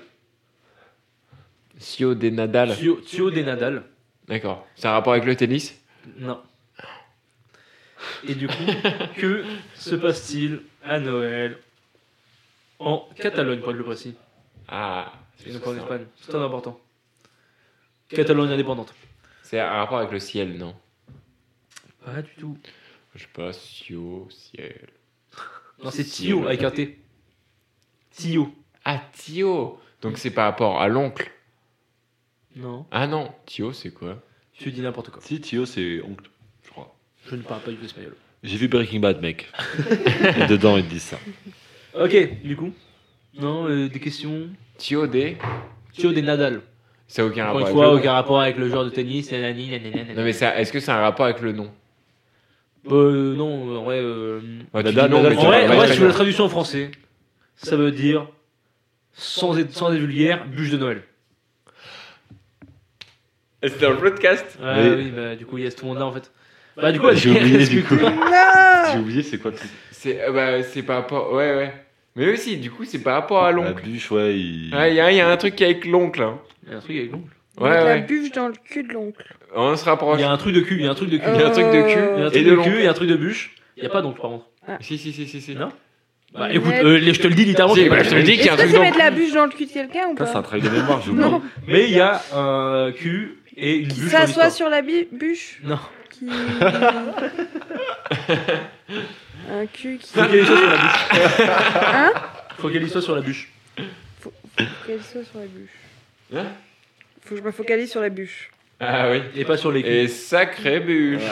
Sio de Nadal. Tio de Nadal. D'accord. C'est un rapport avec le tennis? Non. Et du coup, que se passe-t-il à Noël en Catalogne, pour être le précis? Ah. Et donc en Espagne, c'est très important. Catalogne indépendante. C'est un rapport avec le ciel, non? Pas du tout. Je sais pas, Sio, ciel. Non, c'est Tio avec un T. Tio. Ah, Tio. Donc c'est par rapport à l'oncle. Non, Ah non, Tio, c'est quoi? je dis n'importe quoi. Si, Tio, c'est oncle, je crois. Je ne parle pas du tout espagnol. J'ai vu Breaking Bad, mec. Et dedans, ils disent ça. Ok, du coup. Non, des questions. Tio de. Tio de Nadal. Ça n'a aucun Encore rapport une avec fois, le nom. aucun rapport avec le joueur de tennis. Nanani, nanana. Non, mais est-ce que c'est un rapport avec le nom? Non, en vrai. Bah, tu Nadal, dis non, Nadal, mais En tu vrai, parles pas si tu veux espagnol. la traduction en français, ça veut dire, sans être vulgaire, bûche de Noël. C'est dans le podcast. Ah Mais- oui, bah du coup, il y a ce monde là en fait. Bah du coup, J'ai oublié, du coup. Non J'ai oublié, c'est quoi le truc? C'est par rapport. Ouais, ouais. Mais aussi, du coup, c'est par rapport à La l'oncle. bûche, ouais, il. Ah, il y a un truc avec l'oncle. Hein. il y a un truc avec l'oncle. Ouais, Mettre la ouais. bûche dans le cul de l'oncle. On se rapproche. Il y a un truc de cul, il y a un truc de cul. Il y a un truc de Il y a un cul truc et de de cul, l'oncle. il y a un truc de bûche. Il y a pas d'oncle par contre. Si. Non Bah écoute, Mais- je te le dis littéralement. Si, c'est bah, pas je te le dis qu'il y a un Est-ce que truc c'est d'oncle. mettre la bûche dans le cul de quelqu'un ou Putain, c'est un pas travail de mémoire, j'ai oublié. Non. Mais il y a un cul et une Qui bûche. dans s'assoit l'histoire. sur la bûche Non. Qui... Un cul qui... Faut qu'elle soit sur la bûche. Hein Faut qu'elle soit sur la bûche. Faut qu'elle soit sur la bûche. Hein Faut que je me focalise sur la bûche. Ah oui. Et pas sur les culs. Et sacré bûche.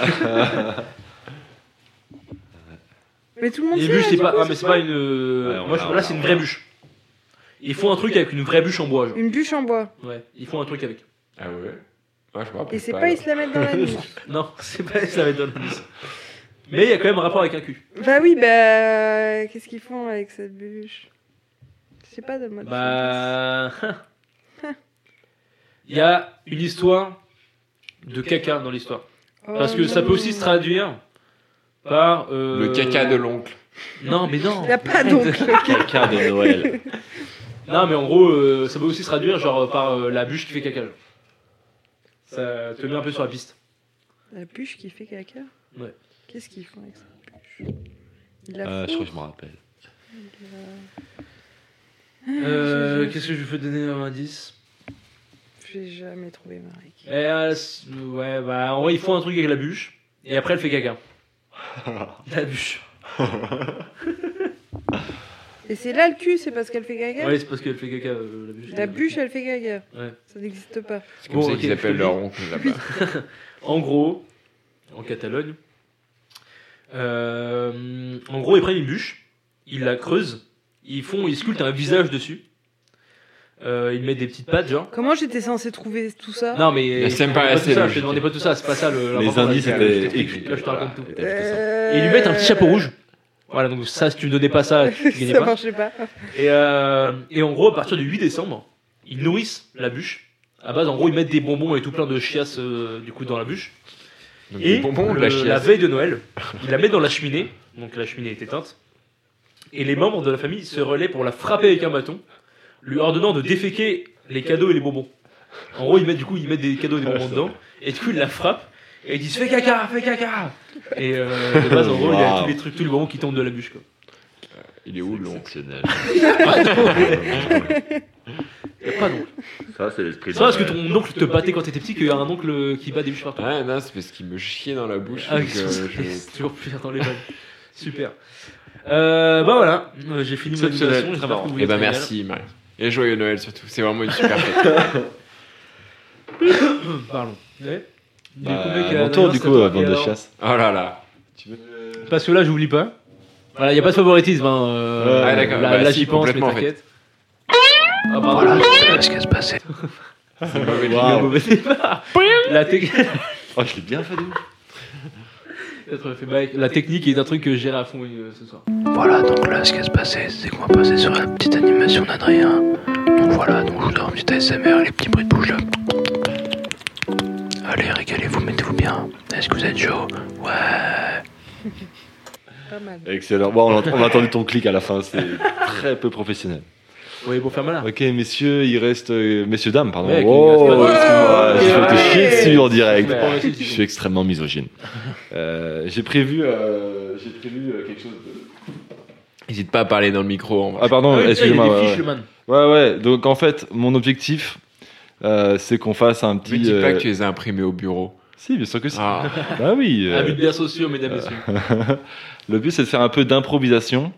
Mais tout le monde Les sait. bûches, hein, c'est du pas. coup, Ah, mais c'est pas une. Là, c'est une vraie bûche. Ils font un truc avec une vraie bûche en bois. Genre. Une bûche en bois. Ouais, ils font un truc avec. Ah ouais. Moi, je me rappelle Et c'est pas. pas ils se la mettent dans la nuit. Non, c'est pas ça va être dans le liste. Mais il y a quand même un rapport avec un cul. Bah oui, bah... Qu'est-ce qu'ils font avec cette bûche? Je sais pas, donne-moi des Bah. Il y a une histoire de caca dans l'histoire. indices. Parce que ça peut aussi se traduire par. Le caca de l'oncle. Non, mais non. Il y a pas d'oncle. Caca de Noël. Non, mais en gros, ça peut aussi se traduire genre par la bûche qui fait caca. Genre. Ça te met un peu sur la piste. La bûche qui fait caca? Ouais. Qu'est-ce qu'ils font avec cette bûche? Ils la Je crois font que je me rappelle. Qu'est-ce que je peux donner un indice? J'ai jamais trouvé Marek. Ouais, bah en vrai, ils font un truc avec la bûche et après elle fait caca. La bûche. Et c'est là le cul, c'est parce qu'elle fait caca? Ouais, c'est parce qu'elle fait caca, la bûche. La bûche, elle fait caca. Ouais. Ça n'existe pas. C'est comme Bon, ça ok, qu'ils je appellent te leur le dis. oncle là-bas. En gros, en Catalogne, en gros, ils prennent une bûche, ils la creusent, ils sculptent un visage dessus. Ils mettent des petites pattes, genre. Comment j'étais censé trouver tout ça? Non, mais. La scène je te demande paraissait pas tout ça, logique. je te demandais pas tout ça, c'est pas ça le. Les l'important, indices là, étaient je t'explique. écrits. Là, je te raconte tout. Voilà. Et ils lui mettent un petit chapeau rouge. Voilà, donc ça, si tu ne donnais pas ça, tu gagnais Ça pas. marchait pas. Et en gros, à partir du 8 décembre, ils nourrissent la bûche. À base, en gros, ils mettent des bonbons et tout plein de chiasses du coup dans la bûche. Donc, Et des bonbons ou de la la chiasse. veille de Noël, ils la mettent dans la cheminée. Donc la cheminée est éteinte. Et les membres de la famille se relaient pour la frapper avec un bâton, lui ordonnant de déféquer les cadeaux et les bonbons. En gros, ils mettent des cadeaux et des bonbons dedans. Et du coup, ils la frappent. Et ils disent fais caca, fais caca. Et de base, en gros, il y a Wow. tous les trucs, tous les bonbons qui tombent de la bûche. Quoi. Il est où l'oncle? Exceptionnel. Y a pas d'oncle. Ça, c'est l'esprit. C'est vrai parce que ton oncle te battait quand t'étais petit qu'il y a un oncle qui bat des bûches partout. Ouais, non, c'est parce qu'il me chiait dans la bouche. Ah, donc, c'est toujours plus dans les balles. Super. Bah voilà, j'ai fini mon Exceptionnel, éducation. très marrant. Et bah merci, Marie. Et joyeux Noël surtout. C'est vraiment une super fête. Parlons. Ouais. Mon tour, du coup, bande de chasse. Oh là là. Parce que là, j'oublie pas. Voilà, y a pas de favoritisme. Ah, d'accord. Là, Bah, là si, j'y pense, mais complètement, en fait. t'inquiète. Ah, pardon. Qu'est-ce qui se passait? C'est mauvais Le Waouh. mauvais départ. La technique. Oh, je l'ai bien fait de ouf. La technique est un truc que je gère à fond ce soir. Voilà, donc là, ce qui se passait, c'est qu'on va passer sur la petite animation d'Adrien. Donc voilà, donc je vous donne un petit ASMR, les petits bruits de bouche là. Allez, régalez-vous, mettez-vous bien. Est-ce que vous êtes chaud? Ouais. Pas mal. Excellent. Bon, on a entendu ton clic à la fin, c'est très peu professionnel. Oui, pour faire malin. Ok, messieurs, il reste. Messieurs, dames, pardon. Ouais, Oh, ok, excuse-moi, ok, je vais te ouais. chier dessus en direct. Ouais. Je suis extrêmement misogyne. J'ai prévu quelque chose de. N'hésite pas à parler dans le micro. En vrai. Ah, pardon, Ah oui, excusez-moi. il y a des ouais, fiches, le man. ouais. Donc, en fait, mon objectif, c'est qu'on fasse un Me petit. dis pas que tu les as imprimés au bureau. Si, bien sûr que si. Ah. Bah oui. Abus de biens sociaux, mesdames et messieurs. Le but, c'est de faire un peu d'improvisation.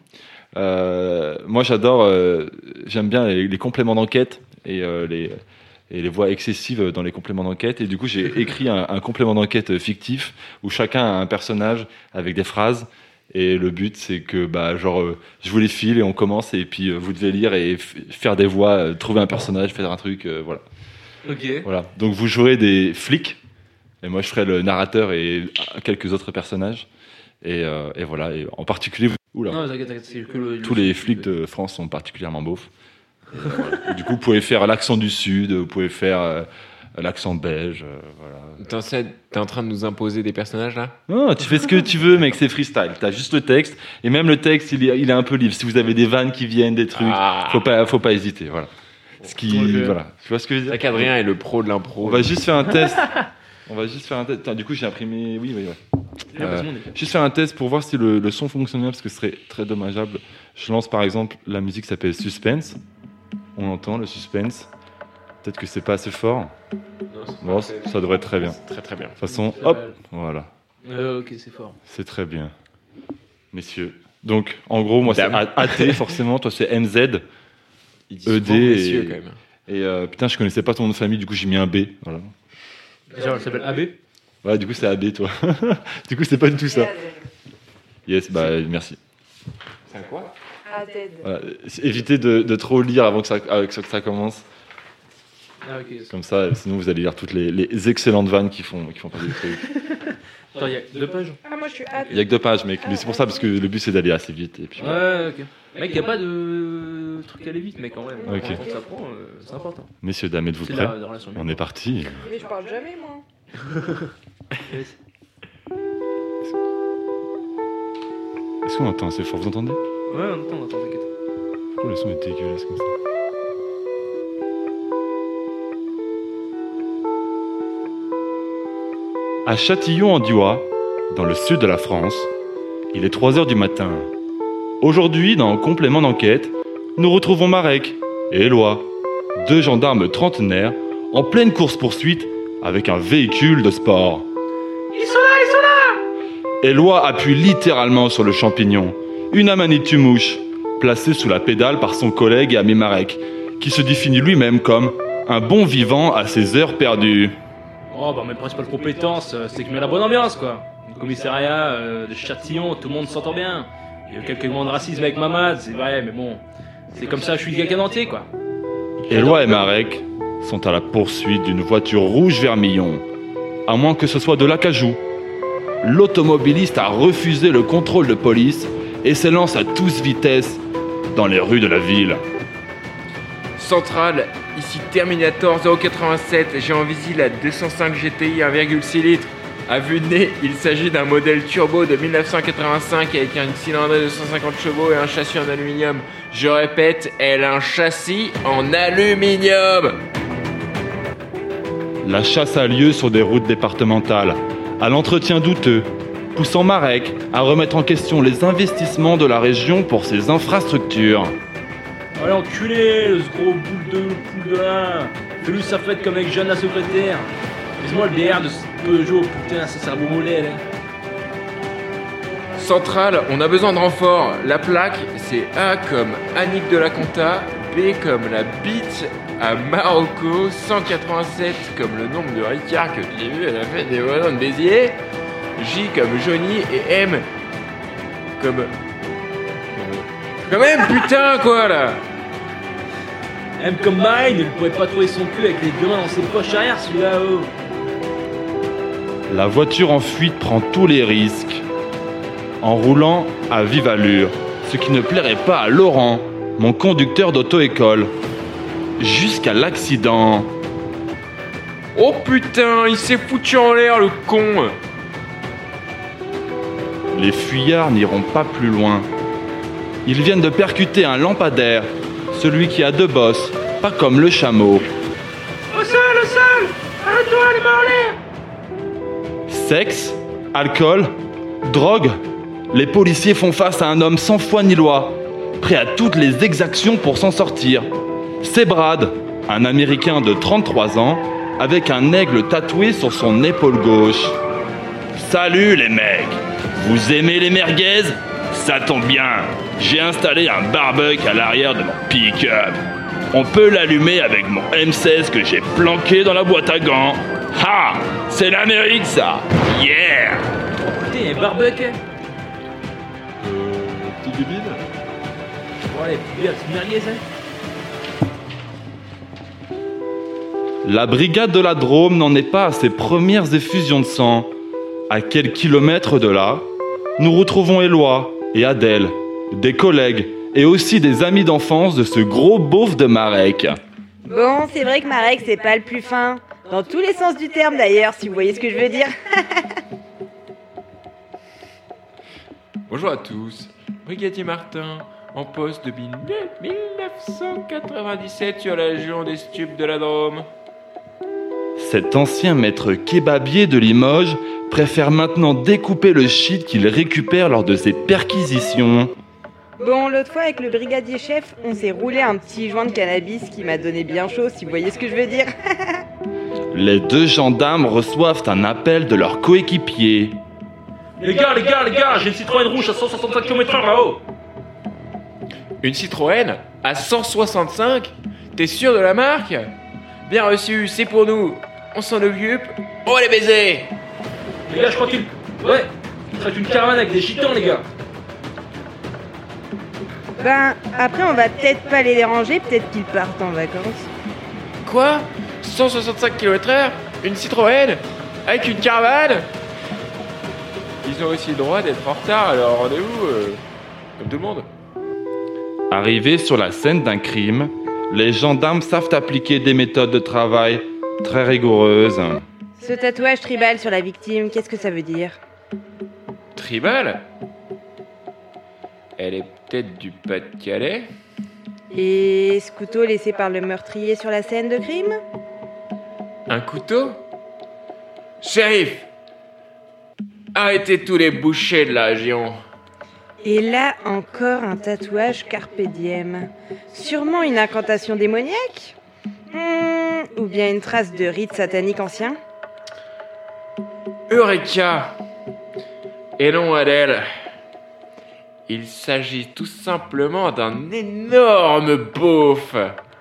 Moi, j'aime bien les compléments d'enquête et les voix excessives dans les compléments d'enquête. Et du coup, j'ai écrit un complément d'enquête fictif où chacun a un personnage avec des phrases. Et le but, c'est que, je vous les file et on commence. Et puis, vous devez lire et faire des voix, trouver un personnage, faire un truc, voilà. Ok. Voilà. Donc, vous jouerez des flics. Et moi, je ferai le narrateur et quelques autres personnages. Et voilà. Et en particulier, oula. Non, t'inquiète, c'est que le. Tous les flics de France sont particulièrement beaufs. Et du coup, vous pouvez faire l'accent du Sud, vous pouvez faire l'accent belge. Voilà. T'es en train de nous imposer des personnages là? Non, tu fais ce que tu veux, mec, c'est freestyle. T'as juste le texte. Et même le texte, il est un peu libre. Si vous avez des vannes qui viennent, des trucs, faut pas hésiter. Voilà. Voilà. Tu vois ce que je veux C'est vrai dire? qu'Adrien est le pro de l'impro. On va juste faire un test. Attends, du coup, j'ai imprimé. Oui. Juste faire un test pour voir si le son fonctionne bien, parce que ce serait très dommageable. Je lance par exemple la musique qui s'appelle Suspense. On entend le suspense. Peut-être que c'est pas assez fort. Bon, ça devrait être très bien. Très très bien. De toute façon, hop, voilà. Ok, c'est fort. C'est très bien. Messieurs. Donc, en gros, moi, c'est AT, forcément. Toi, c'est MZ. Il dit ED souvent messieurs, et- quand même. Et putain, je connaissais pas ton nom de famille, du coup, j'ai mis un B. Voilà. Genre, elle s'appelle AB. Ouais, du coup, c'est AB, toi. Du coup, c'est pas du tout ça. Yes, merci. C'est un quoi? Voilà. Évitez de trop lire avant que ça commence. Ah, ok. Comme ça, sinon vous allez lire toutes les excellentes vannes qui font passer des trucs. Attends, il y a 2 pages. Ah, moi je suis hâte. Il y a que 2 pages, mec. Mais c'est pour ça, parce que le but c'est d'aller assez vite. Et puis, voilà. Ouais, ok. Mec, y a pas de truc à aller vite, mec, en vrai. Ok. Quand ça prend, c'est important. Messieurs, dames, êtes-vous C'est prêts? la relation. On est parti. Mais je parle jamais, moi. Yes. Est-ce qu'on entend assez fort? Vous entendez? Ouais, on entend, t'inquiète. Pourquoi le son est dégueulasse comme ça? À Châtillon-en-Diois, dans le sud de la France, il est 3h du matin. Aujourd'hui, dans Complément d'enquête, nous retrouvons Marek et Éloi, 2 gendarmes trentenaires en pleine course-poursuite avec un véhicule de sport. Ils sont là! Éloi appuie littéralement sur le champignon, une Amanitue-mouche, placée sous la pédale par son collègue et ami Marek, qui se définit lui-même comme un bon vivant à ses heures perdues. Oh, bah, mes principales compétences, c'est que je mets la bonne ambiance, quoi. Le commissariat de Châtillon, tout le monde s'entend bien. Il y a eu quelques moments de racisme avec Mamad, c'est vrai, mais bon. C'est comme ça, je suis quelqu'un d'entier, quoi. Éloi et Marek sont à la poursuite d'une voiture rouge vermillon, à moins que ce soit de l'acajou. L'automobiliste a refusé le contrôle de police et s'élance à toute vitesse dans les rues de la ville. Centrale, ici Terminator 087, j'ai en visu la 205 GTI 1,6 litres. À vue de nez, il s'agit d'un modèle turbo de 1985 avec une cylindrée de 150 chevaux et un châssis en aluminium. Je répète, elle a un châssis en aluminium. La chasse a lieu sur des routes départementales, à l'entretien douteux, poussant Marek à remettre en question les investissements de la région pour ses infrastructures. Allez, enculé, le gros boule de là. Fais-lui sa fête comme avec Jeanne la secrétaire. Laisse-moi le BR de ce Peugeot, putain, ça cerveau mollet, là. Centrale, on a besoin de renfort. La plaque, c'est A comme Annick de la Conta, B comme la bite à Marocco, 187 comme le nombre de Ricard que j'ai vu à la fête des voisins de Béziers, J comme Johnny et M comme... Quand même, putain, quoi, là. M comme Mine, il ne pourrait pas trouver son cul avec les deux mains dans ses poches arrière, celui-là, oh. La voiture en fuite prend tous les risques, en roulant à vive allure, ce qui ne plairait pas à Laurent, mon conducteur d'auto-école. Jusqu'à l'accident. Oh putain, il s'est foutu en l'air, le con. Les fuyards n'iront pas plus loin. Ils viennent de percuter un lampadaire, celui qui a deux bosses, pas comme le chameau. Au sol, arrête-toi, les mains en l'air. Sexe, alcool, drogue. Les policiers font face à un homme sans foi ni loi, prêt à toutes les exactions pour s'en sortir. C'est Brad, un Américain de 33 ans, avec un aigle tatoué sur son épaule gauche. Salut les mecs, vous aimez les merguez? Ça tombe bien, j'ai installé un barbecue à l'arrière de mon pick-up. On peut l'allumer avec mon M16 que j'ai planqué dans la boîte à gants. Ha! C'est l'Amérique ça! Yeah! Putain, un barbecue. Petit débile. Ouais, petite merguez, hein. La brigade de la Drôme n'en est pas à ses premières effusions de sang. À quelques kilomètres de là, nous retrouvons Éloi et Adèle, des collègues et aussi des amis d'enfance de ce gros beauf de Marek. Bon, c'est vrai que Marek, c'est pas le plus fin. Dans tous les sens du terme d'ailleurs, si vous voyez ce que je veux dire. Bonjour à tous, Brigadier Martin, en poste depuis 1997 sur la région des Stupes de la Drôme. Cet ancien maître kebabier de Limoges préfère maintenant découper le shit qu'il récupère lors de ses perquisitions. Bon, l'autre fois avec le brigadier chef, on s'est roulé un petit joint de cannabis qui m'a donné bien chaud, si vous voyez ce que je veux dire. Les deux gendarmes reçoivent un appel de leur coéquipier. Les gars, j'ai une Citroën rouge à 165 km/h là-haut. Une Citroën à 165? T'es sûr de la marque? Bien reçu, c'est pour nous. On s'en occupe. On va les baiser. Les gars, je crois qu'il... Ouais, il traite une caravane avec des gitans, les gars. Ben, après on va peut-être pas les déranger, peut-être qu'ils partent en vacances. Quoi? 165 km/h? Une Citroën? Avec une caravane? Ils ont aussi le droit d'être en retard à leur rendez-vous, comme tout le monde. Arrivés sur la scène d'un crime, les gendarmes savent appliquer des méthodes de travail très rigoureuses. Ce tatouage tribal sur la victime, qu'est-ce que ça veut dire? Tribal? Elle est peut-être du Pas-de-Calais? Et ce couteau laissé par le meurtrier sur la scène de crime? Un couteau? Shérif! Arrêtez tous les bouchers de la région. Et là, encore un tatouage carpe diem. Sûrement une incantation démoniaque? Ou bien une trace de rite satanique ancien? Eureka! Et non, Adèle. Il s'agit tout simplement d'un énorme beauf.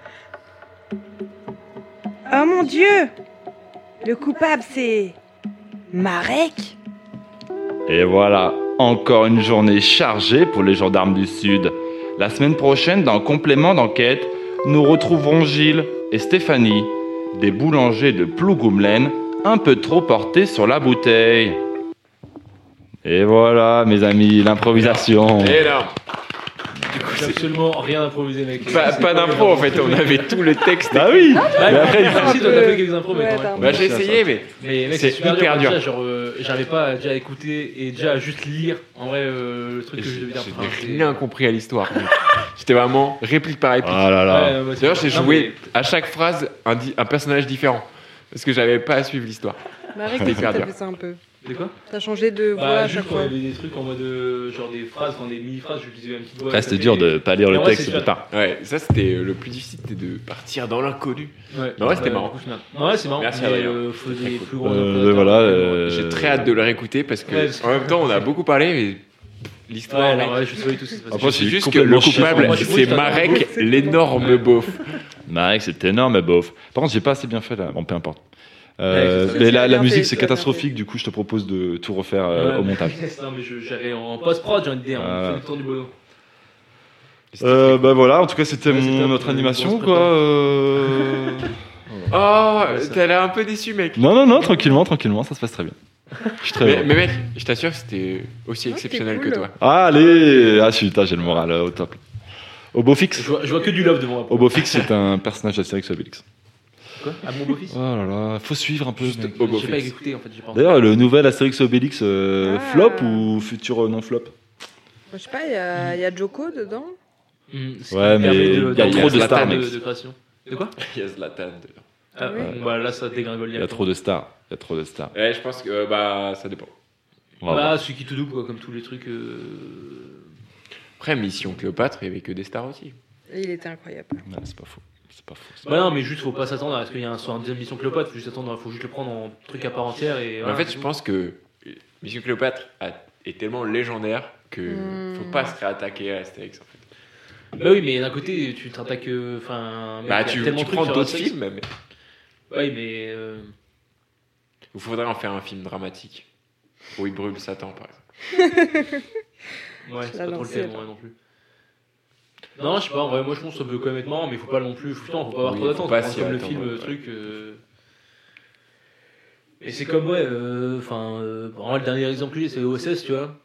Oh mon Dieu! Le coupable, c'est... Marek? Et voilà, encore une journée chargée pour les gendarmes du Sud. La semaine prochaine, dans Complément d'enquête, nous retrouverons Gilles et Stéphanie, des boulangers de Plougoumlaine, un peu trop portés sur la bouteille. Et voilà, mes amis, l'improvisation. Énorme. J'ai absolument rien improvisé, mec. Pas d'impro en fait, on avait tout le texte. Bah oui. Mais après, merci, toi, t'as fait quelques impros, mais Ouais, quand même. Bah j'ai essayé, mais Mais mec, c'est super hyper dur. Déjà, genre, j'arrivais pas déjà à écouter et déjà à juste lire. En vrai, le truc que je devais dire. j'ai rien compris à l'histoire. J'étais vraiment réplique par réplique. Ah là là. D'ailleurs, j'ai joué à chaque phrase un personnage différent parce que j'avais pas à suivre l'histoire. Marek, C'était aussi, t'as hyper fait ça un peu. De quoi? T'as changé de voix Bah, à juste chaque quand fois. il y avait des trucs en mode genre des phrases, des mini-phrases, j'utilisais une petite voix. Après, c'était dur de pas lire le Mais en vrai, texte c'est au départ. Ouais, ça c'était le plus difficile, c'était de partir dans l'inconnu. Ouais, Mais ouais, c'était marrant. Ouais, c'est marrant. Merci, Mais, Adrien. faut C'est des très cool. plus gros Voilà. J'ai très hâte de le réécouter parce que Ouais, parce que- en même temps on a beaucoup parlé, mais Ouais, l'histoire. alors, ouais, je sais pas du tout ce qui se passe. Après, C'est j'ai juste que complètement le chié. coupable, Moi, je c'est trouve que Marek, c'est l'énorme beauf. Marek, c'est énorme, mais bof. Par contre, j'ai pas assez bien fait là. Bon, peu importe. Ouais, c'est ça. Mais Tu la l'as bien musique, fait, c'est tu l'as bien catastrophique. Du coup, je te propose de tout refaire Ouais, au montage. Non, mais j'allais en post-prod, j'ai envie de dire. Ah. On fait le tour du boulot. Bah voilà, en tout cas, c'était Ouais, c'est top, notre animation, grosse quoi. Oh, Ouais, ça. t'as l'air un peu déçu, mec. Non, tranquillement, ça se passe très bien. Je suis très heureux. Mais mec, je t'assure, c'était aussi Ah, exceptionnel c'était que cool. toi. Allez, putain, j'ai le moral au top. Obofix. Je vois que du love devant moi. Obofix, c'est un personnage d'Astérix et Obélix. Quoi? À mon beau-fils? Oh là là, faut suivre un peu. Juste mec. Obofix. J'ai pas écouté en fait, j'ai pas. D'ailleurs, le nouvel Astérix et Obélix, Ah. flop ou futur non flop? Je sais pas, il y a Joko dedans. Ouais, mais il y a trop de stars, mec. de création. De quoi? Il y a Zlatan dedans. Ah, Oui. bon, bah là ça dégringole. Il y a trop de stars. Ouais, je pense que bah ça dépend. On va voir. Bah, celui qui tout double, quoi, comme tous les trucs. Après, Mission Cléopâtre, il y avait que des stars aussi. Et il était incroyable. Non, c'est pas faux. Bah non, mais juste faut pas s'attendre à ce qu'il y ait soit un deuxième Mission Cléopâtre, faut juste attendre, faut juste le prendre en truc à part entière et. En voilà, fait, c'est je tout. pense que Mission Cléopâtre est tellement légendaire que faut pas se réattaquer à Astérix en fait. Bah oui, mais d'un côté, tu t'attaques. Enfin. Bah tu prends d'autres films, mais Oui, mais. il faudrait en faire un film dramatique où il brûle Satan par exemple. Ouais, c'est La pas trop le lancer, thème, là. ouais, non plus. Non, je sais pas, en vrai, moi je pense que ça peut quand même être marrant, mais faut pas non plus. Putain, faut pas avoir Oui, trop faut d'attente. pas C'est s'y comme le attendre, film, ouais. truc. Et c'est comme, ouais, enfin. Vraiment, le dernier exemple que j'ai, c'est OSS, tu vois.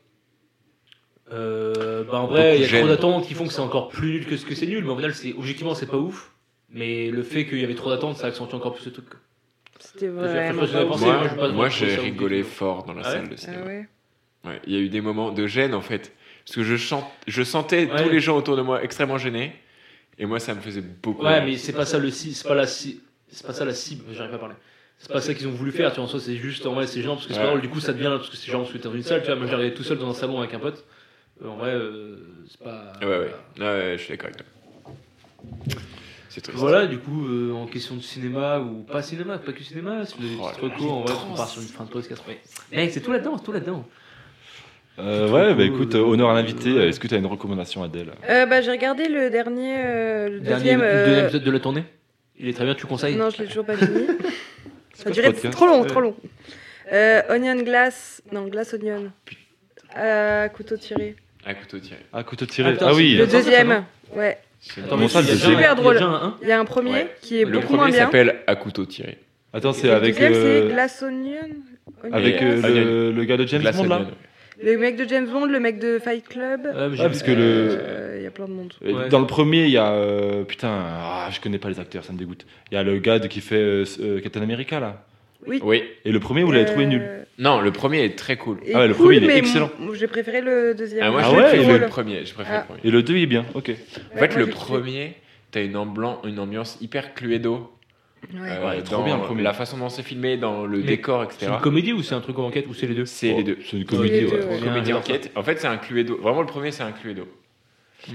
Bah en vrai, il y a Beaucoup trop de d'attentes qui font que c'est encore plus nul que ce que c'est nul, mais au final, objectivement, c'est pas ouf. Mais le fait qu'il y avait trop d'attentes, ça accentue encore plus ce truc. C'était Après, vraiment je vais pas penser, ouf. moi, je vais pas Moi trop j'ai ça ouf rigolé du tout. fort dans la Ah ouais salle de cinéma. Ah ouais. Ouais, il y a eu des moments de gêne en fait. Parce que je sentais Ouais. tous les gens autour de moi extrêmement gênés. Et moi ça me faisait beaucoup. Ouais, rire. mais c'est pas ça le cible, c'est pas la cible, c'est pas ça la cible, j'arrive pas à parler. C'est pas ça qu'ils ont voulu faire, tu vois, en soi c'est juste, en vrai c'est gênant parce que c'est Ouais. pas drôle, du coup ça devient, parce que c'est genre parce que t'es dans une salle, tu vois, moi je l'ai regardé tout seul dans un salon avec un pote, en vrai c'est pas... Ouais, je suis d'accord avec toi. C'est triste. Voilà, du coup, en question de cinéma ou pas cinéma, pas que cinéma, si vous avez des Oh petites là là, recours, en vrai, on part sur une fin de podcast. Ouais. Mec, c'est tout là-dedans, c'est tout là-dedans. Ouais, bah écoute, honneur à l'invité. Est-ce que tu as une recommandation, Adèle? Bah, j'ai regardé le dernier, le Dernier, deuxième. le deuxième épisode de la tournée, il est très bien, tu conseilles? Non, je l'ai toujours pas fini. Ça a quoi duré ce podcast trop long, Ouais. trop long. Onion glace, non, glace onion. Couteau tiré. Un couteau tiré. Ah, couteau tiré. Attends, Ah oui. Le ça, ça, deuxième, non ouais. Attends, Bon, mais ça, il y a le déjà un- deuxième. il y a Super déjà un. Il y a un premier Ouais. qui est Le beaucoup moins premier bien. s'appelle À couteau tiré. Attends, c'est Et le avec, deuxième, c'est glace onion. Onion avec glace. le gars de James Glace Bond là. onion. Le mec de James Bond, le mec de Fight Club. Ouais, mais j'ai Ah, vu parce que le. Il y a plein de monde. Ouais. Dans le premier, il y a. Putain, je connais pas les acteurs, ça me dégoûte. Il y a le gars qui fait Captain America là. Oui. Et le premier, vous l'avez trouvé nul. Non, le premier est très cool. Et Ah ouais, le cool, premier, il est mais excellent. j'ai préféré le deuxième. Ah, moi Ah je ouais, préfère et le premier. Je préfère Ah. le premier. Et le 2 il est bien, ok. En fait, moi, le j'ai premier, t'as une ambiance hyper Cluedo. Ouais. Ouais, trop dans bien, le premier. La façon dont c'est filmé, dans le Mais décor, C'est etc. une comédie ou c'est un truc en enquête ou c'est les deux? C'est les deux. C'est une les comédie, deux, ouais. ouais. Bien, Comédie bien. enquête. En fait, c'est un Cluedo. Vraiment, le premier, c'est un Cluedo. Mm.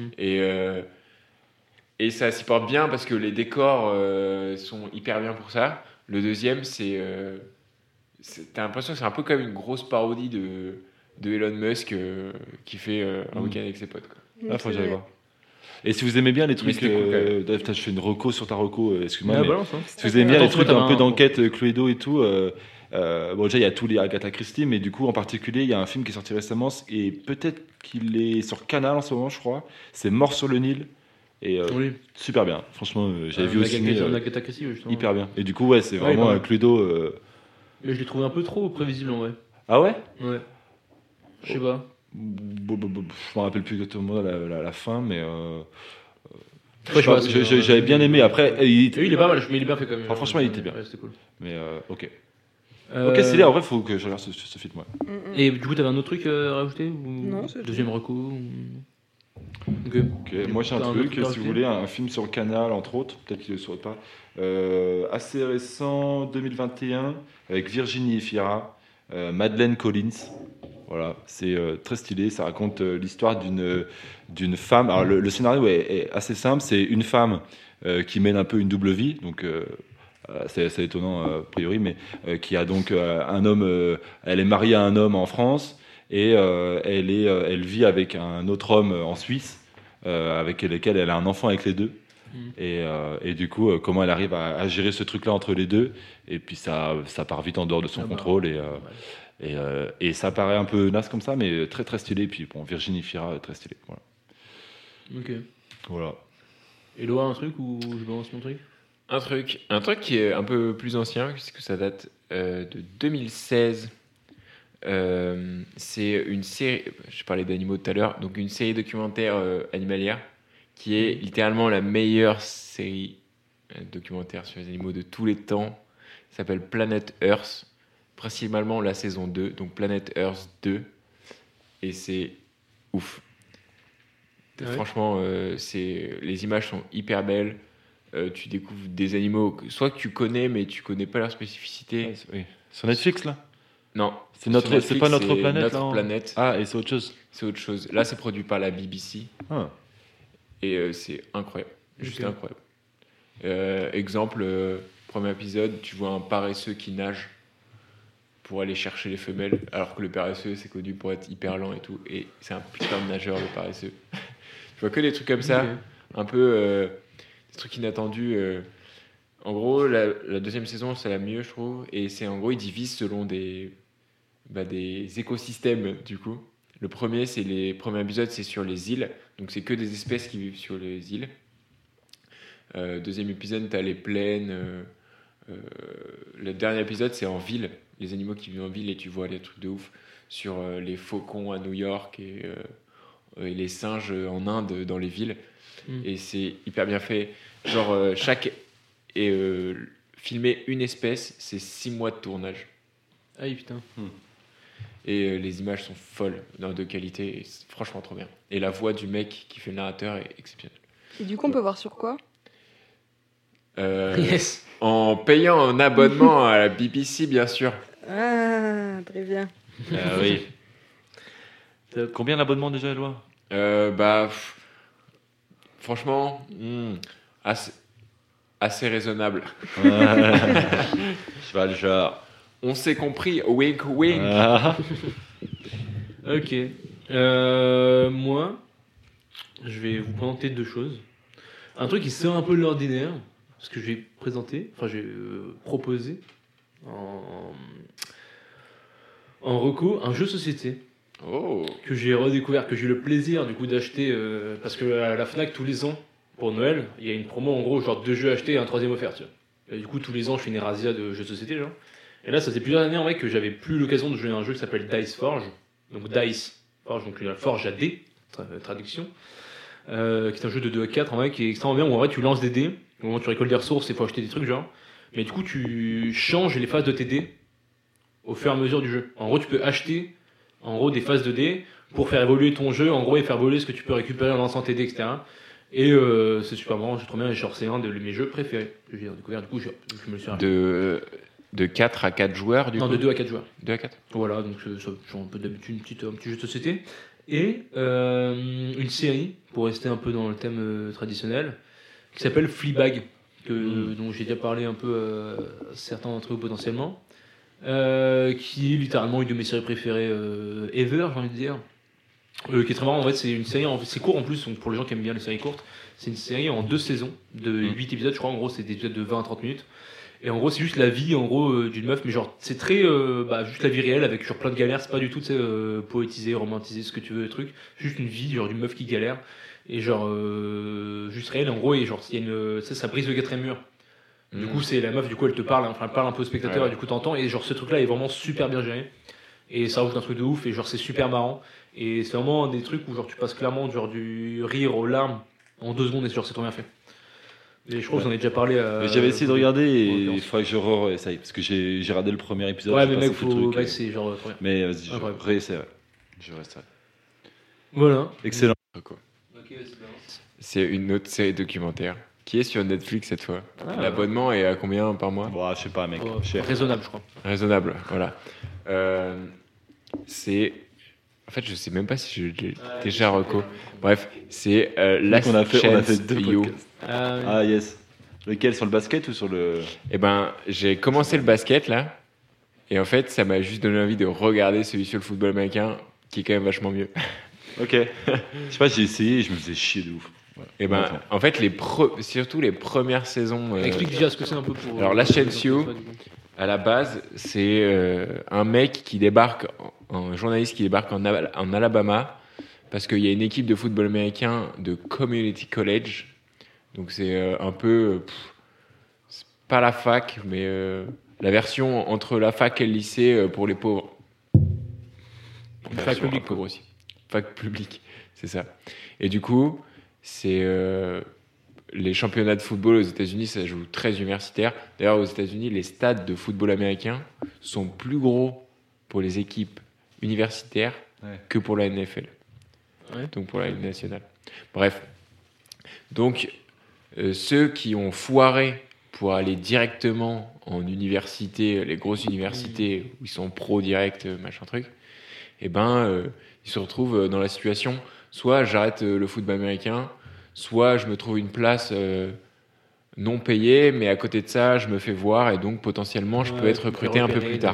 Et ça s'y porte bien parce que les décors sont hyper bien pour ça. Le deuxième, t'as l'impression que c'est un peu comme une grosse parodie de Elon Musk qui fait un week-end avec ses potes. Quoi. Ah, faut que j'aille voir. Et si vous aimez bien les trucs, c'était cool, quand même. putain, je fais une reco sur ta reco, excuse-moi, Ouais, mais balance, hein. si vous aimez bien Attends, les trucs toi, t'avais un peu un- d'enquête, Cluedo et tout, bon déjà il y a tous les Agatha Christie, mais du coup en particulier il y a un film qui est sorti récemment et peut-être qu'il est sur Canal en ce moment, je crois. C'est Mort sur le Nil et Oui. super bien. Franchement, j'avais vu au ciné, Agatha Christie, justement. hyper bien. Et du coup ouais, c'est Ouais, vraiment bah. un Cluedo. Mais je l'ai trouvé un peu trop prévisible en vrai. Ah ouais? Ouais. Je sais pas. Je me rappelle plus exactement la fin, mais Ouais, je sais pas, c'est- j'avais bien aimé. Après, Oui, il est pas mal, mais il est bien fait quand même. Ah, franchement, il était bien. Ouais, c'était cool. mais ok. Euh, Ok, stylé. En vrai, faut que je regarde ce film. Ouais. Et du coup, t'avais un autre truc à rajouter ou... Non, c'est Deuxième reco ou... Ok. Ok, moi j'ai un T'as un truc, autre truc à si vous rajouter voulez, un film sur le canal, entre autres, peut-être qu'il ne le saurait pas, assez récent, 2021, avec Virginie Efira, Madeleine Collins. Voilà, c'est très stylé. Ça raconte l'histoire d'une femme. Alors le scénario est assez simple. C'est une femme qui mène un peu une double vie. Donc c'est assez étonnant a priori, mais qui a donc un homme. Elle est mariée à un homme en France et elle vit avec un autre homme en Suisse, avec lequel elle a un enfant avec les deux. Et du coup, comment elle arrive à gérer ce truc-là entre les deux. Et puis ça part vite en dehors de son contrôle. Et ça paraît un peu naze comme ça, mais très très stylé. Et puis bon, Virginie Fira, très stylé. Voilà. Ok. Voilà. Eloi, un truc ou je balance mon truc? Un truc qui est un peu plus ancien, puisque ça date de 2016. C'est une série, je parlais d'animaux tout à l'heure, donc une série documentaire animalière qui est littéralement la meilleure série documentaire sur les animaux de tous les temps. Ça s'appelle Planet Earth, principalement la saison 2, donc Planet Earth 2, et c'est ouf. Ouais. Franchement, les images sont hyper belles. Tu découvres des animaux soit que tu connais, mais tu connais pas leur spécificité. Ouais, oui. Sur Netflix là. Non, C'est notre, sur Netflix, c'est pas notre c'est planète Notre là. planète. Ah, et c'est autre chose. C'est autre chose. Là, c'est produit par la BBC. Ah. Et c'est incroyable. Juste Ok. incroyable. Exemple, premier épisode, tu vois un paresseux qui nage pour aller chercher les femelles, alors que le paresseux, c'est connu pour être hyper lent et tout. Et c'est un putain de nageur, le paresseux. Tu vois que des trucs comme ça, Ok. un peu des trucs inattendus. En gros, la deuxième saison, c'est la mieux, je trouve. Et c'est en gros, ils divisent selon des écosystèmes, du coup. Le premier, les premiers épisodes, c'est sur les îles. Donc, c'est que des espèces qui vivent sur les îles. Deuxième épisode, tu as les plaines. Le dernier épisode, c'est en ville. Les animaux qui vivent en ville et tu vois des trucs de ouf sur les faucons à New York et les singes en Inde dans les villes. Et c'est hyper bien fait. Genre, filmer une espèce, c'est 6 mois de tournage. Ah oui, putain. Et les images sont folles, de qualité, et c'est franchement trop bien. Et la voix du mec qui fait le narrateur est exceptionnelle. Et du coup, on peut voir sur quoi? Yes. En payant un abonnement à la BBC, bien sûr. Ah, très bien. Oui. Combien l'abonnement déjà, Eloi? Franchement, assez raisonnable. Je vais le genre. On s'est compris, wink wink. Ah. Ok. Moi, je vais vous présenter deux choses. Un truc qui sort un peu de l'ordinaire, parce que j'ai proposé en reco un jeu de société Oh. que j'ai redécouvert, que j'ai eu le plaisir du coup d'acheter, parce que à la Fnac tous les ans pour Noël, il y a une promo en gros genre 2 jeux achetés et un troisième offert. Tu vois. Et du coup tous les ans je fais une razzia de jeux de société genre. Et là ça fait plusieurs années en vrai que j'avais plus l'occasion de jouer à un jeu qui s'appelle Dice Forge, donc Dice Forge, donc la Forge à dés, traduction, qui est un jeu de 2 à 4 en vrai qui est extrêmement bien où en vrai tu lances des dés, au moment où tu récoltes des ressources et faut acheter des trucs genre, mais du coup tu changes les phases de tes dés au fur et à mesure du jeu. En gros tu peux acheter des phases de dés pour faire évoluer ton jeu en gros et faire évoluer ce que tu peux récupérer en lançant tes dés, etc. Et c'est super marrant, c'est trop bien, et genre c'est un de mes jeux préférés que j'ai découvert, du coup je me le suis racheté. De 4 à 4 joueurs, du Non, coup. de 2 à 4 joueurs. 2 à 4. Voilà, donc c'est un peu d'habitude un petit jeu de société. Et une série, pour rester un peu dans le thème traditionnel, qui s'appelle Fleabag, dont j'ai déjà parlé un peu à certains d'entre vous potentiellement, qui est littéralement une de mes séries préférées ever, j'ai envie de dire. Qui est très marrant, en fait, c'est une série, c'est court en plus, donc pour les gens qui aiment bien les séries courtes, c'est une série en 2 saisons, de 8 épisodes, je crois, en gros, c'est des épisodes de 20 à 30 minutes. Et en gros, c'est juste la vie en gros d'une meuf, mais genre c'est très juste la vie réelle avec genre plein de galères. C'est pas du tout poétiser, romantiser ce que tu veux, le truc. C'est juste une vie genre d'une meuf qui galère et genre juste réelle en gros. Et genre il y a ça brise le quatrième mur. Du coup c'est la meuf, du coup elle te parle, enfin elle parle un peu au spectateur et du coup t'entends et genre ce truc là est vraiment super bien géré et ça rajoute un truc de ouf et genre c'est super marrant et c'est vraiment des trucs où genre tu passes clairement genre du rire aux larmes en 2 secondes et genre c'est trop bien fait. Et je crois que j'en ai déjà parlé. J'avais essayé de regarder et il faudrait que je réessaye parce que j'ai regardé le premier épisode. Ouais, mais mec, c'est genre. Mais vas-y, je réessayerai. Je resterai. Voilà. Excellent. C'est une autre série documentaire qui est sur Netflix cette fois. Ah, L'abonnement est à combien par mois? Bon, je sais pas, mec. Oh, Cher. raisonnable, je crois. Raisonnable, voilà. C'est... En fait, je sais même pas si je l'ai déjà reco. Bref, c'est la On a fait 2 You. podcasts. Ah, yes. Lequel, sur le basket ou sur le... Eh ben, j'ai commencé le basket, là. Et en fait, ça m'a juste donné envie de regarder celui sur le football américain, qui est quand même vachement mieux. Ok. Je sais pas, j'ai essayé et je me faisais chier de ouf. Voilà. Et ben, en fait, surtout les premières saisons... Explique déjà ce que c'est un peu pour... Alors, la chaîne Sio, à la base, c'est un mec qui débarque, un journaliste qui débarque en Alabama, parce qu'il y a une équipe de football américain de Community College. Donc c'est un peu... c'est pas la fac, mais la version entre la fac et le lycée pour les pauvres. Fac publique, pauvre aussi. Fac publique, c'est ça. Et du coup, c'est... les championnats de football aux États-Unis, ça joue très universitaire. D'ailleurs, aux États-Unis, les stades de football américain sont plus gros pour les équipes universitaires que pour la NFL. Ouais. Donc pour la Ligue nationale. Bref. Donc, ceux qui ont foiré pour aller directement en université, les grosses universités où ils sont pro direct, machin truc, eh ben, ils se retrouvent dans la situation, soit j'arrête le football américain, soit je me trouve une place non payée, mais à côté de ça, je me fais voir et donc potentiellement, je peux être recruté un peu plus tard.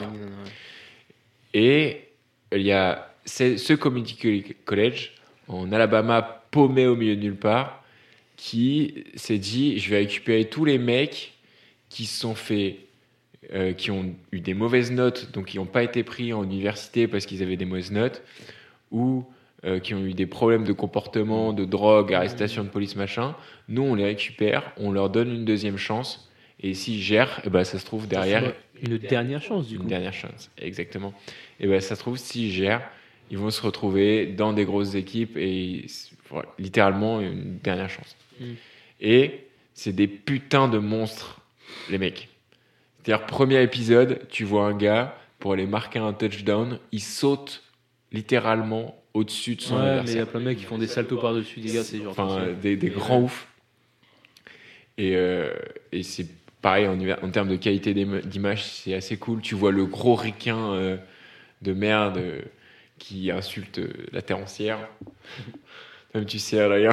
Et il y a ce Community College en Alabama, paumé au milieu de nulle part, qui s'est dit, je vais récupérer tous les mecs qui se sont fait, qui ont eu des mauvaises notes, donc qui n'ont pas été pris en université parce qu'ils avaient des mauvaises notes, ou qui ont eu des problèmes de comportement, de drogue, arrestation de police, machin. Nous, on les récupère, on leur donne une deuxième chance, et s'ils gèrent, et ben, ça se trouve derrière... Une dernière chance, du coup. Une dernière chance, exactement. Et ben, ça se trouve, s'ils gèrent, ils vont se retrouver dans des grosses équipes, et voilà, littéralement, une dernière chance. Et c'est des putains de monstres, les mecs. C'est-à-dire, premier épisode, tu vois un gars, pour aller marquer un touchdown, il saute littéralement au-dessus de son adversaire. Mais il y a plein de mecs qui font des saltos par-dessus des gars, c'est genre... Enfin, des grands oufs. Et c'est pareil, en termes de qualité d'image, c'est assez cool. Tu vois le gros ricain de merde qui insulte la terre entière. Même tu sais rien.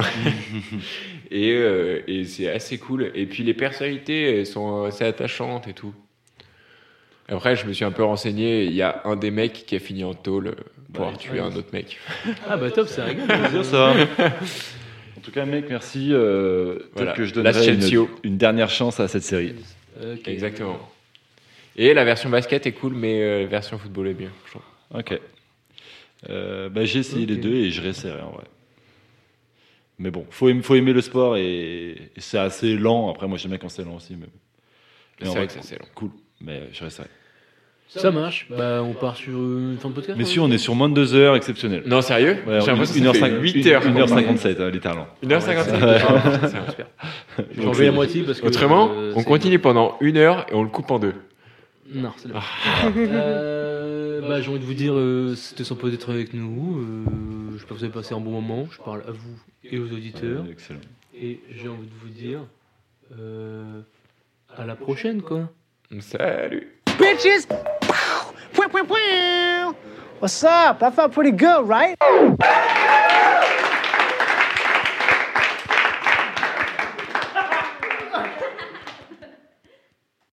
Et c'est assez cool. Et puis les personnalités, elles sont assez attachantes et tout. Après, je me suis un peu renseigné. Il y a un des mecs qui a fini en tôle pour avoir tué un autre mec. Ah bah top, c'est rigolo. C'est ça. En tout cas, mec, merci. Peut-être que je donnerai une dernière chance à cette série. Okay. Exactement. Et la version basket est cool, mais la version football est bien, je trouve. Ok. J'ai essayé les deux et je réessayerai en vrai. Mais bon, faut aimer le sport et c'est assez lent. Après, moi, j'aime bien quand c'est lent aussi. Mais C'est vrai que c'est assez lent. Cool, mais je resterai. Ça marche. Bah, on part sur une fin de podcast. Mais si, on est sur moins de 2 heures, exceptionnel. Non, sérieux? Ouais, j'ai l'impression que ça fait 8 heures. 1h57, littéralement. 1h57. Super. J'ai enlevé la moitié parce que. Autrement, on continue pendant 1 heure et on le coupe en 2. Non, c'est là. J'ai envie de vous dire, c'était sympa d'être avec nous. J'espère que vous avez passé un bon moment. Je parle à vous et aux auditeurs. Excellent. Et j'ai envie de vous dire à la prochaine, quoi. Salut. Bitches! What's up? That felt pretty good, right?